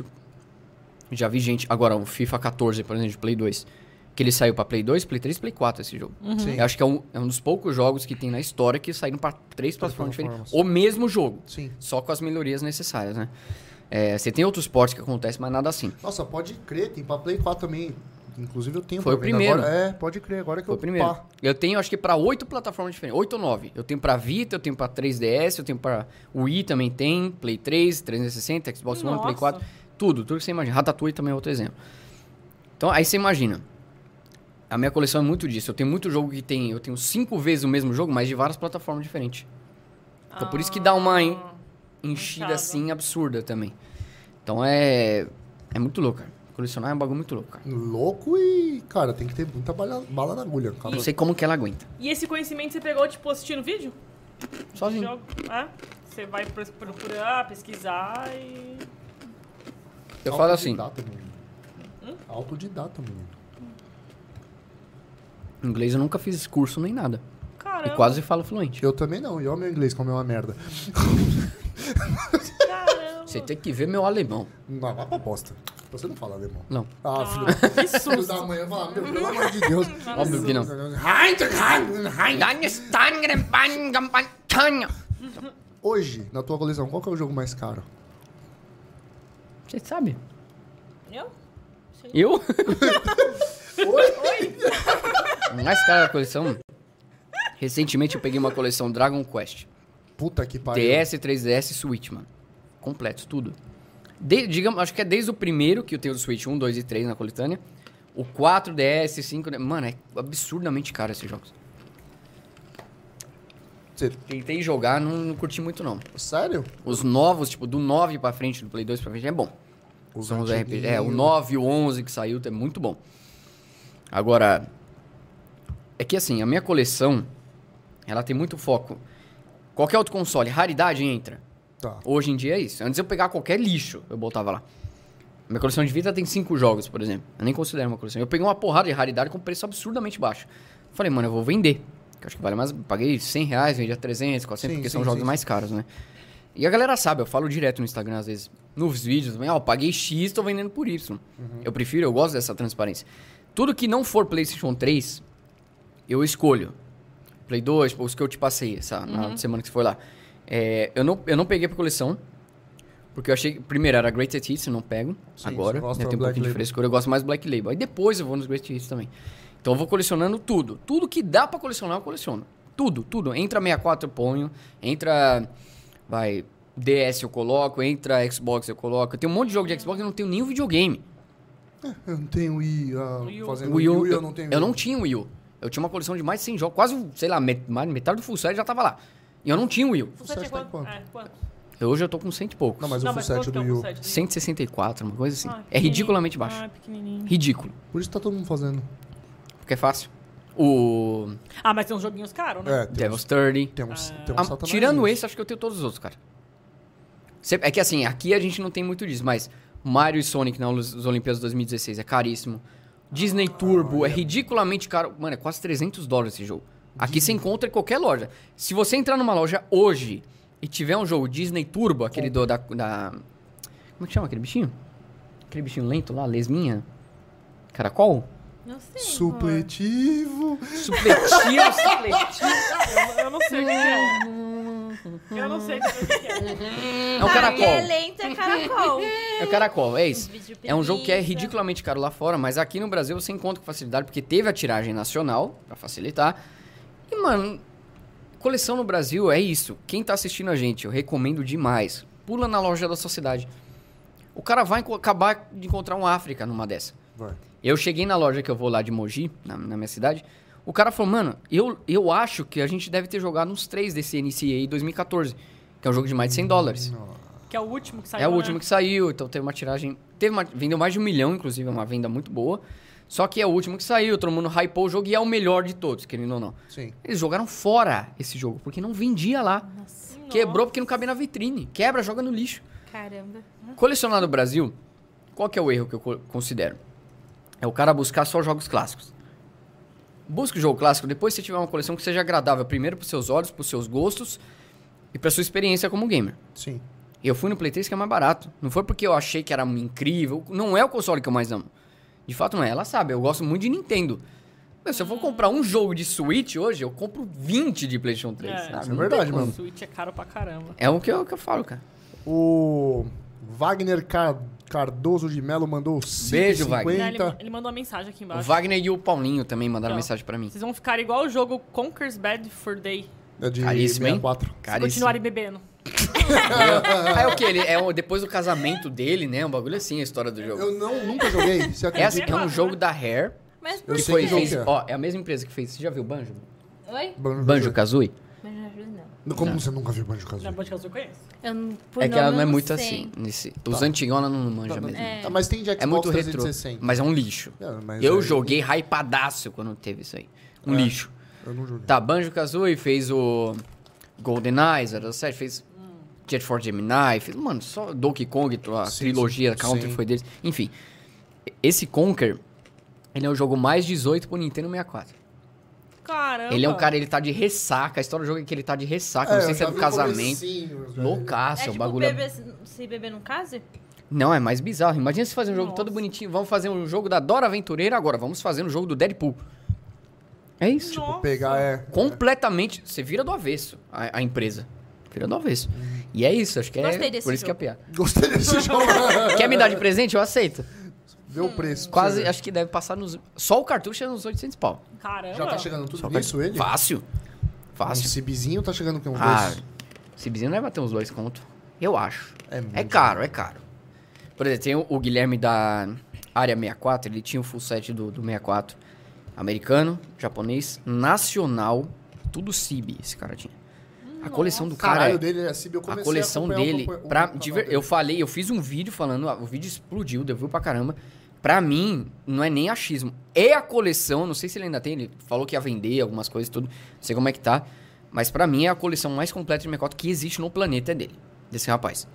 Já vi gente... Agora, o FIFA quatorze, por exemplo, de Play dois. Que ele saiu pra Play dois, Play três, Play quatro esse jogo. Sim. Eu acho que é um, é um dos poucos jogos que tem na história que saíram pra três plataformas plataformas. diferentes. O mesmo jogo. Sim. Só com as melhorias necessárias, né? É, você tem outros ports que acontecem, mas nada assim. Nossa, pode crer, tem pra Play quatro também. Inclusive eu tenho Foi pra o venda primeiro. Agora. É, pode crer, agora que Foi eu o primeiro. pá. Eu tenho, acho que pra oito plataformas diferentes. Oito ou nove. Eu tenho pra Vita, eu tenho pra três D S, eu tenho pra Wii também tem, Play três, trezentos e sessenta, Xbox One, Play Nossa. quatro. Tudo, tudo que você imagina. Ratatouille também é outro exemplo. Então, aí você imagina. A minha coleção é muito disso. Eu tenho muito jogo que tem... Eu tenho cinco vezes o mesmo jogo, mas de várias plataformas diferentes. Então, por isso que dá uma en- Ah, enchida inchada. assim absurda também. Então, é... É muito louco, cara. Colecionar é um bagulho muito louco, cara. Louco e, cara, tem que ter muita bala, bala na agulha. Cara. Não sei como que ela aguenta. E esse conhecimento você pegou, tipo, assistindo vídeo? Sozinho. Jogo, é? Você vai pros- procurar, pesquisar e... Eu falo assim... Autodidata, menino. Autodidata, menino. Em inglês eu nunca fiz curso nem nada. Caramba, E quase falo fluente. Eu também não, e olha o meu inglês como é uma merda. caramba. Você tem que ver meu alemão. Não, vai pra bosta. Você não fala alemão. Não. Ah, Ah, filho, que filho susto. da mãe, eu falo, meu, pelo amor de Deus. Óbvio que não. Hoje, na tua coleção, qual que é o jogo mais caro? Você sabe? Eu? Eu? Oi? O mais caro da coleção... Recentemente eu peguei uma coleção Dragon Quest. Puta que pariu. D S, três D S, Switch, mano. Completo, tudo. De, digamos, acho que é desde o primeiro, que eu tenho o Switch um, dois e três na coletânea. O quatro D S, cinco... Mano, é absurdamente caro esses jogos. Você- Tentei jogar, não, não curti muito não. Sério? Os novos, tipo, do nove pra frente, do Play dois pra frente, é bom. Os São os R P G. É, o antiguinhos. nove e o onze que saiu, é muito bom. Agora, é que assim, a minha coleção, ela tem muito foco. Qualquer outro console, raridade entra. Tá. Hoje em dia é isso. Antes eu pegava qualquer lixo, eu botava lá. Minha coleção de Vita tem cinco jogos, por exemplo. Eu nem considero uma coleção. Eu peguei uma porrada de raridade com preço absurdamente baixo. Falei, mano, eu vou vender. Que eu acho que vale mais. Paguei cem reais, vendi a trezentos, quatrocentos, Sim, porque sim, são jogos sim. mais caros, né? E a galera sabe, eu falo direto no Instagram às vezes. Nos vídeos também, ó, paguei X, tô vendendo por Y. Eu prefiro, eu gosto dessa transparência. Tudo que não for PlayStation três, eu escolho. Play dois, os que eu te passei essa, na semana que você foi lá. É, eu, não, eu não peguei pra coleção. Porque eu achei que, primeiro, era Greatest Hits, eu não pego Sim, agora. você gosta Né, tem um do Black pouquinho de Label. frescura, eu gosto mais do Black Label. Aí depois eu vou nos Greatest Hits também. Então eu vou colecionando tudo. Tudo que dá pra colecionar, eu coleciono. Tudo, tudo. Entra sessenta e quatro, eu ponho. Entra, vai, D S eu coloco. Entra Xbox eu coloco. Eu tenho um monte de jogo de Xbox e eu não tenho nenhum videogame. Eu não tenho Wii, ah, Wii U. fazendo O Wii U, Wii U, eu, eu não tenho eu não Wii U. tinha Wii U. Eu tinha uma coleção de mais de cem jogos. Quase, sei lá, met- mais- metade do full set já tava lá. E eu não tinha Wii U. Você tinha Você tá em quanto? quanto? É, quanto? Hoje eu tô com cento e poucos. Não, mas Não, o mas full set quanto que do é o Wii U. full set do cento e sessenta e quatro, uma coisa assim. Ah, É pequenininho. ridiculamente baixo. Ah, pequenininho. Ridículo. Por isso tá todo mundo fazendo. Porque é fácil. O Ah, mas tem uns joguinhos caros, né? É, tem Devil's uns, trinta. tem uns, Ah. tem uns Ah, satanás. tirando esse, acho que eu tenho todos os outros, cara. Cê- É que assim, aqui a gente não tem muito disso, mas Mario e Sonic nas Olimpíadas dois mil e dezesseis é caríssimo. Disney Turbo é ridiculamente caro. Mano, é quase trezentos dólares esse jogo. Aqui você encontra em qualquer loja. Se você entrar numa loja hoje e tiver um jogo Disney Turbo, aquele do, da, da... Como é que chama aquele bichinho? Aquele bichinho lento lá, lesminha? Caracol? Não sei. Supletivo. Supletivo, supletivo. Eu, eu não sei o que, que é. Eu não sei o que, que é. É um caracol. É lento, é caracol. É o caracol, é isso. Vídeo É um jogo que é preguiça. ridiculamente caro lá fora, mas aqui no Brasil você encontra com facilidade, porque teve a tiragem nacional, pra facilitar. E, mano, coleção no Brasil é isso. Quem tá assistindo a gente, eu recomendo demais. Pula na loja da sua cidade. O cara vai enco- acabar de encontrar um África numa dessa. Vai. Eu cheguei na loja que eu vou lá de Mogi, na, na minha cidade. O cara falou, mano, eu, eu acho que a gente deve ter jogado uns três desse N C A A dois mil e quatorze, que é um jogo de mais de cem dólares. Que é o último que saiu, É o né? último que saiu, então teve uma tiragem. Teve uma, vendeu mais de um milhão, inclusive, é uma venda muito boa. Só que é o último que saiu, todo mundo hypou o jogo e é o melhor de todos, querendo ou não. Sim. Eles jogaram fora esse jogo, porque não vendia lá. Quebrou porque não cabia na vitrine. Quebra, joga no lixo. Caramba. Colecionar no Brasil, qual que é o erro que eu co- considero? É o cara buscar só jogos clássicos. Busque o jogo clássico, depois você tiver uma coleção que seja agradável, primeiro pros seus olhos, pros seus gostos e pra sua experiência como gamer. Sim. Eu fui no Play três que é mais barato. Não foi porque eu achei que era incrível. Não é o console que eu mais amo. De fato não é. Ela sabe, eu gosto muito de Nintendo. Meu, se eu for comprar um jogo de Switch hoje, eu compro vinte de PlayStation três. É, sabe? isso é Não verdade, tem como. mano. O Switch é caro pra caramba. É o que eu, que eu falo, cara. O Wagner Car- Cardoso de Melo mandou cinco Beijo, e Wagner. Ele, cinquenta. ele mandou uma mensagem aqui O embaixo. Wagner e o Paulinho também mandaram Não. mensagem pra mim. Vocês vão ficar igual o jogo Conker's Bad for Day. É de Caríssimo, hein? sessenta e quatro. Se Caríssimo. continuarem bebendo. Ah, é o que? Ele é o- depois do casamento dele, né? Um bagulho assim, a história do jogo. Eu não, nunca joguei. Você É, assim, acredita? é um jogo da Rare. Mas Eu Que sei foi, que jogo fez, que é. ó, é a mesma empresa que fez. Você já viu Banjo? Oi? Banjo, Banjo Kazooie? Mas não ajuda, não. Como você nunca viu Banjo Na Kazooie? Banjo Kazooie eu conheço. Eu, não- por É que nome ela não é eu muito sei. assim. Nesse, os antigos ela não manja mesmo. É. Ah, mas tem de Xbox É muito retrô. trezentos e sessenta. Mas é um lixo. É, mas Eu é- joguei hypadaço quando teve isso aí. Um É. lixo. Eu não joguei. Tá, Banjo Kazooie fez o GoldenEye, zero sete, fez Jet Force Gemini, fez, mano, só Donkey Kong, a Sim, trilogia sim, Counter sim. foi deles. Enfim, esse Conker, ele é o jogo mais dezoito pro Nintendo sessenta e quatro. Caramba. Ele é um cara, ele tá de ressaca, a história do jogo é que ele tá de ressaca, É, não sei eu se é já do vi o casamento. comecinho, já vi. Loucaço, É o tipo bagulho é- bebê, se beber não case? Não, é mais bizarro. Imagina se fazer um jogo Nossa. todo bonitinho. Vamos fazer um jogo da Dora Aventureira agora. Vamos fazer um jogo do Deadpool. É isso. Nossa. Pegar é. Completamente. Você vira do avesso a, a empresa. Vira do avesso. E é isso, acho que é. Gostei desse por isso jogo. que é a piada. Gostei desse jogo. Quer me dar de presente? Eu aceito. Vê o preço. pra Quase, você ver. acho que deve passar nos. Só o cartucho é nos oitcentos pau. Caramba. Já tá chegando tudo Só o nisso, cartucho. ele? Fácil. Um Fácil. cibizinho tá chegando com uns Ah, dois. esse vizinho não vai bater uns dois conto. Eu acho. É muito É caro, é caro. Por exemplo, tem o, o Guilherme da Área sessenta e quatro, ele tinha o full set do, do sessenta e quatro. Americano, japonês, nacional, tudo C I B esse cara tinha. A coleção do O cara... caralho é- dele é cib. Eu A comecei coleção acompanhar o dele, campo- o pra, canal de ver- dele. eu falei, eu fiz um vídeo falando, ah, o vídeo explodiu, deu view pra caramba. Pra mim, não é nem achismo. É a coleção, não sei se ele ainda tem, ele falou que ia vender algumas coisas e tudo, não sei como é que tá. Mas pra mim é a coleção mais completa de sessenta e quatro que existe no planeta, é dele, desse rapaz.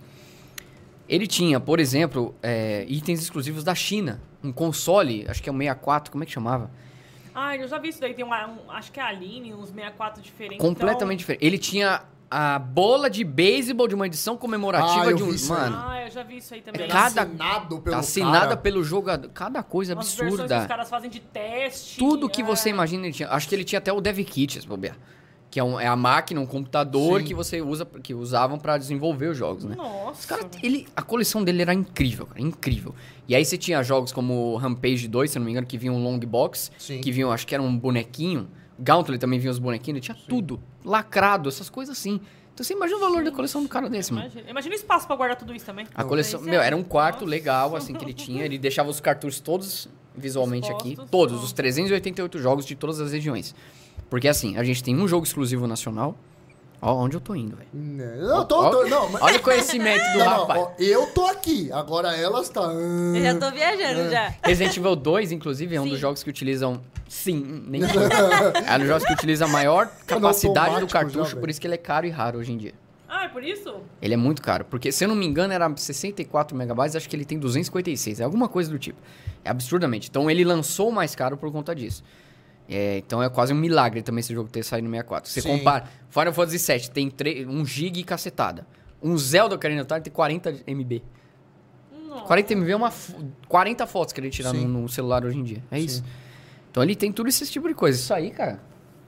Ele tinha, por exemplo, é, itens exclusivos da China. Um console, acho que é o sessenta e quatro, como é que chamava? Ah, eu já vi isso daí. Tem uma, um, acho que é a Aline, uns sessenta e quatro diferentes. Completamente diferente. Ele tinha a bola de beisebol de uma edição comemorativa Ah, eu de um... vi isso aí. Mano, Então... Ah, eu já vi isso aí também. É cada- assinado pelo tá assinada cara. pelo jogador. Cada coisa Umas versões que os absurda. caras fazem de teste. Tudo que você é. imagina ele tinha. Acho que ele tinha até o Dev Kit, se bobear. Que é, um- é a máquina, um computador Sim. que você usa, que usavam pra desenvolver os jogos, né? Nossa. Cara, ele, a coleção dele era incrível, cara, incrível. E aí você tinha jogos como Rampage dois, se eu não me engano, que vinham um long box, Sim. que vinham, acho que era um bonequinho. Gauntlet também vinha os bonequinhos, ele tinha tudo, lacrado, essas coisas assim. Então você imagina o valor da coleção do cara desse, mano. Imagina, imagina o espaço pra guardar tudo isso também. A coleção, Pois é. meu, era um quarto Nossa. legal, assim, que ele tinha. Ele deixava os cartuchos todos visualmente aqui. Expostos. Todos, os trezentos e oitenta e oito jogos de todas as regiões. Porque assim, a gente tem um jogo exclusivo nacional, Ó, onde eu tô indo, velho. Não, tô, tô, não, mas... Olha o conhecimento do Não, não, rapaz. ó, eu tô aqui, agora elas tá... Eu já tô viajando já. Resident Evil dois, inclusive, é um Sim. dos jogos que utilizam... Sim, nem foi. É um dos jogos que utiliza a maior capacidade do automático cartucho, já, por velho. isso que ele é caro e raro hoje em dia. Ah, é por isso? Ele é muito caro, porque se eu não me engano era sessenta e quatro megabytes, acho que ele tem duzentos e cinquenta e seis, é alguma coisa do tipo. É absurdamente. Então ele lançou o mais caro por conta disso. É, então é quase um milagre também esse jogo ter saído no sessenta e quatro. Você Sim. compara, Final Fantasy sete tem um giga e cacetada. Um Zelda Ocarina of Time tem quarenta megabytes. Nossa. quarenta megabytes é uma fo- quarenta fotos que ele tira Sim. no, no celular hoje em dia. É Sim. isso. Então ele tem tudo esse tipo de coisa. Isso aí, cara.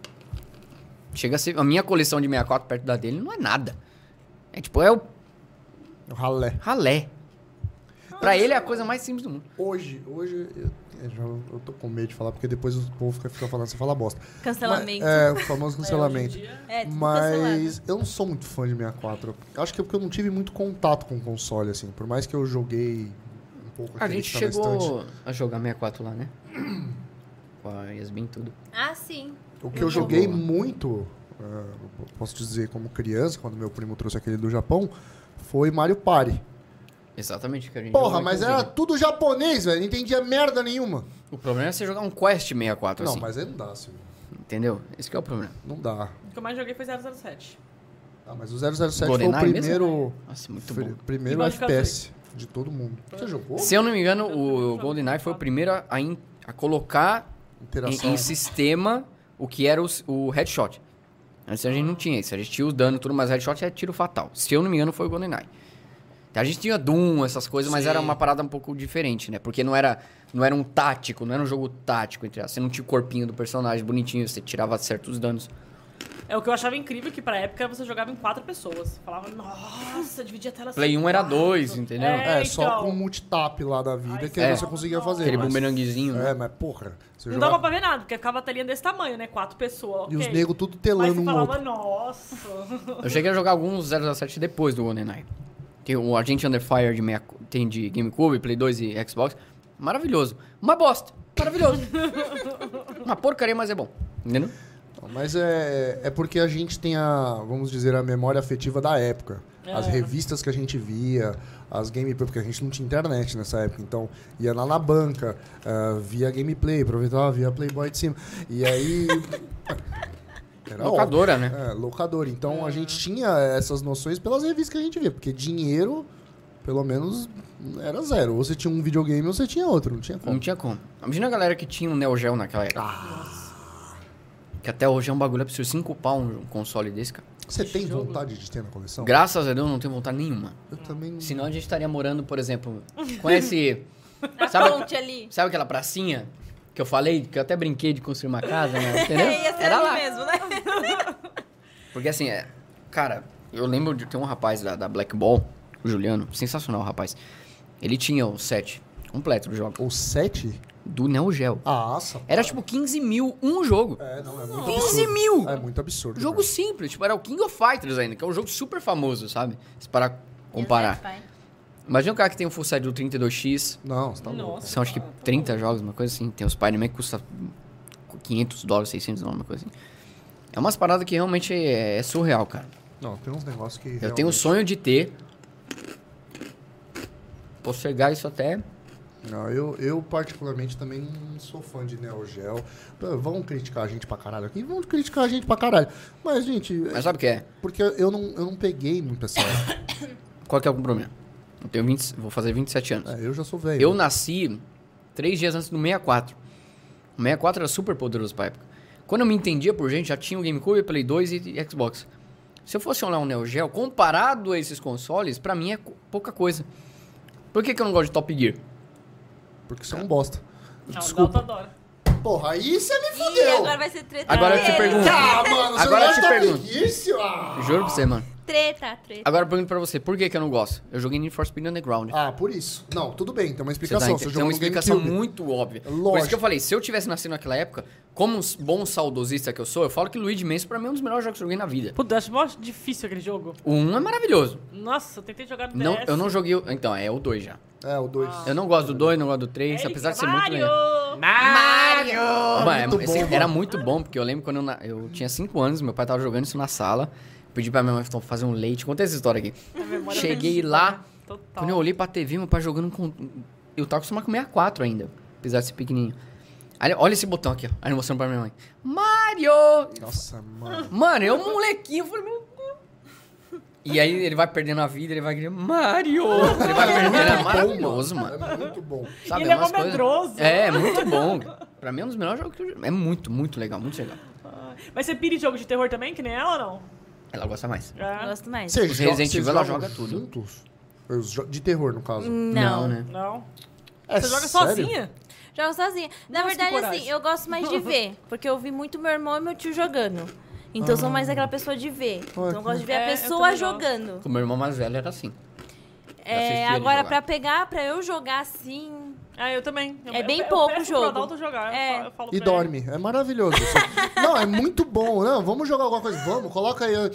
Chega a ser. A minha coleção de sessenta e quatro perto da dele não é nada. É tipo, é o O ralé. ralé. Pra ele é a coisa mais simples do mundo. Hoje, hoje, eu, eu, já- eu tô com medo de falar, porque depois o povo fica, fica falando, você fala bosta. Cancelamento. Mas, é, o famoso É, hoje em cancelamento. dia- É, tudo Mas eu não sou muito fã de sessenta e quatro. Acho que é porque eu não tive muito contato com o console, assim. Por mais que eu joguei um pouco A aquele gente que tá na estante. chegou a jogar sessenta e quatro lá, né? Com a Yasmin e tudo. Ah, sim. O que eu joguei muito, eh, posso dizer como criança, quando meu primo trouxe aquele do Japão, foi Mario Party. Exatamente o que a gente Porra, jogou, mas inclusive. era tudo japonês, velho. Não entendia merda nenhuma. O problema é você jogar um Quest sessenta e quatro, Não, assim. mas aí não dá, Silvio. Entendeu? Esse que é o problema. Não dá. O que eu mais joguei foi zero zero sete. Ah, mas o zero zero sete foi o GoldenEye primeiro, Nossa, muito fri- bom. primeiro E Banjo F P S de todo mundo. Você jogou? Se eu não me engano, o GoldenEye foi o primeiro a, in- a colocar em, Interação. em sistema o que era o, o headshot. Antes a gente não tinha isso. A gente tinha o dano e tudo, mas headshot é tiro fatal. Se eu não me engano, foi o GoldenEye. Então, a gente tinha Doom, essas coisas, mas Sim. era uma parada um pouco diferente, né? Porque não era, não era um tático, não era um jogo tático, entre aspas. Você não tinha o corpinho do personagem bonitinho, você tirava certos danos. É o que eu achava incrível, que pra época você jogava em quatro pessoas. Falava, nossa, dividia a tela assim. Play um era quatro. dois, entendeu? É, É, só então. com o multitap lá da vida Aí que você aí É. você conseguia fazer. Aquele mas- bumeranguezinho, né? É, mas porra. Você Não jogava- dava pra ver nada, porque ficava a telinha desse tamanho, né? Quatro pessoas, E ok. os negros tudo Mas telando você um falava, outro. nossa. Eu cheguei a jogar alguns zero zero sete depois do GoldenEye. Tem o Agent Under Fire de meia- tem de GameCube, Play dois e Xbox. Maravilhoso. Uma bosta. Maravilhoso. Uma porcaria, mas é bom. Entendeu? Mas é, é porque a gente tem a, vamos dizer, a memória afetiva da época. As É. revistas que a gente via, as gameplay, porque a gente não tinha internet nessa época. Então, ia lá na banca, ah, via gameplay, aproveitava, via Playboy de cima. E aí... Era Locadora, óbvio. né? É, locadora. Então, a gente tinha essas noções pelas revistas que a gente via. Porque dinheiro, pelo menos, era zero. Ou você tinha um videogame ou você tinha outro. Não tinha como. Não tinha como. Imagina a galera que tinha um Neo Geo naquela época. Que até hoje é um bagulho absurdo. Cinco pau um console desse, cara. Você tem vontade de ter na coleção? Graças a Deus não tenho vontade nenhuma. Eu também não... Senão a gente estaria morando, por exemplo... Conhece... Na Sabe- ponte ali. Sabe aquela pracinha que eu falei? Que eu até brinquei de construir uma casa, né? Entendeu? É, ia ser Era ali lá. mesmo, né? Porque assim, é, cara, eu lembro de ter um rapaz da, da Black Ball, o Juliano, sensacional o rapaz. Ele tinha o set completo do jogo, Ou sete? do Neo Geo. Nossa. Era tipo quinze mil um jogo. É, não, é muito quinze absurdo. mil! É muito absurdo. Jogo cara. simples, tipo, era o King of Fighters ainda, que é um jogo super famoso, sabe? Se parar comparar. Imagina um cara que tem um full set do trinta e dois x, Não, você tá louco. Nossa. são acho que trinta jogos, uma coisa assim. Tem o Spider-Man que custa quinhentos dólares, seiscentos dólares, uma coisa assim. É umas paradas que realmente é, é surreal, cara. Não, tem uns negócios que. Eu realmente- tenho o sonho de ter. Postergar isso até. Não, eu, eu particularmente também não sou fã de Neo Geo. Pô, vão criticar a gente pra caralho aqui? Vão criticar a gente pra caralho. Mas, gente, Mas sabe o que é? porque eu não, eu não peguei muito essa época. Qual que é o problema? Eu tenho vinte, vou fazer vinte e sete anos. É, eu já sou velho. Eu nasci três dias antes do sessenta e quatro. O sessenta e quatro era super poderoso pra época. Quando eu me entendia por gente, já tinha o GameCube, Play dois e Xbox. Se eu fosse olhar um Neo Geo, comparado a esses consoles, pra mim é co- pouca coisa. Por que, que eu não gosto de Top Gear? Porque você é um bosta. Não, Desculpa. Dalton adora. Porra, aí você me Ih, fudeu. agora vai ser treta. Agora eu te Treta. pergunto. Ah, mano, você Agora não eu te gosta de pergunto. Top Gear, seu- ah. Juro pra você, mano. Treta, treta. Agora eu pergunto pra você, por que, que eu não gosto? Eu joguei Need for Speed Underground. Ah, por isso. Não, tudo bem, tem uma Você tá explicação. Você, entendendo? Tem jogou uma no explicação GameCube. muito óbvia. Por Lógico. isso que eu falei, se eu tivesse nascido naquela época, como um bom saudosista que eu sou, eu falo que Luigi Mansion pra mim é um dos melhores jogos que eu joguei na vida. Puta, eu acho mó difícil aquele jogo. O um é maravilhoso. Nossa, eu tentei jogar no Não, D S. eu não joguei o... Então, é o dois já. É, o dois. Eu não gosto do dois, não gosto do três, É apesar ele, de ser muito Mario! legal. Mario! Mano, muito esse- bom, era mano. muito bom, porque eu lembro quando eu, na- eu tinha cinco anos, meu pai tava jogando isso na sala. Pedi pra minha mãe fazer um leite. Conta essa história aqui. A memória Cheguei afetiva, lá, né? Total. quando eu olhei pra T V, meu pai jogando com... Eu tava acostumado com sessenta e quatro ainda, apesar de ser pequenininho. Aí, olha esse botão aqui, ó. Aí ele mostrando pra minha mãe. Mario! Nossa, mano. Mano, eu molequinho, eu falei, meu Deus. E aí ele vai perdendo a vida, ele vai gritando, Mario! Ele vai perdendo, é maravilhoso, mano. É muito bom. Sabe, Ele é umas mó coisas- medroso. É, é muito bom. Pra mim é um dos melhores jogos que eu jogo. É muito, muito legal, muito legal. Ah, Mas você pira em jogo de terror também, que nem ela ou não? Ela gosta mais. Eu É. gosto mais. Vocês Os jogam- Resident vocês Evil, ela jogam joga tudo. juntos? Os jo- De terror, no caso. Não. né? Não. É Você joga sério? sozinha? Jogo sozinha. Na Nossa, que verdade, coragem. assim, eu gosto mais de ver. Porque eu vi muito meu irmão e meu tio jogando. Então eu sou mais aquela pessoa de ver. Então eu gosto de ver É, a eu pessoa também gosto. jogando. O meu irmão mais velho era assim. É, assistia ele agora, jogar. pra pegar, pra eu jogar assim. Ah, eu também. Eu- É bem eu, pouco eu o peço jogo. Pro Adalto jogar. eu É. falo- eu falo E pra ele. dorme. É maravilhoso. isso. Não, é muito bom. Não, vamos jogar alguma coisa. Vamos, coloca aí.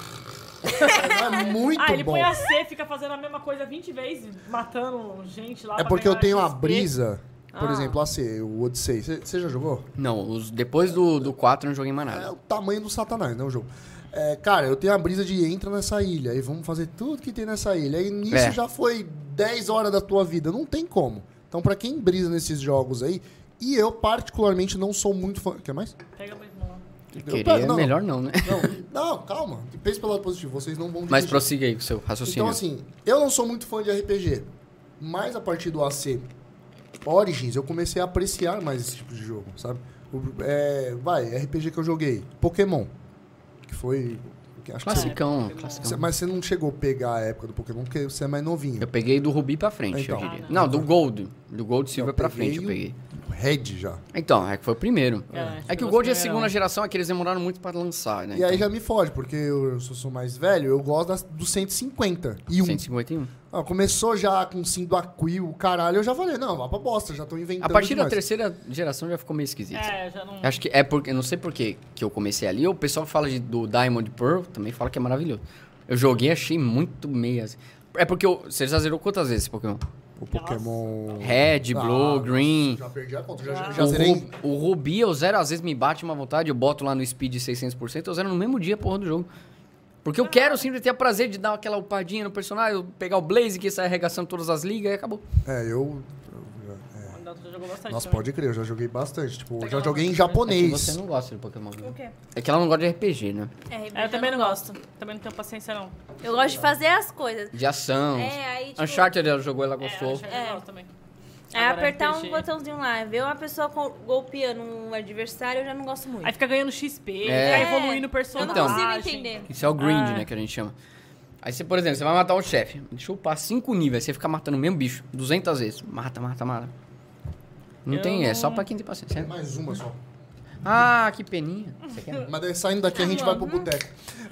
É muito Ah, ele bom. põe a C, fica fazendo a mesma coisa vinte vezes, matando gente lá. É pra porque eu ganhar tenho uma X P. brisa. Por Ah. exemplo, a C, o Odyssey. Você já jogou? Não, os, depois do, do quatro eu não joguei mais É nada. o tamanho do satanás, né, o jogo. É, cara, eu tenho a brisa de entra nessa ilha e vamos fazer tudo que tem nessa ilha. E nisso É. já foi dez horas da tua vida. Não tem como. Então, pra quem brisa nesses jogos aí, e eu particularmente não sou muito fã... Quer mais? Pega mesmo lá. Eu Querer pego- é não, melhor não, né? Não, não, calma. Pense pelo lado positivo. Vocês não vão Mas dirigir. prossiga aí com o seu raciocínio. Então, assim, eu não sou muito fã de R P G. Mas a partir do A C Origins, eu comecei a apreciar mais esse tipo de jogo, sabe? O- é, vai, R P G que eu joguei. Pokémon. Que foi... que Acho que você, Classicão, classicão. mas você não chegou a pegar a época do Pokémon, porque você é mais novinho. Eu peguei do Rubi pra frente, Então. eu diria. Ah, não, do Gold. Do Gold Silver Eu pra peguei frente eu o- peguei. Red já. Então, é que foi o primeiro. É, É, que chegou o Gold é a os segunda primeirão. geração, é que eles demoraram muito pra lançar, né? E aí já me fode, porque eu sou, sou mais velho, eu gosto das, do cento e cinquenta. E um. cento e cinquenta e um. Ah, começou já com Sindacuil, caralho, eu já falei, não, vá pra bosta, já tô inventando A partir da demais. terceira geração já ficou meio esquisito. É, já não... Acho que é porque, eu não sei por que que eu comecei ali, o pessoal que fala de, do Diamond Pearl também fala que é maravilhoso. Eu joguei, achei muito meio assim. É porque eu, você já zerou quantas vezes esse Pokémon? O Pokémon... Red, Blue, Ah, Green. Já perdi a conta, já, já, Ah. já O, zerei. Ru- o Rubi, eu zero, às vezes me bate uma vontade, eu boto lá no Speed seiscentos por cento, eu zero no mesmo dia a porra do jogo. Porque eu quero sempre ter o prazer de dar aquela upadinha no personagem, eu pegar o Blaze que sai arregaçando todas as ligas e acabou. É, eu... O Adalto já jogou bastante Nossa, também. pode crer, eu já joguei bastante. Tipo, Pega já lá, joguei em né? É que japonês. você não gosta de Pokémon. né? O quê? É que ela não gosta de R P G, né? É, É, eu também não gosto. Também não tenho paciência, não. Eu gosto de fazer as coisas. De ação. É, aí tipo... Uncharted ela jogou, ela gostou. É, acho que eu É. gosto também. É Agora, apertar R P G. um botãozinho lá, ver uma pessoa co- golpeando um adversário, eu já não gosto muito. Aí fica ganhando X P, É. fica evoluindo o Eu personagem. não Então. consigo entender. Isso é o grind, Ah. né, que a gente chama. Aí você, por exemplo, você vai matar um chefe. Deixa eu upar cinco níveis, você fica matando o mesmo bicho duzentas vezes. Mata, mata, mata. Não Eu tem, é não- só pra quem tem paciência. Mais uma só. Ah, que peninha. Você quer? Mas daí saindo daqui a gente vai pro boteco.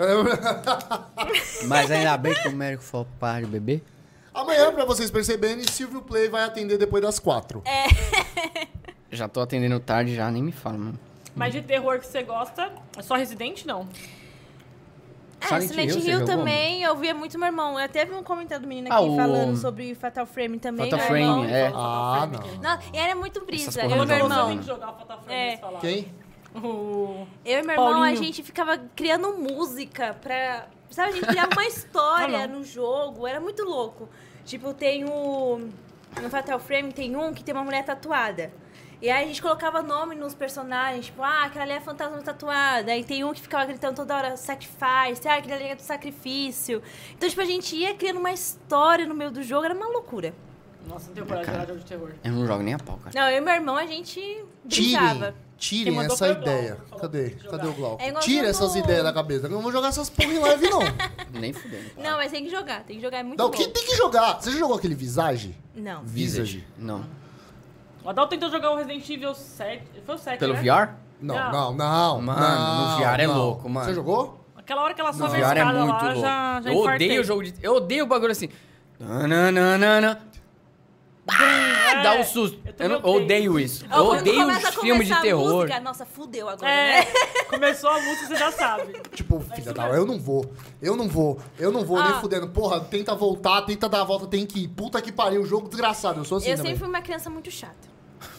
Mas ainda bem que o médico falou para de beber. Amanhã, pra vocês perceberem, Silvio Play vai atender depois das quatro. Já tô atendendo tarde já, nem me fala, mano. Mas de terror que você gosta, é só Resident, não? É, Silent Silent Hill, Hill, você jogou? também, eu via muito meu irmão. Eu teve um comentário do menino Ah, aqui o- falando sobre Fatal Frame também. Fatal meu Frame, irmão. é. Ah, não. Não, e era muito brisa. Essas Eu porra e não meu jogo. Você irmão. tem que jogar o Fatal Frame, É. eles falaram. Quem? O... Eu e meu irmão, a Paulinho. gente ficava criando música pra... Sabe, a gente criava uma história Ah, não. no jogo. Era muito louco. Tipo, tem o... No Fatal Frame tem um que tem uma mulher tatuada. E aí a gente colocava nome nos personagens, tipo, ah, aquela ali é fantasma tatuada. Aí tem um que ficava gritando toda hora, sacrifice, ah, aquele ali é do sacrifício. Então, tipo, a gente ia criando uma história no meio do jogo, era uma loucura. Nossa, não tenho coragem de jogar jogo de terror. Eu não jogo nem a pau, cara. Não, eu e meu irmão, a gente Tirem, brincava. tirem Quem mandou essa foi o Glauco, ideia. falou Cadê? que Cadê o Glauco? É igual Tira no- essas ideias da cabeça. Eu não vou jogar essas porra em live, não. Nem fudendo. Não, mas tem que jogar, tem que jogar, é muito Não, bom. que tem que jogar. Você já jogou aquele Visage? Não. Visage. Não. O Adalto tentou jogar o Resident Evil sete. Foi o sete, Pelo né? V R? Não, Não. não, não. Mano, não, no V R é não. louco, mano. Você jogou? Aquela hora que ela O sobe V a R é escada muito lá, louco. já, já eu infartei. odeio o jogo de... Eu odeio o bagulho assim. Nananana. Ah, dá um susto. eu Eu, também não, odeio. odeio isso. Ó, Eu quando odeio começa a os filmes de começar a terror. música, nossa, fudeu agora, É, né? começou a música, você já sabe. Tipo, filha da... Eu não vou. Eu não vou. Eu não vou nem Ah. fudendo. Porra, tenta voltar, tenta dar a volta, tem que ir. Puta que pariu, jogo desgraçado. Eu sou assim Eu também. sempre fui uma criança muito chata.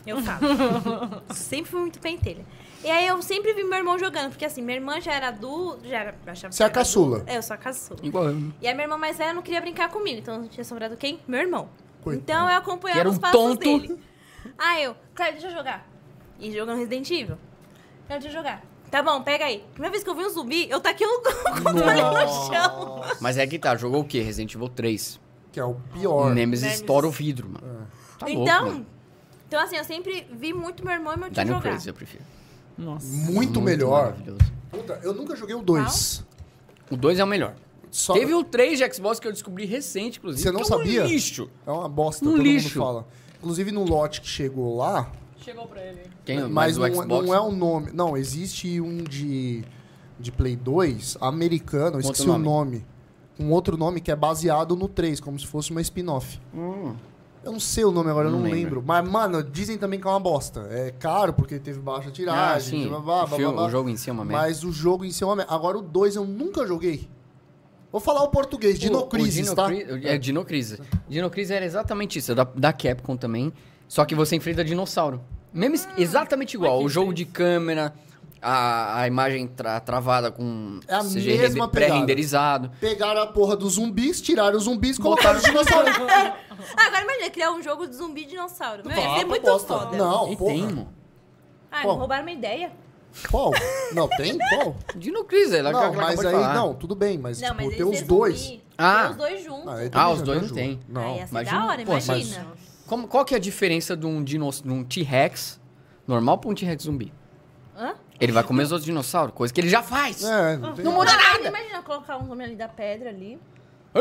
Eu falo. Sempre fui muito pentelha. E aí eu sempre vi meu irmão jogando, porque assim, minha irmã já era adulta, já era... achava Você é a que era caçula. adulta. É, eu sou a caçula. Igual eu. né? E a minha irmã mais velha não queria brincar comigo, então tinha sobrado quem? Meu irmão. Coitado. Então eu Que acompanhava era um os passos tonto. dele. Ah, eu, Cléber, deixa eu jogar. E jogando Resident Evil. Cléber, deixa eu jogar. Tá bom, pega aí. Primeira vez que eu vi um zumbi, eu taquei o controle no chão. Mas é que tá, jogou o quê? Resident Evil três. Que é o pior. O Nemesis Nemesis. estoura o vidro, mano. Tá louco, Então, mano. então assim, eu sempre vi muito meu irmão e meu tio Dino jogar. Crisis eu prefiro. Nossa. Muito, melhor. maravilhoso. Puta, eu nunca joguei o dois. O dois é o melhor. Só... Teve o três de Xbox que eu descobri recente, inclusive. Você não que sabia? É um lixo. É uma bosta, Um todo lixo. mundo fala. Inclusive no lote que chegou lá, Chegou pra ele. Quem, mas o não, Xbox. não é o nome. Não, existe um de, de Play dois americano, eu Com esqueci outro o nome. Um outro nome que é baseado no três, como se fosse uma spin-off. Hum. Eu não sei o nome agora, eu Não não lembro. lembro. Mas, mano, dizem também que é uma bosta. É caro porque teve baixa Ah, tiragem. sim. blá, blá, o, blá, filme- blá, blá. o jogo em si é uma merda. Mas o jogo em si é uma merda. Agora o dois eu nunca joguei. Vou falar o português, Dinocrisis, o tá? Dino Cri- É, Dinocrisis. Dinocrisis era exatamente isso, é da, da Capcom também. Só que você enfrenta dinossauro. Mesmo es- exatamente igual. Ai, que O jogo de diferença. câmera, a, a imagem tra- travada com É a C G mesma rende- pegada. pré-renderizado. Pegaram a porra dos zumbis, tiraram os zumbis e colocaram os dinossauros. Ah, agora imagina, criar um jogo de zumbi e dinossauro. Meu, ia Vá, ser muito bosta. foda. Não, E porra. tem, mano. Ah, Qual? me roubaram uma ideia. Qual? Não, tem? Qual? Dinocrisis, ela Não, ela mas acabou de aí, falar. não, tudo bem, mas, Não, tipo, mas tem eles os ser dois. zumbi. Ah. Tem os dois juntos. aí Ah, também os já dois tem não tem. jogo. Não. Aí ia ser imagina- da hora, pô, mas- imagina. Como, qual que é a diferença de um, dinos, de um T-Rex normal pra um T-Rex zumbi? Hã? Ele vai comer os outros dinossauros, coisa que ele já faz. É, não tem. Não muda Não, mas nada. imagina colocar um homem ali da pedra ali. Aí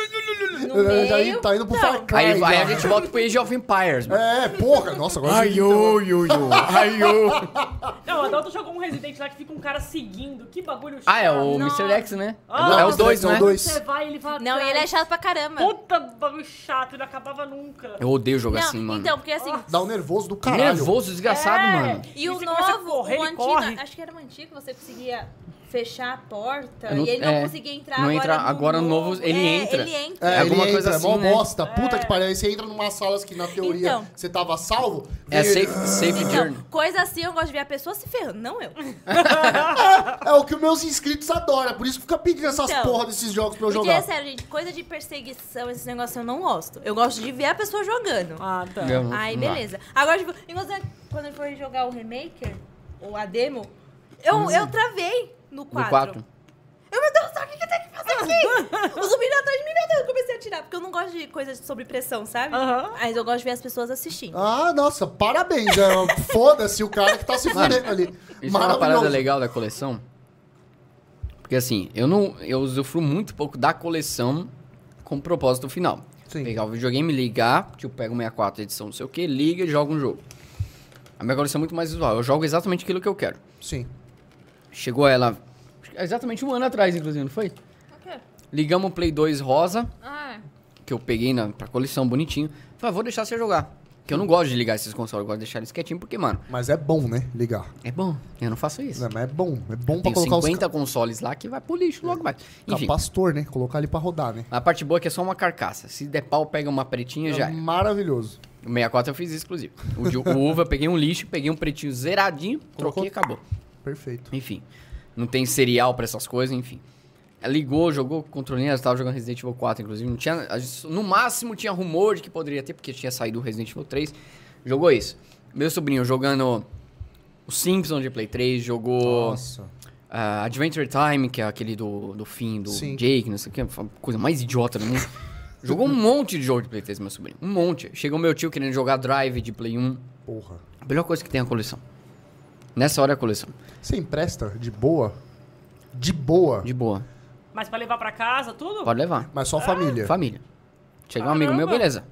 No meio. Aí tá indo pro Não. Far Cry. vai, já. a gente volta pro Age of Empires, mano. É, porra, nossa, agora Ai, ô, yo, yo. Ai, ô. Não, o Adalto jogou um Resident lá que fica um cara seguindo. Que bagulho chato. Ah, é o Nossa. mister X, né? Ah, é o mister dois, X é o né? dois. Você vai e ele vai Não, e atrás. ele é chato pra caramba. Puta bagulho chato, ele não acabava nunca. Eu odeio jogar Não, assim, mano. então, porque assim... Dá um nervoso do Que caralho. nervoso, desgraçado, É. mano. E E o você começa a novo, correr, o ele antigo, corre. acho que era o antigo, você conseguia fechar a porta Eu não- e ele não é, conseguia entrar não agora entra- no agora no novo, ele É, entra. ele entra. É, É alguma ele coisa entra, assim, é mó né? bosta. Puta que pariu. Aí você entra numa salas que na teoria Então. você tava salvo. É vem ele- safe, safe Então, journey. coisa assim eu gosto de ver a pessoa se ferrando, não eu. É o que os meus inscritos adoram. Por isso que fica pedindo essas Então, porra desses jogos pra eu Porque, jogar. é sério, gente, coisa de perseguição, esse negócio eu não gosto. Eu gosto de ver a pessoa jogando. Ah, tá. Eu não- Aí, não dá. beleza. Agora, tipo, igual quando eu for jogar o Remaker, ou a demo, eu, eu travei no No quatro. quatro. Eu, meu Deus, sabe o que que eu tenho que fazer aqui? O zumbi tá atrás de mim, meu Deus, eu comecei a atirar. Porque eu não gosto de coisas sobre pressão, sabe? Aham. Mas eu gosto de ver as pessoas assistindo. Ah, nossa, parabéns. É, foda-se o cara que tá se Mano, fudendo ali. Isso é uma parada Maravilhoso. legal da coleção. Porque assim, eu não. Eu usufruo muito pouco da coleção com propósito final. Sim. Pegar o videogame, ligar, tipo, pego o sessenta e quatro edição, não sei o que, liga e joga um jogo. A minha coleção é muito mais visual. Eu jogo exatamente aquilo que eu quero. Sim. Chegou ela. acho que Exatamente um ano atrás, inclusive, não foi? O quê? Ligamos o Play dois rosa, Ah, que eu peguei na, pra coleção bonitinho. Falei, ah, vou deixar você jogar. Porque eu não gosto de ligar esses consoles, eu gosto de deixar eles quietinhos, porque, mano, Mas é bom, né? Ligar. é bom. Eu não faço isso. Não, mas é bom. É bom pra Tem colocar cinquenta consoles lá que vai pro lixo logo mais. os Enfim, capastor, né? Colocar ali pra rodar, né? a parte boa é que é só uma carcaça. Se der pau, pega uma pretinha, já É é. maravilhoso. O sessenta e quatro eu fiz isso, inclusive. O, de, o uva, eu peguei um lixo, peguei um pretinho zeradinho, Colocou? troquei e acabou. Perfeito. Enfim, não tem cereal pra essas coisas, enfim. Ela ligou, jogou controlinha, eu tava jogando Resident Evil quatro, inclusive. Não tinha, a gente- no máximo tinha rumor de que poderia ter, porque tinha saído o Resident Evil três. Jogou isso. Meu sobrinho jogando o Simpsons de Play três, jogou Nossa. ah, Adventure Time, que é aquele do, do fim, do Sim. Jake, não sei o que, a coisa mais idiota do mundo. Jogou um monte de jogo de Play três, meu sobrinho. Um monte. Chegou meu tio querendo jogar Drive de Play um. Porra. A melhor coisa que tem é a coleção. Nessa hora é a coleção. Você empresta de boa? De boa. De boa. Mas pra levar pra casa, tudo? Pode levar. Mas só família. Família. Chega um amigo meu, Caramba. beleza.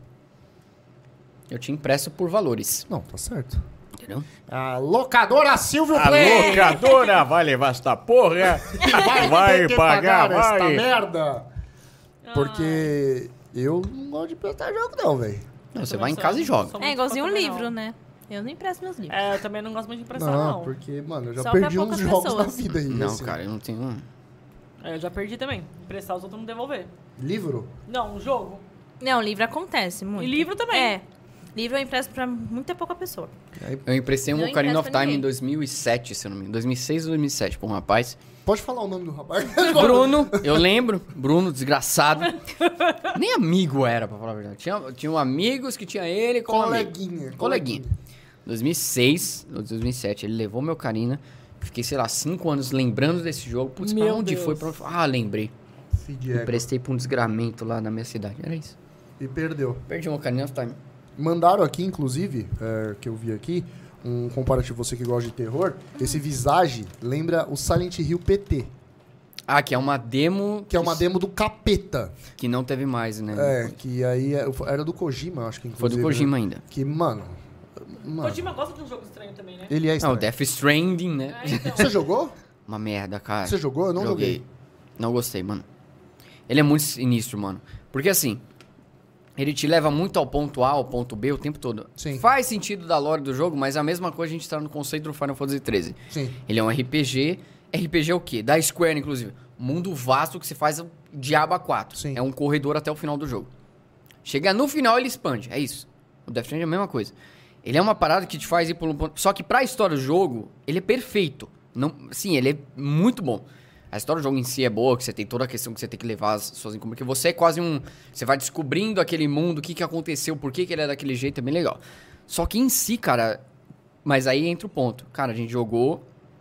Eu te impresso por valores. Não, tá certo. Entendeu? A locadora Silvio A Play. locadora vai levar esta porra. Vai ter que pagar, esta vai. merda. Ah. Porque eu não gosto de emprestar jogo, não, velho. Não, você Também vai em sou- casa e joga. sou é muito igualzinho um fã também, livro, não. né? Eu não empresto meus livros. É, eu também não gosto muito de emprestar, Não, não. porque, mano, eu já Só pra perdi uns poucas jogos pessoas. na vida aí. Não, assim. cara, eu não tenho... É, eu já perdi também. Emprestar os outros não devolver. Livro? Não, um jogo. Não, livro acontece muito. E livro também. É. Livro eu empresto pra muita pouca pessoa. Eu emprestei um Não Ocarina of empresta Time ninguém. em dois mil e sete, se eu não me engano. dois mil e seis ou dois mil e sete, pra um rapaz. Pode falar o nome do rapaz? Bruno, eu lembro. Bruno, desgraçado. Nem amigo era, pra falar a verdade. Tinha, tinha amigos que tinha ele com Coleguinha. Coleguinha. dois mil e seis, ou dois mil e sete, ele levou meu Ocarina. Fiquei, sei lá, cinco anos lembrando desse jogo. Putz, pra Meu onde Deus. foi? Pra onde foi? Ah, lembrei. Feed ego. Emprestei pra um desgramento lá na minha cidade. Era isso. E perdeu. Perdi um Ocarina of Time. Mandaram aqui, inclusive, é, que eu vi aqui, um comparativo, você que gosta de terror. Esse Visage lembra o Silent Hill P T, Ah, que é uma demo... que é uma demo do capeta. Que não teve mais, né? É, que aí é- era do Kojima, eu acho que Foi inclusive. do Kojima né? ainda. Que, mano... mano Kojima gosta de um jogo estranho também, né? ele é Não, estranho. Death Stranding, né? É, então. Você jogou? Uma merda, cara. Você jogou? Eu não joguei. Não gostei, mano. Ele é muito sinistro, mano. Porque assim, ele te leva muito ao ponto A, ao ponto B o tempo todo. Sim. Faz sentido da lore do jogo, mas a mesma coisa a gente tá no conceito do Final Fantasy treze. Sim. Ele é um R P G. R P G é o quê? Da Square, inclusive. Mundo vasto que se faz de aba quatro. Sim. É um corredor até o final do jogo. Chega no final, ele expande. É isso. O Death Stranding é a mesma coisa. Ele é uma parada que te faz ir por um ponto... Só que pra história do jogo, ele é perfeito. Não... Sim, ele é muito bom. A história do jogo em si é boa, que você tem toda a questão que você tem que levar as suas... Porque você é quase um... Você vai descobrindo aquele mundo, o que, que aconteceu, por que, que ele é daquele jeito, é bem legal. Só que em si, cara... Mas aí entra o ponto. Cara, a gente jogou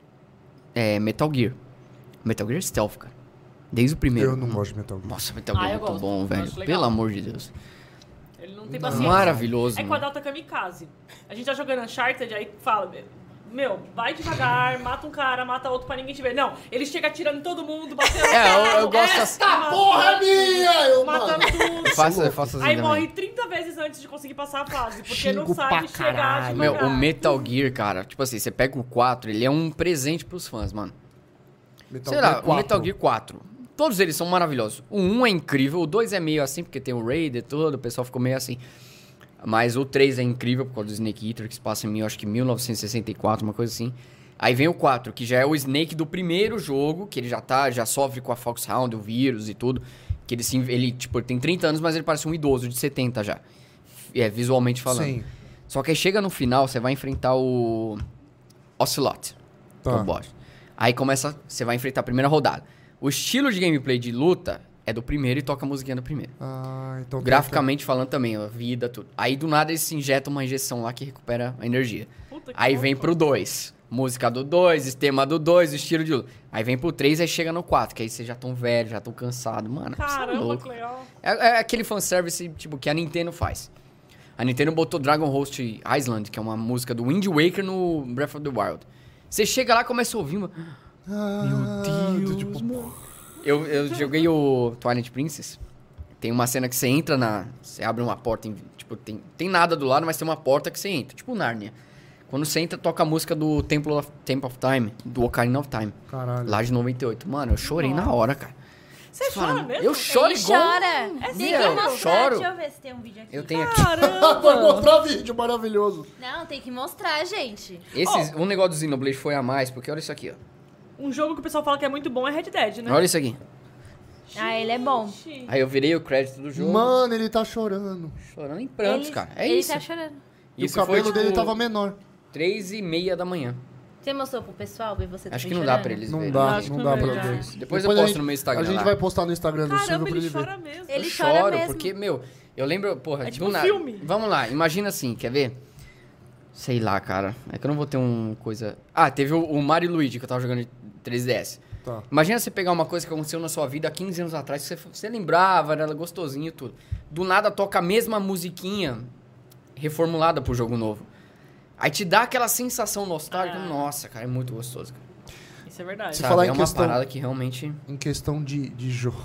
é, Metal Gear. Metal Gear Stealth, cara. Desde o primeiro. Eu não gosto de Metal Gear. Nossa, Metal Gear Ah, é eu muito gosto. bom, Eu velho. acho legal. Pelo amor de Deus. Ele não tem Não. paciência. Maravilhoso, É com a mano. Data Kamikaze. A gente tá jogando Uncharted, aí fala, meu, vai devagar, mata um cara, mata outro pra ninguém te ver. Não, ele chega atirando em todo mundo, batendo É, eu- eu gosto assim. Essa porra é minha! Eu, matando mano. tudo. Faça, faça assim Aí também. morre trinta vezes antes de conseguir passar a fase, porque Xingo não sabe pra chegar caralho. Meu, devagar. o Metal Gear, cara, tipo assim, você pega o quatro, ele é um presente pros fãs, mano. Metal Sei Gear lá, o quatro. Metal Gear quatro. Todos eles são maravilhosos. O um é incrível, o dois é meio assim, porque tem o Raider e tudo, o pessoal ficou meio assim. Mas o três é incrível por causa do Snake Eater, que se passa em, mil- acho que mil novecentos e sessenta e quatro, uma coisa assim. Aí vem o quatro, que já é o Snake do primeiro jogo, que ele já tá, já sofre com a Foxhound, o vírus e tudo. Que ele, se, ele tipo, ele tem trinta anos, mas ele parece um idoso de setenta já. É, visualmente falando. Sim. Só que aí chega no final, você vai enfrentar o Ocelot, Tá. o boss. Aí começa, você vai enfrentar a primeira rodada. O estilo de gameplay de luta é do primeiro e toca a musiquinha do primeiro. Ah, então... tem Graficamente falando também, a vida, tudo. Aí do nada eles se injetam uma injeção lá que recupera a energia. Puta que Aí louco. vem pro dois. Música do dois, sistema do dois, estilo de luta. Aí vem pro três, aí chega no quatro, que aí vocês já estão velhos, já estão cansados. Mano, você é Caramba, louco. que legal. É, é aquele fanservice, tipo, que a Nintendo faz. A Nintendo botou Dragon Host Island, que é uma música do Wind Waker no Breath of the Wild. Você chega lá e começa a ouvir, mano. Ah, Meu Deus, tipo, mano. Eu, eu joguei o Twilight Princess. Tem uma cena que você entra na... Você abre uma porta, em- tipo, tem, tem nada do lado, mas tem uma porta que você entra. Tipo Nárnia. Quando você entra, toca a música do Temple of, Temple of Time, do Ocarina of Time. Caralho. Lá de noventa e oito. Mano, eu chorei na hora, cara. Você chora mesmo? Eu choro Ele igual... chora. É Tem sério, que eu mostrar. choro. Deixa eu ver se tem um vídeo aqui. Eu tenho aqui. Vai Caramba! mostrar vídeo maravilhoso. Não, tem que mostrar, gente. Esse, um negócio do Xenoblade foi a mais, porque olha isso aqui, ó. Um jogo que o pessoal fala que é muito bom é Red Dead, né? Olha isso aqui. Ah, ele é bom. Gente. Aí eu virei o crédito do jogo. Mano, ele tá chorando. Chorando em prantos, ele, cara. É ele isso. tá chorando. E Isso o cabelo foi, tipo, dele tava menor. três e meia da manhã. Você mostrou pro pessoal ver você Acho que também não dá chorando? pra eles Não verem. dá, Acho não que dá não pra é ver. verdade. Depois eu a posto gente- no meu Instagram A gente lá. vai postar no Instagram do Silvio Caramba, pra ele ele ver. chora mesmo. Ele Eu chora choro, mesmo. porque, meu, eu lembro, porra, É de tipo um um nada. filme. Vamos lá, imagina assim, quer ver? Sei lá, cara. É que eu não vou ter uma coisa. Ah, teve o, o Mario e Luigi que eu tava jogando de três D S. Tá. Imagina você pegar uma coisa que aconteceu na sua vida há quinze anos atrás, que você, você lembrava, era gostosinho e tudo. Do nada toca a mesma musiquinha reformulada pro jogo novo. Aí te dá aquela sensação nostálgica. Ah. Nossa, cara, é muito gostoso, cara. Isso é verdade. Se Sabe? falar é em uma questão- parada que realmente... Em questão de, de, jo-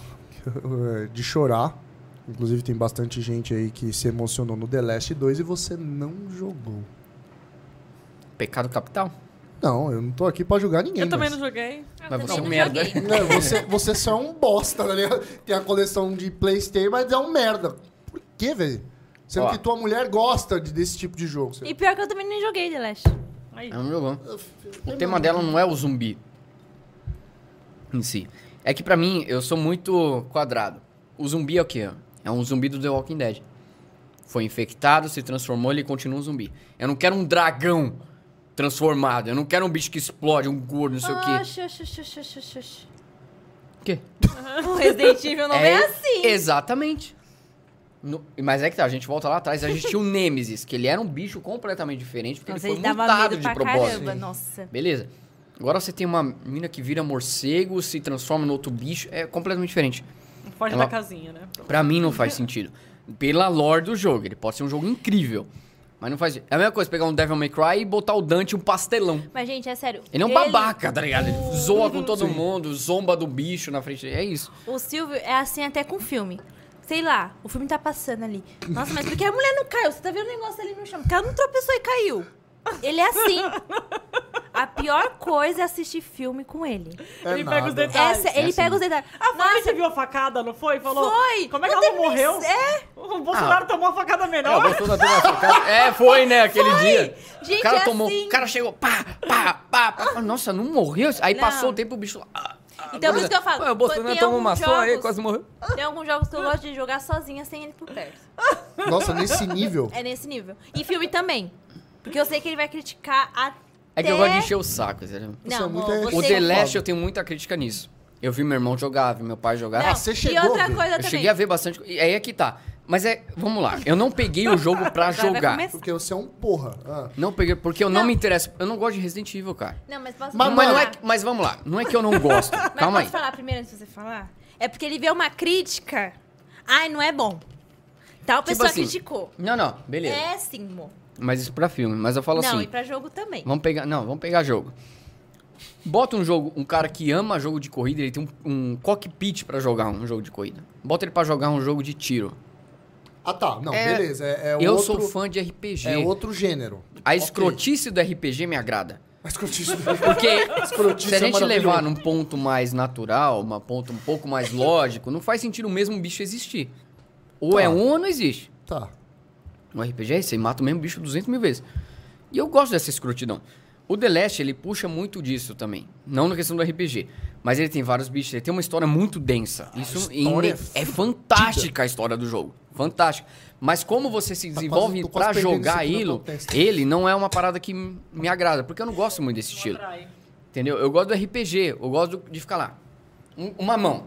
de chorar, inclusive tem bastante gente aí que se emocionou no The Last dois e você não jogou. Pecado capital. Não, eu não tô aqui pra julgar ninguém. Eu também mas- não joguei. Eu Mas também você é um não merda. joguei. Não, você, você só é um bosta, tá ligado? Tem a coleção de PlayStation, mas é um merda. Por quê, velho? Sendo Ó. que tua mulher gosta de- desse tipo de jogo. E pior que eu também nem joguei The Last. Aí. Ela não jogou. O tema dela não é o zumbi em si. É que pra mim, eu sou muito quadrado. O zumbi é o quê? É um zumbi do The Walking Dead. Foi infectado, se transformou, ele continua um zumbi. Eu não quero um dragão transformado. Eu não quero um bicho que explode, um gordo, não sei o quê. Oxi, oxi, oxi, oxi, oxi, oxi. O quê? O Resident Evil não é, assim. Exatamente. No- mas é que tá, a gente volta lá atrás, a gente tinha o Nemesis, que ele era um bicho completamente diferente, porque Nossa, ele ele foi dava mutado medo de pra propósito. caramba, nossa. Beleza. Agora você tem uma mina que vira morcego, se transforma no outro bicho, é completamente diferente. Foge Ela- da casinha, né? Pra mim não faz sentido. Pela lore do jogo, ele pode ser um jogo incrível, mas não faz sentido. É a mesma coisa pegar um Devil May Cry e botar o Dante um pastelão. Mas, gente, é sério. Ele é um babaca, tá ligado? Ele zoa com todo mundo, zomba do bicho na frente. É isso. O Silvio é assim até com filme. Sei lá, o filme tá passando ali. Nossa, mas por que a mulher não caiu? Você tá vendo o negócio ali no chão? Porque ela não tropeçou e caiu. Ele é assim. A pior coisa é assistir filme com ele. É ele pega nada. os detalhes. Essa- ele assim. pega os detalhes. A Fabi, Nossa, você viu a facada, não foi? Falou. Foi! Como é que Não ela não tem nem- morreu? É. O Bolsonaro tomou uma facada É, menor. o Bolsonaro tomou uma facada. É, foi, né, aquele Foi. dia. Gente, o cara é tomou. assim. O cara chegou, pá, pá, pá, pá. Nossa, não morreu? Aí Não. passou o tempo, o bicho lá. ah, ah, Então, por isso que eu falo. Ué, o Bolsonaro tem tomou uma alguns só aí, jogos- quase morreu. Tem alguns jogos que eu gosto de jogar sozinha sem ele por perto. Nossa, nesse nível. É nesse nível. E filme também. Porque eu sei que ele vai criticar até... É que eu gosto de encher o saco, entendeu? Isso é Não, muito- amor, O O você... The Last eu tenho muita crítica nisso. Eu vi meu irmão jogar, vi meu pai jogar. Não, Ah, você e chegou a outra ver. coisa Eu também. cheguei a ver bastante. E aí é que tá. Mas é. Vamos lá. Eu não peguei o jogo pra Agora vai jogar. começar. Porque você é um porra. Ah. Não peguei, porque eu não, Não. me interesso. Eu não gosto de Resident Evil, cara. Não, mas posso Mas- Mas, não falar? é, que- mas vamos lá. Não é que eu não gosto. Mas Calma aí. posso falar primeiro antes de você falar? É porque ele vê uma crítica. Ai, não é bom. Tal Tipo pessoa assim, criticou. Não, não. Beleza. É sim, amor. Mas isso pra filme. Mas eu falo Não, assim. e pra jogo também. Vamos pegar. Não, vamos pegar jogo. Bota um jogo, um cara que ama jogo de corrida, ele tem um, um cockpit pra jogar um jogo de corrida. Bota ele pra jogar um jogo de tiro. Ah, tá. Não, É, beleza. É, é eu outro, sou fã de R P G. É outro gênero. A Ok. escrotice do R P G me agrada. A escrotice. Porque Escrotice se a é gente maravilhoso. levar num ponto mais natural, um ponto um pouco mais lógico, não faz sentido o mesmo bicho existir. Ou Tá. é um ou não existe. Tá. No R P G, você mata o mesmo bicho duzentas mil vezes. E eu gosto dessa escrotidão. O The Last, ele puxa muito disso também. Não na questão do R P G. Mas ele tem vários bichos. Ele tem uma história muito densa. Isso história é, é é fantástica a história do jogo. Fantástica. Mas como você se Tá desenvolve quase- tô quase pra perdendo jogar isso aqui na ele, tua testa. ele não é uma parada que m- me agrada. Porque eu não gosto muito desse estilo. Atrai. Entendeu? Eu gosto do R P G. Eu gosto do- de ficar lá. Um- uma mão.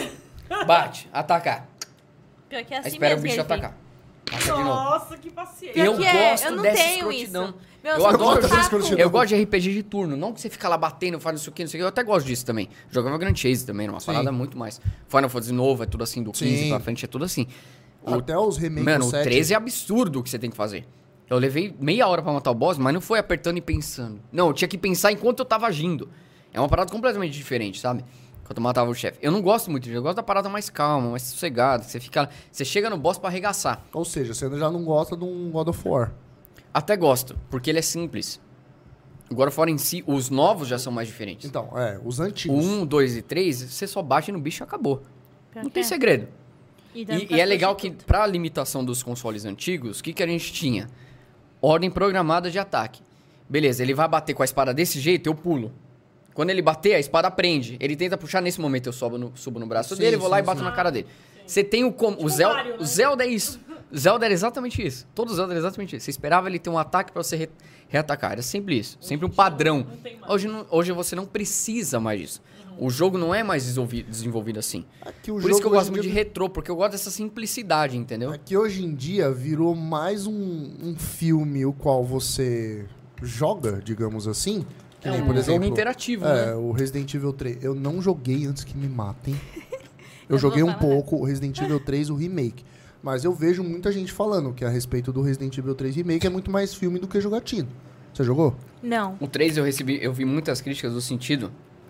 Bate. Atacar. Pior que é Aí assim espera o mesmo que bicho ele atacar. Passa de novo. Nossa, que paciência. Eu que é, gosto eu não dessa tenho escrotidão. isso. Meu, eu sou adoro muito jogar- escrotidão. Eu gosto de R P G de turno. Não que você fica lá batendo, faz isso aqui, não sei o que. Eu até gosto disso também. Jogava Grand Chase também, uma Sim. parada muito mais. Final Fantasy novo, é tudo assim, do quinze Sim. pra frente, é tudo assim. O- Até os remakes Mano, do o sete. treze é absurdo o que você tem que fazer. Eu levei meia hora pra matar o boss, mas não foi apertando e pensando. Não, eu tinha que pensar enquanto eu tava agindo. É uma parada completamente diferente, sabe? Quando eu matava o chefe. Eu não gosto muito disso, eu gosto da parada mais calma, mais sossegada. que Você fica, você chega no boss pra arregaçar. Ou seja, você já não gosta de um God of War. Até gosto, porque ele é simples. Agora, fora em si, os novos já são mais diferentes. Então, é, os O antigos. um, dois e três, você só bate no bicho e acabou. Pior Não que tem é. segredo. E, dá E, pra e é legal que, prostituta. pra limitação dos consoles antigos, o que, que a gente tinha? Ordem programada de ataque. Beleza, ele vai bater com a espada desse jeito, eu pulo. Quando ele bater, a espada prende. Ele tenta puxar, nesse momento eu subo no, subo no braço Sim, dele, vou lá sim, e bato sim. na cara dele. Você tem o... Com, o, Tipo Zel, Mario, né? o Zelda é isso. O Zelda era exatamente isso. Todo Zelda era exatamente isso. Você esperava ele ter um ataque pra você re, reatacar. Era sempre isso. Sempre um padrão. não tem mais. Hoje, não- hoje você não precisa mais disso. O jogo não é mais desenvolvido, desenvolvido assim. Aqui o Por jogo isso que eu hoje gosto em muito de dia- retrô, porque eu gosto dessa simplicidade, entendeu? Aqui hoje em dia virou mais um, um filme o qual você joga, digamos assim. Que É nem, um por jogo exemplo, interativo, é, né? o Resident Evil três. Eu não joguei antes que me matem. Eu, não joguei vou um falar pouco o Resident Evil três, o remake. Mas eu vejo muita gente falando que a respeito do Resident Evil três remake é muito mais filme do que jogatina. Você jogou? Não. O três eu recebi, eu vi muitas críticas no sentido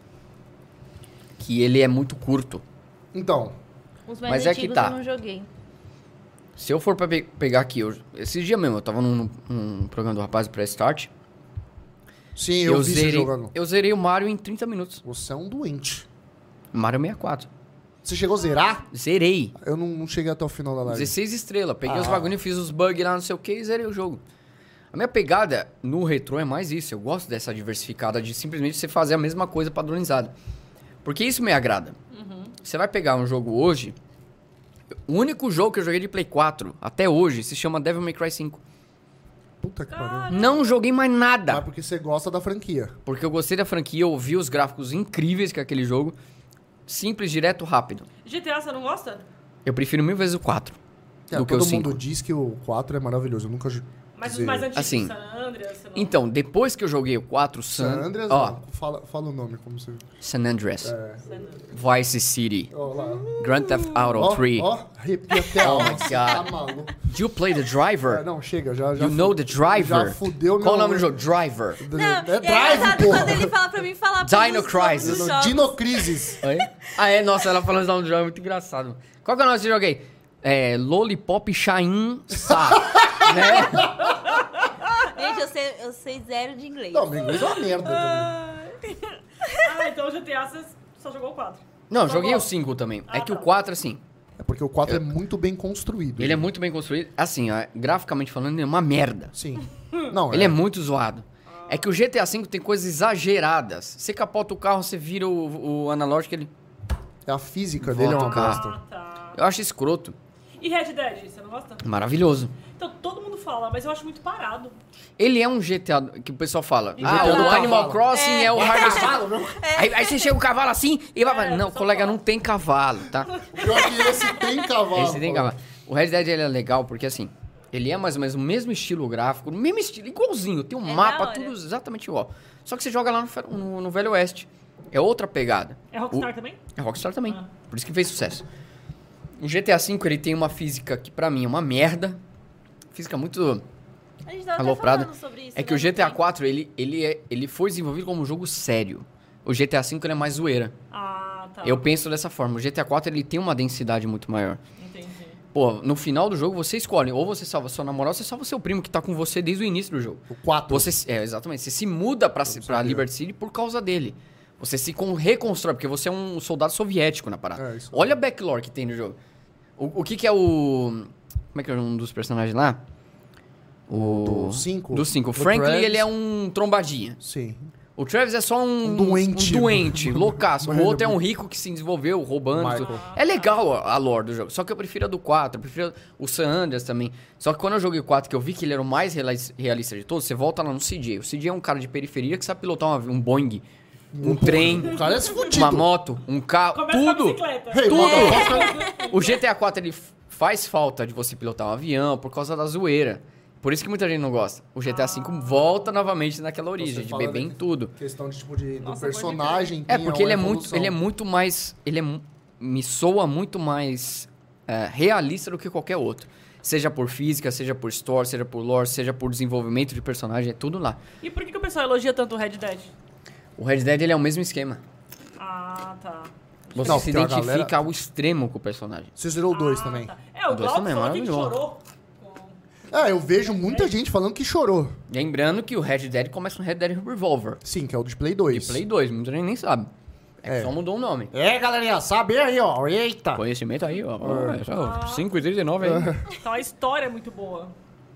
que ele é muito curto. Então, Os mais Mas é que antigos tá. eu não joguei. Se eu for pra pe- pegar aqui, eu, esse dia mesmo, eu tava num, num programa do rapaz Press Start. sim, eu, vi você zerei, jogando. eu zerei o Mario em trinta minutos. Você é um doente. Mario sessenta e quatro. Você chegou a zerar? Zerei. Eu não, não cheguei até o final da live. dezesseis estrelas. Peguei os Ah. bagulhos, fiz os bugs lá, não sei o que, e zerei o jogo. A minha pegada no retrô é mais isso. Eu gosto dessa diversificada de simplesmente você fazer a mesma coisa padronizada. Porque isso me agrada. Você vai pegar um jogo hoje, O único jogo que eu joguei de Play quatro, até hoje, se chama Devil May Cry cinco. Puta que pariu. Não joguei mais nada. Mas porque você gosta da franquia. Porque eu gostei da franquia, eu vi os gráficos incríveis que é aquele jogo. Simples, direto, rápido. G T A você não gosta? Eu prefiro mil vezes o quatro É, do que o todo cinco. mundo diz que o quatro é maravilhoso. Eu nunca... jo- Mas os zerei. mais antigos, Assim, San Andreas, você não... Então, depois que eu joguei o quatro, San San... Andreas, Ó, não. Fala, fala o nome, como você... San Andreas, É. Vice City, Ó lá. Grand Theft Auto Ó, três. ó, arrepia até a Oh alma. my Você tá God. maluco. Do you play the É, Driver? não, chega, já... já You know the Driver? Já fudeu Qual o meu... nome do jogo? Driver. Não, É e é Drive, engraçado porra. quando ele fala pra mim falar Dino dos Crisis. nomes dos jogos. Dinocrisis. Oi? Ah, é? Nossa, ela falando esse nome do jogo é muito engraçado. Qual que é o nome desse jogo aí? É Lollipop Shain Sa. Né? Gente, eu sei, eu sei zero de inglês. Não, meu inglês é uma merda também. Ah, então o G T A você só jogou o quatro. Não, eu Só joguei o gosto. cinco também. Ah, É que o tá. quatro, assim, É porque o quatro é muito bem construído. ele é muito bem construído. Assim, ó, graficamente falando, ele é uma merda. Sim. Não, Ele é muito zoado. É que o G T A cinco tem coisas exageradas. Você capota o carro, você vira o, o analógico, ele... É a física dele é uma Volta o bosta. Ah, tá. Eu acho escroto. E Red Dead, você não gosta? Maravilhoso. Então todo mundo fala, mas eu acho muito parado. Ele é um G T A que o pessoal fala. E Ah, G T A o do do Animal cavalo. Crossing é, o Harvest... É. Aí, aí você chega o cavalo assim e vai... É, não, só colega, fala. não tem cavalo, tá? Pior que esse tem cavalo. Esse tem pô. cavalo. O Red Dead ele é legal porque, assim, ele é mais ou menos o mesmo estilo gráfico, o mesmo estilo, igualzinho. Tem um É mapa, da hora. tudo exatamente igual. Só que você joga lá no, fe- no- no Velho Oeste. É outra pegada. É Rockstar O- também? É Rockstar também. Ah. Por isso que fez sucesso. O G T A cinco, ele tem uma física que, pra mim, é uma merda. Física muito... A gente tava Aloprado. até falando sobre isso. É que o né, G T A também. quatro, ele, ele, é, ele foi desenvolvido como um jogo sério. O G T A cinco, ele é mais zoeira. Ah, tá. Eu penso dessa forma. O G T A quatro, ele tem uma densidade muito maior. Entendi. Pô, no final do jogo, você escolhe. Ou você salva sua namorada, ou você salva seu primo que tá com você desde o início do jogo. O quatro. Você, se- é, exatamente. Você se muda pra, se- pra sabia. Liberty City por causa dele. Você se con- reconstrói, porque você é um soldado soviético na parada. É, isso. Olha a backlore que tem no jogo. O, o que que é o... Como é que é um dos personagens lá? O... Do cinco? Do cinco. O O Franklin, Travis. ele é um trombadinha. Sim. O Travis é só um... Um doente. Um doente, loucaço. O Mas ele outro é é um muito- rico que se desenvolveu roubando. Michael. tudo. É legal a a lore do jogo. Só que eu prefiro a do quatro. Eu prefiro o San Andreas também. Só que quando eu joguei o quatro, que eu vi que ele era o mais reali- realista de todos, você volta lá no C J. O C J é um cara de periferia que sabe pilotar uma- um Boeing, um trem, O cara é fudido. uma moto, um carro, Começa com a tudo. bicicleta. Hey, Tudo. motherfucker. O G T A quatro, ele f- faz falta de você pilotar um avião por causa da zoeira. Por isso que muita gente não gosta. O G T A cinco volta novamente naquela origem, de fala beber da- em tudo. Questão de, tipo, de, do Nossa, personagem. É, tem porque uma ele é, muito, evolução. ele é muito mais... Ele é, mu- me soa muito mais é, realista do que qualquer outro. Seja por física, seja por story, seja por lore, seja por desenvolvimento de personagem, é tudo lá. E por que, que o pessoal elogia tanto o Red Dead? O Red Dead, ele é o mesmo esquema. Ah, tá. Você Não, se porque a identifica galera- ao extremo com o personagem. Você zerou o dois Ah, também. tá. É, o O dois Glauco também é falou que ele maravilhoso. chorou. É, eu vejo muita gente falando que chorou. Lembrando que o Red Dead começa no Red Dead Revolver. Sim, que é o de Play De dois. Play dois, muita gente nem sabe. É, que É. só mudou o nome. É, galerinha, sabe aí, ó. Eita. Conhecimento aí, ó. ó cinco e trinta e nove aí. Então a história é muito boa.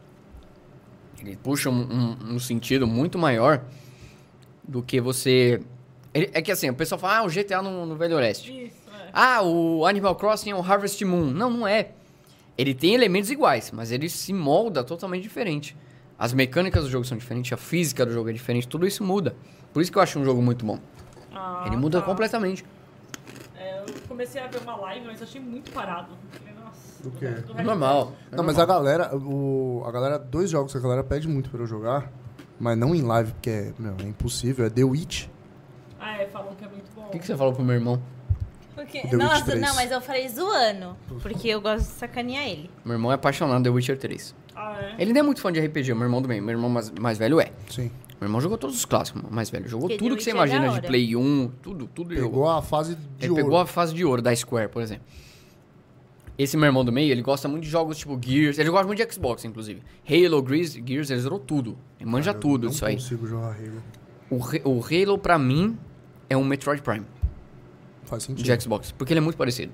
Ele puxa um, um- um sentido muito maior do que você... Ele- é que assim, o pessoal fala, ah, o G T A no, no Velho Oeste. Isso, é. Ah, o Animal Crossing é o Harvest Moon. Não, não é. Ele tem elementos iguais, mas ele se molda totalmente diferente. As mecânicas do jogo são diferentes, a física do jogo é diferente, tudo isso muda. Por isso que eu acho um jogo muito bom. Ah, Ele muda tá. completamente. É, eu comecei a ver uma live, mas eu achei muito parado. Falei, nossa. Do quê? do Red Normal. Não, mas a galera, o, a galera, dois jogos que a galera pede muito pra eu jogar, mas não em live, porque é, meu, é impossível, é The Witch. Dead. Ah, é, falam que é muito bom. O que, que você falou pro meu irmão? Porque- The Witch Nossa, três. não, mas eu falei zoando. Porque eu gosto de sacanear ele. Meu irmão é apaixonado The Witcher três. Ah, é? Ele não é muito fã de R P G, meu irmão também. Meu irmão mais, mais velho é. Sim. Meu irmão jogou todos os clássicos, mais velho. Jogou Porque tudo The que você Witcher é da imagina de hora. Play um, tudo, tudo ele Pegou jogou. a fase de Ele ouro. pegou a fase de ouro da Square, por exemplo. Esse meu irmão do meio, ele gosta muito de jogos tipo Gears. Ele gosta muito de Xbox, inclusive. Halo, Gears, Gears ele zerou tudo. Ele manja Cara, eu tudo não disso aí. consigo jogar Halo. O, Re- o Halo, pra mim, é um Metroid Prime Faz sentido. de Xbox. Porque ele é muito parecido.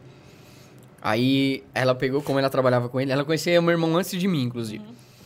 Aí, ela pegou, como ela trabalhava com ele, ela conhecia o meu irmão antes de mim, inclusive.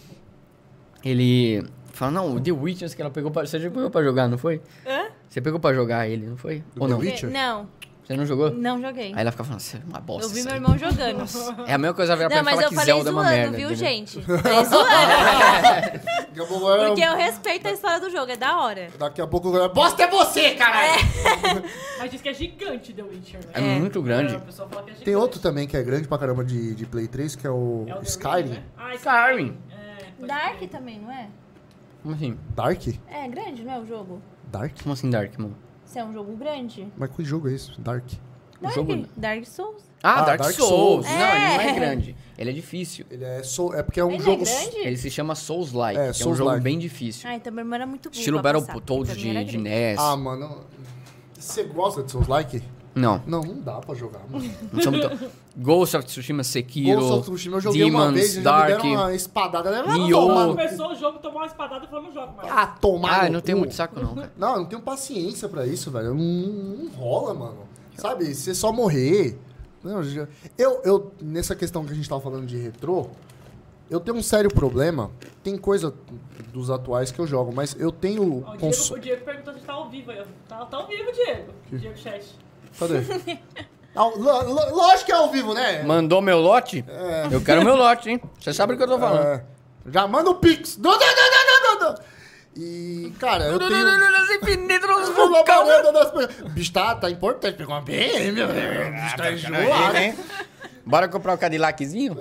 Ele fala, não, o The Witcher que ela pegou pra... Você já pegou pra jogar, não foi? Hã? Você pegou pra jogar ele, não foi? Do Ou The não? Witcher? Não. Você não jogou? Não joguei. Aí ela ficava falando, você é uma bosta. Eu vi isso meu aí." irmão jogando. É a mesma coisa virar pra Não, ele e mas falar eu que falei Zelda é uma zoando, merda. viu, entendeu? gente? Falei zoando. Daqui a pouco, Porque eu respeito a história do jogo, é da hora. Daqui a pouco eu bosta é você, caralho! Mas diz que é gigante The Witcher, né? É muito grande. É, o pessoal fala que é gigante. Tem outro também que é grande pra caramba de, de Play três, que é o É o The Skyrim. Ring, né? Ah, Skyrim. É, pode Dark crer. também, não é? Como assim? Dark? É grande, não é o jogo? Dark? Como assim Dark, mano? Isso é um jogo grande? Mas que jogo é esse? Dark? Dark, jogo- Dark Souls. Ah, Ah, Dark, Dark Souls. Souls. Não, ele não é É. grande. Ele é difícil. Ele é, so, é porque é um Ele jogo... é grande? Ele se chama Souls-like, É, que é um Souls-like. jogo bem difícil. Ah, então meu irmão era muito burro Estilo pra Battletoads passar. Pra mim era de, de grande. N E S. Ah, mano... Você gosta de Souls-like? Não, Não, não dá pra jogar, mano. não sou muito... Ghost of Tsushima, Sekiro, Ghost of Tsushima eu joguei Demons, uma vez, eles Dark... me deram uma espadada. Né? Nioh. Tomar- Começou o jogo, tomou uma espadada e falou, não jogo mais. Ah, tomar Ah, eu no não tenho cu. muito saco não, cara. Não, eu não tenho paciência pra isso, velho. Não, não rola, mano. Sabe, você só morrer... Não, já- eu, eu, nessa questão que a gente tava falando de retrô, eu tenho um sério problema. Tem coisa dos atuais que eu jogo, mas eu tenho... Ó, o, Diego, conso- o Diego perguntou se tá ao vivo aí, ó. Tá, tá ao vivo, Diego. Diego Chat. Cadê? Ah, lo- lo- lógico que é ao vivo, né? Mandou meu lote? Eu quero meu lote, hein? Você sabe o que eu tô falando. É, já manda o Pix. Não, não, não, não, não, não. E, cara, eu tenho... Infinito nos Uma varanda das pessoas. O bicho tá, tá importante. Pegou uma B M, o bicho tá enjoado. Bora comprar o Cadillaczinho?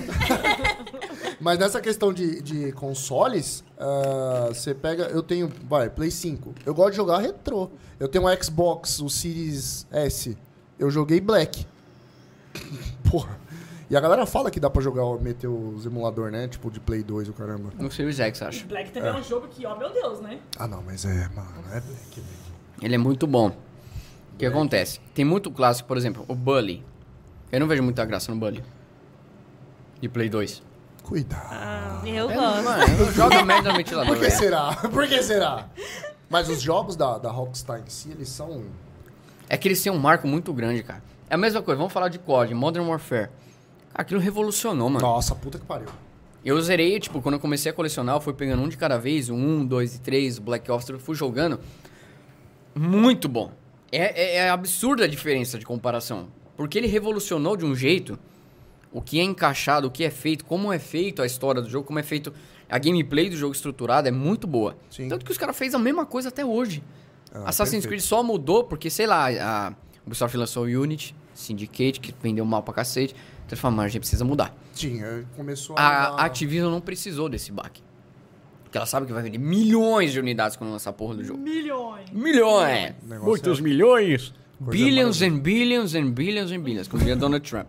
Mas nessa questão de, de consoles, ah, você pega... Eu tenho, vai, Play cinco. Eu gosto de jogar retrô. Eu tenho um Xbox, o Series S. Eu joguei Black. Porra. E a galera fala que dá pra jogar, meter os emulador, né? Tipo, de Play dois, o caramba. No Series X, acho. Black também é. um jogo que, ó, meu Deus, né? Ah, não, mas é, mano, é Black, velho. Ele é muito bom. O que acontece? Tem muito clássico, por exemplo, o Bully. Eu não vejo muita graça no Bully. De Play dois. Cuidado. Eu É, gosto. mano, eu jogo merda no ventilador. Por que velho. será? Por que será? Mas os jogos da, da Rockstar em si, eles são... É que eles têm um marco muito grande, cara. É a mesma coisa, vamos falar de C O D, Modern Warfare. Cara, aquilo revolucionou, mano. Nossa, puta que pariu. Eu zerei, tipo, quando eu comecei a colecionar, eu fui pegando um de cada vez, o um, dois e três, o Black Ops, eu fui jogando. Muito bom. É, é, é absurda a diferença de comparação. Porque ele revolucionou de um jeito o que é encaixado, o que é feito, como é feito a história do jogo, como é feito a gameplay do jogo estruturada, é muito boa. Sim. Tanto que os caras fez a mesma coisa até hoje. Ah, Assassin's perfeito. Creed só mudou porque, sei lá, a Ubisoft lançou o Unity, Syndicate, que vendeu mal pra cacete. Então eles falaram, mano, a gente precisa mudar. Tinha, começou a... A mudar- Activision não precisou desse baque. Porque ela sabe que vai vender milhões de unidades quando lançar a porra do jogo. Milhões. Milhões! O negócio Muitos é- milhões! Coisa Billions and billions and billions and billions, como diria Donald Trump.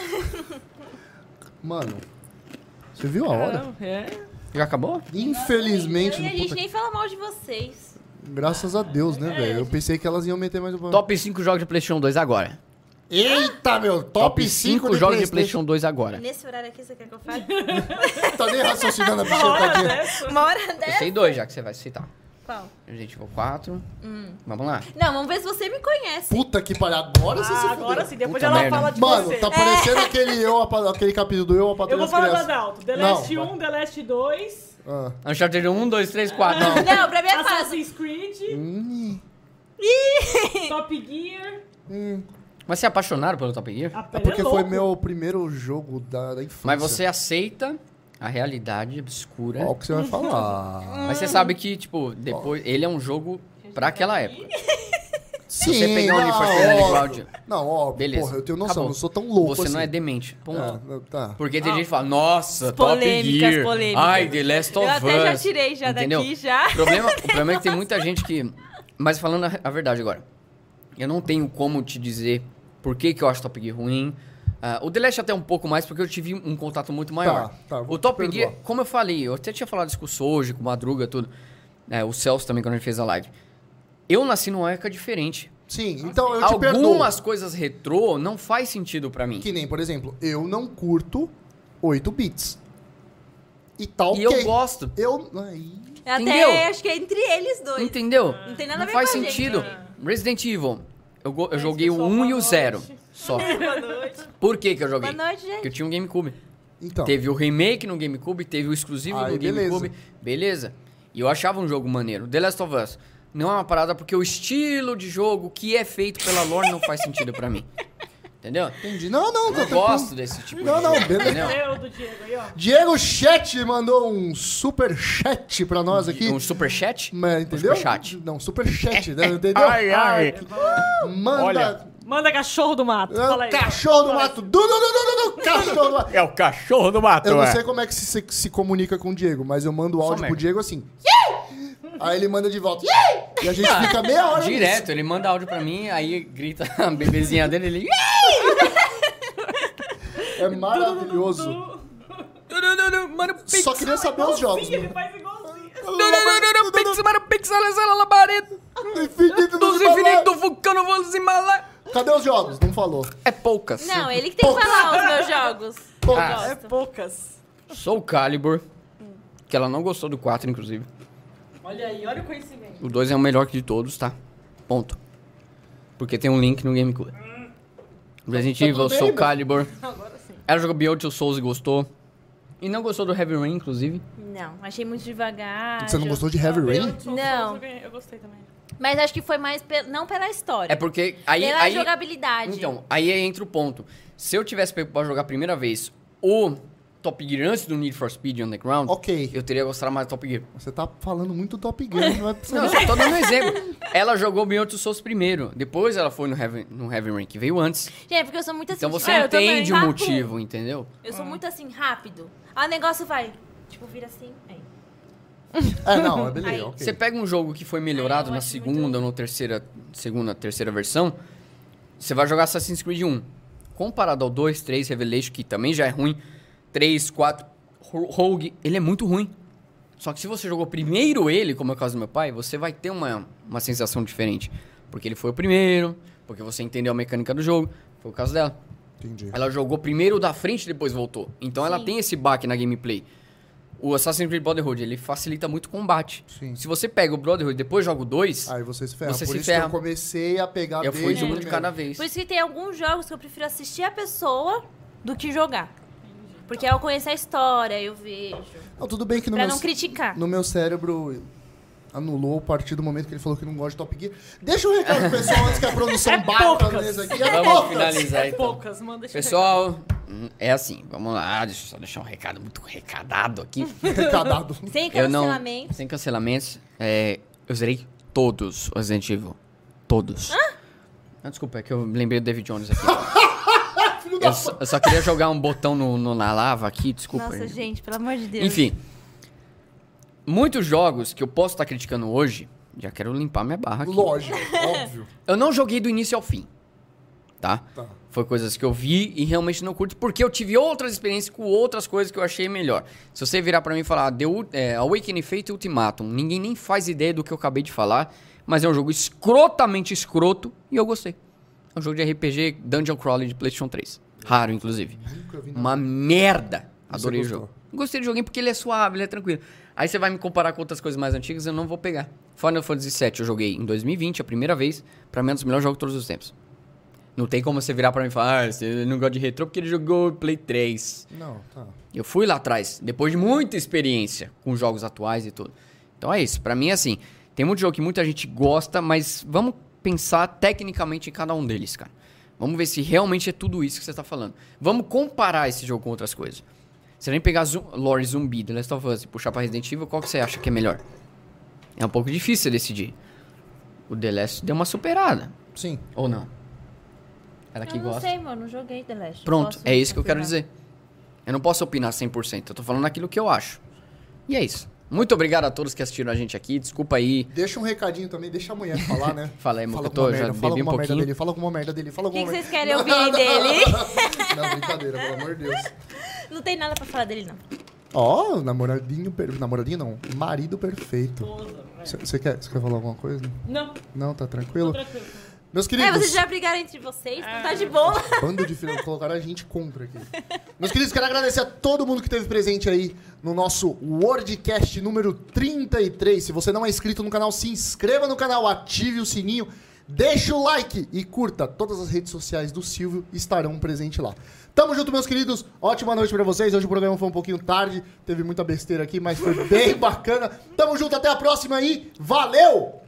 Mano, você viu a hora? É. Já acabou? Infelizmente, E a no gente puta- nem fala mal de vocês. graças a Deus, né, velho? Eu pensei que elas iam meter mais um... Top cinco jogos de PlayStation dois agora. Eita, meu, top cinco de jogos de PlayStation. PlayStation dois agora. Nesse horário aqui, você quer que eu fale? Tá nem raciocinando a Uma bicha, hora tadinha. dessa. Uma hora Eu dessa? sei dois já que você vai citar. Qual? Resident Evil quatro. Vamos lá. Não, vamos ver se você me conhece. Puta que pariu, agora você se Ah, fudeu. agora sim, depois Puta ela merda. fala de Mano, você. tá parecendo aquele, eu, a- aquele capítulo do Eu, a Eu Patrulha vou das falar Crianças. mais alto. The Não, Last um, The Last dois, Ah. Uncharted um, dois, três, quatro. Não. Não, pra mim é fácil. Assassin's Creed, Hum, Top Gear. hum. Mas você é apaixonado pelo Top Gear? A É porque foi meu primeiro jogo da, da infância. Mas você aceita a realidade obscura. Ó o que você vai falar. Mas você sabe que, tipo, depois. Ele é um jogo pra aquela época. Sim, você pegar um não, Need for Speed óbvio. Underground- Não, ó, Beleza. porra, eu tenho noção, Acabou. não sou tão louco Você assim. não é demente. Ponto. Ah, tá. Porque tem gente que fala, nossa, Polêmicas, Top Gear. polêmicas. Ai, The Last of Eu Us. até já tirei já Entendeu? daqui, já. O problema, o problema é que tem muita gente que... Mas falando a, a verdade agora. Eu não tenho como te dizer por que, que eu acho Top Gear ruim. Ah, o The Last até um pouco mais, porque eu tive um contato muito maior. tá, vou o te Top perdoar. Gear, como eu falei, eu até tinha falado isso com o Soji, com o Madruga, tudo. É, o Celso também, quando a gente fez a live. Eu nasci numa época diferente. Sim, então eu te perdoo. Algumas coisas retrô não faz sentido pra mim. Que nem, por exemplo, eu não curto oito bits. E tal, E eu gosto. Eu... Aí... Até Entendeu? acho que é entre eles dois. Entendeu? Não tem nada a ver faz com a gente, sentido. né? Resident Evil. Eu, go- eu É, joguei o pessoal, um boa e o noite. zero. Só. Boa noite. Por que que eu joguei? Boa noite, gente. Porque eu tinha um GameCube. Então, Teve o remake no GameCube, teve o exclusivo Aí, no beleza. GameCube. Beleza. E eu achava um jogo maneiro. The Last of Us. não é uma parada porque o estilo de jogo que é feito pela lore não faz sentido pra mim. Entendeu? Entendi. Não, não, tá Eu gosto desse tipo Não, de não, jogo, beleza. entendeu? É o do Diego aí, ó. Diego Chat mandou um super chat pra nós aqui. Um superchat? Mas, entendeu? superchat. Não, super chat, né? Entendeu? Ai, ai. Manda. Olha. Manda cachorro do mato. É Fala o aí. cachorro do Fala aí. mato. Du, du, du, du, du, du, cachorro do mato. É o cachorro do mato, Eu não é. sei como é que se, se comunica com o Diego, mas eu mando o áudio pro merda. Diego assim. "Yay!" Aí ele manda de volta. "Yay!" E a gente fica meia hora nisso. Direto, ele manda áudio pra mim, aí grita a bebezinha dele, ele... É maravilhoso. Mano, pix, Só queria saber os jogos. Sim, ele faz igualzinho. pix, mano, pix, alessara, labareda. Infinito Dos dos infinitos infinitos. do vulcano, vou desembalar. Cadê os jogos? Não falou. É poucas. Não, ele que tem que falar os meus jogos. Ah, É poucas. Soul Calibur, que ela não gostou do quatro, inclusive. Olha aí, olha o conhecimento. O dois é o melhor de todos, tá? Ponto. Porque tem um link no GameCube. Resident Tá Evil, tudo bem, Soul mas- Calibur. Agora sim. Ela jogou Beyond Two Souls e gostou. E não gostou do Heavy Rain, inclusive. Não, achei muito devagar. Você não gostou de Heavy Rain? Não. Eu, ganhei, eu gostei também. Mas acho que foi mais pe- não pela história. É porque aí... pela aí jogabilidade. Então, aí entra o ponto. Se eu tivesse pego pra jogar a primeira vez o Top Gear antes do Need for Speed Underground, Ok. eu teria gostado mais do Top Gear. Você tá falando muito Top Gun, não é pra Não, eu só tô dando um exemplo. Ela jogou Beyond Two Souls primeiro, depois ela foi no Heavy, no Heavy Rain, que veio antes. Gente, é porque eu sou muito assim. Então você tipo, ah, eu também. entende o Papo. motivo, entendeu? Eu sou muito assim, rápido. Aí o negócio vai, tipo, vira assim. Aí. É, não, é beleza, Aí. ok. Você pega um jogo que foi melhorado Ai, eu na acho segunda muito- ou na terceira, segunda, terceira versão, você vai jogar Assassin's Creed um. Comparado ao dois, três, Revelation, que também já é ruim, três, quatro, Ro- Rogue, ele é muito ruim. Só que se você jogou primeiro ele, como é o caso do meu pai, você vai ter uma, uma sensação diferente. Porque ele foi o primeiro, porque você entendeu a mecânica do jogo. Foi o caso dela. Entendi. Ela jogou primeiro o da frente e depois voltou. Então ela Sim. tem esse baque na gameplay. O Assassin's Creed Brotherhood, ele facilita muito o combate. Sim. Se você pega o Brotherhood e depois joga o dois, Aí você se ferra. Você Por se isso ferra. que eu comecei a pegar eu fui desde de o um de primeiro. cada vez. Por isso que tem alguns jogos que eu prefiro assistir a pessoa do que jogar. Porque ao conhecer a história, eu vejo. Não, tudo bem que no Pra meu, não criticar. no meu cérebro anulou a partir do momento que ele falou que não gosta de Top Gear. Deixa um recado pro pessoal antes que a produção É bata poucas. na mesa aqui. É Vamos poucas. finalizar então. Poucas, manda esse Pessoal, hum, é assim, vamos lá, deixa eu só deixar um recado muito recadado aqui. Recadado. Sem Eu não, cancelamento. sem cancelamentos, é, eu zerei todos os Resident Evil. Todos. Ah, desculpa, é que eu lembrei do David Jones aqui. eu, só, eu só queria jogar um botão no, no- na lava aqui, desculpa. Nossa, gente, pelo amor de Deus. Enfim, muitos jogos que eu posso estar criticando hoje, já quero limpar minha barra aqui. Lógico, óbvio. Eu não joguei do início ao fim, tá? Tá. Foi coisas que eu vi e realmente não curto, porque eu tive outras experiências com outras coisas que eu achei melhor. Se você virar pra mim e falar The, Ul- é, Awakening Fate Ultimatum, ninguém nem faz ideia do que eu acabei de falar, mas é um jogo escrotamente escroto e eu gostei. É um jogo de R P G Dungeon Crawler de PlayStation três. Raro, inclusive. Nunca vi Uma merda. Adorei o gostou? jogo. Gostei do joguinho porque ele é suave, ele é tranquilo. Aí você vai me comparar com outras coisas mais antigas, eu não vou pegar. Final Fantasy sete eu joguei em dois mil e vinte, a primeira vez. Pra mim é um dos melhores jogos de todos os tempos. Não tem como você virar pra mim e falar, ah, você não gosta de retrô porque ele jogou Play três. Não, tá. Eu fui lá atrás, depois de muita experiência com jogos atuais e tudo. Então é isso. Pra mim é assim, tem muito jogo que muita gente gosta, mas vamos pensar tecnicamente em cada um deles, cara. Vamos ver se realmente é tudo isso que você tá falando. Vamos comparar esse jogo com outras coisas. Se nem pegar Zum- Lore Zumbi, The Last of Us e puxar pra Resident Evil, qual que você acha que é melhor? É um pouco difícil você decidir. O The Last deu uma superada. Sim. Ou não? Ela que Eu não gosta. sei, mano, não joguei The Last. Pronto, Posso é isso que eu quero confirmar. dizer. Eu não posso opinar cem por cento. Eu tô falando aquilo que eu acho. E é isso. Muito obrigado a todos que assistiram a gente aqui. Desculpa aí. Deixa um recadinho também, deixa a mulher falar, né? Fala aí, amor, fala que eu tô- alguma já merda, fala bebi um alguma merda pouquinho. dele, fala alguma merda dele, fala O que, alguma que vocês merda. querem ouvir dele? Não, brincadeira, pelo amor de Deus. Não tem nada pra falar dele, não. Ó, namoradinho, per... namoradinho não, marido perfeito. Você quer, cê quer falar alguma coisa? Não, Não, tá tranquilo? tranquilo. Meus É, queridos, vocês já brigaram entre vocês, não tá de boa. bando de filhos, colocaram a gente contra aqui. Meus queridos, quero agradecer a todo mundo que esteve presente aí no nosso Wordcast número trinta e três. Se você não é inscrito no canal, se inscreva no canal, ative o sininho, deixa o like e curta. Todas as redes sociais do Silvio estarão presentes lá. Tamo junto, meus queridos. Ótima noite pra vocês. Hoje o programa foi um pouquinho tarde, teve muita besteira aqui, mas foi bem bacana. Tamo junto, até a próxima aí. Valeu!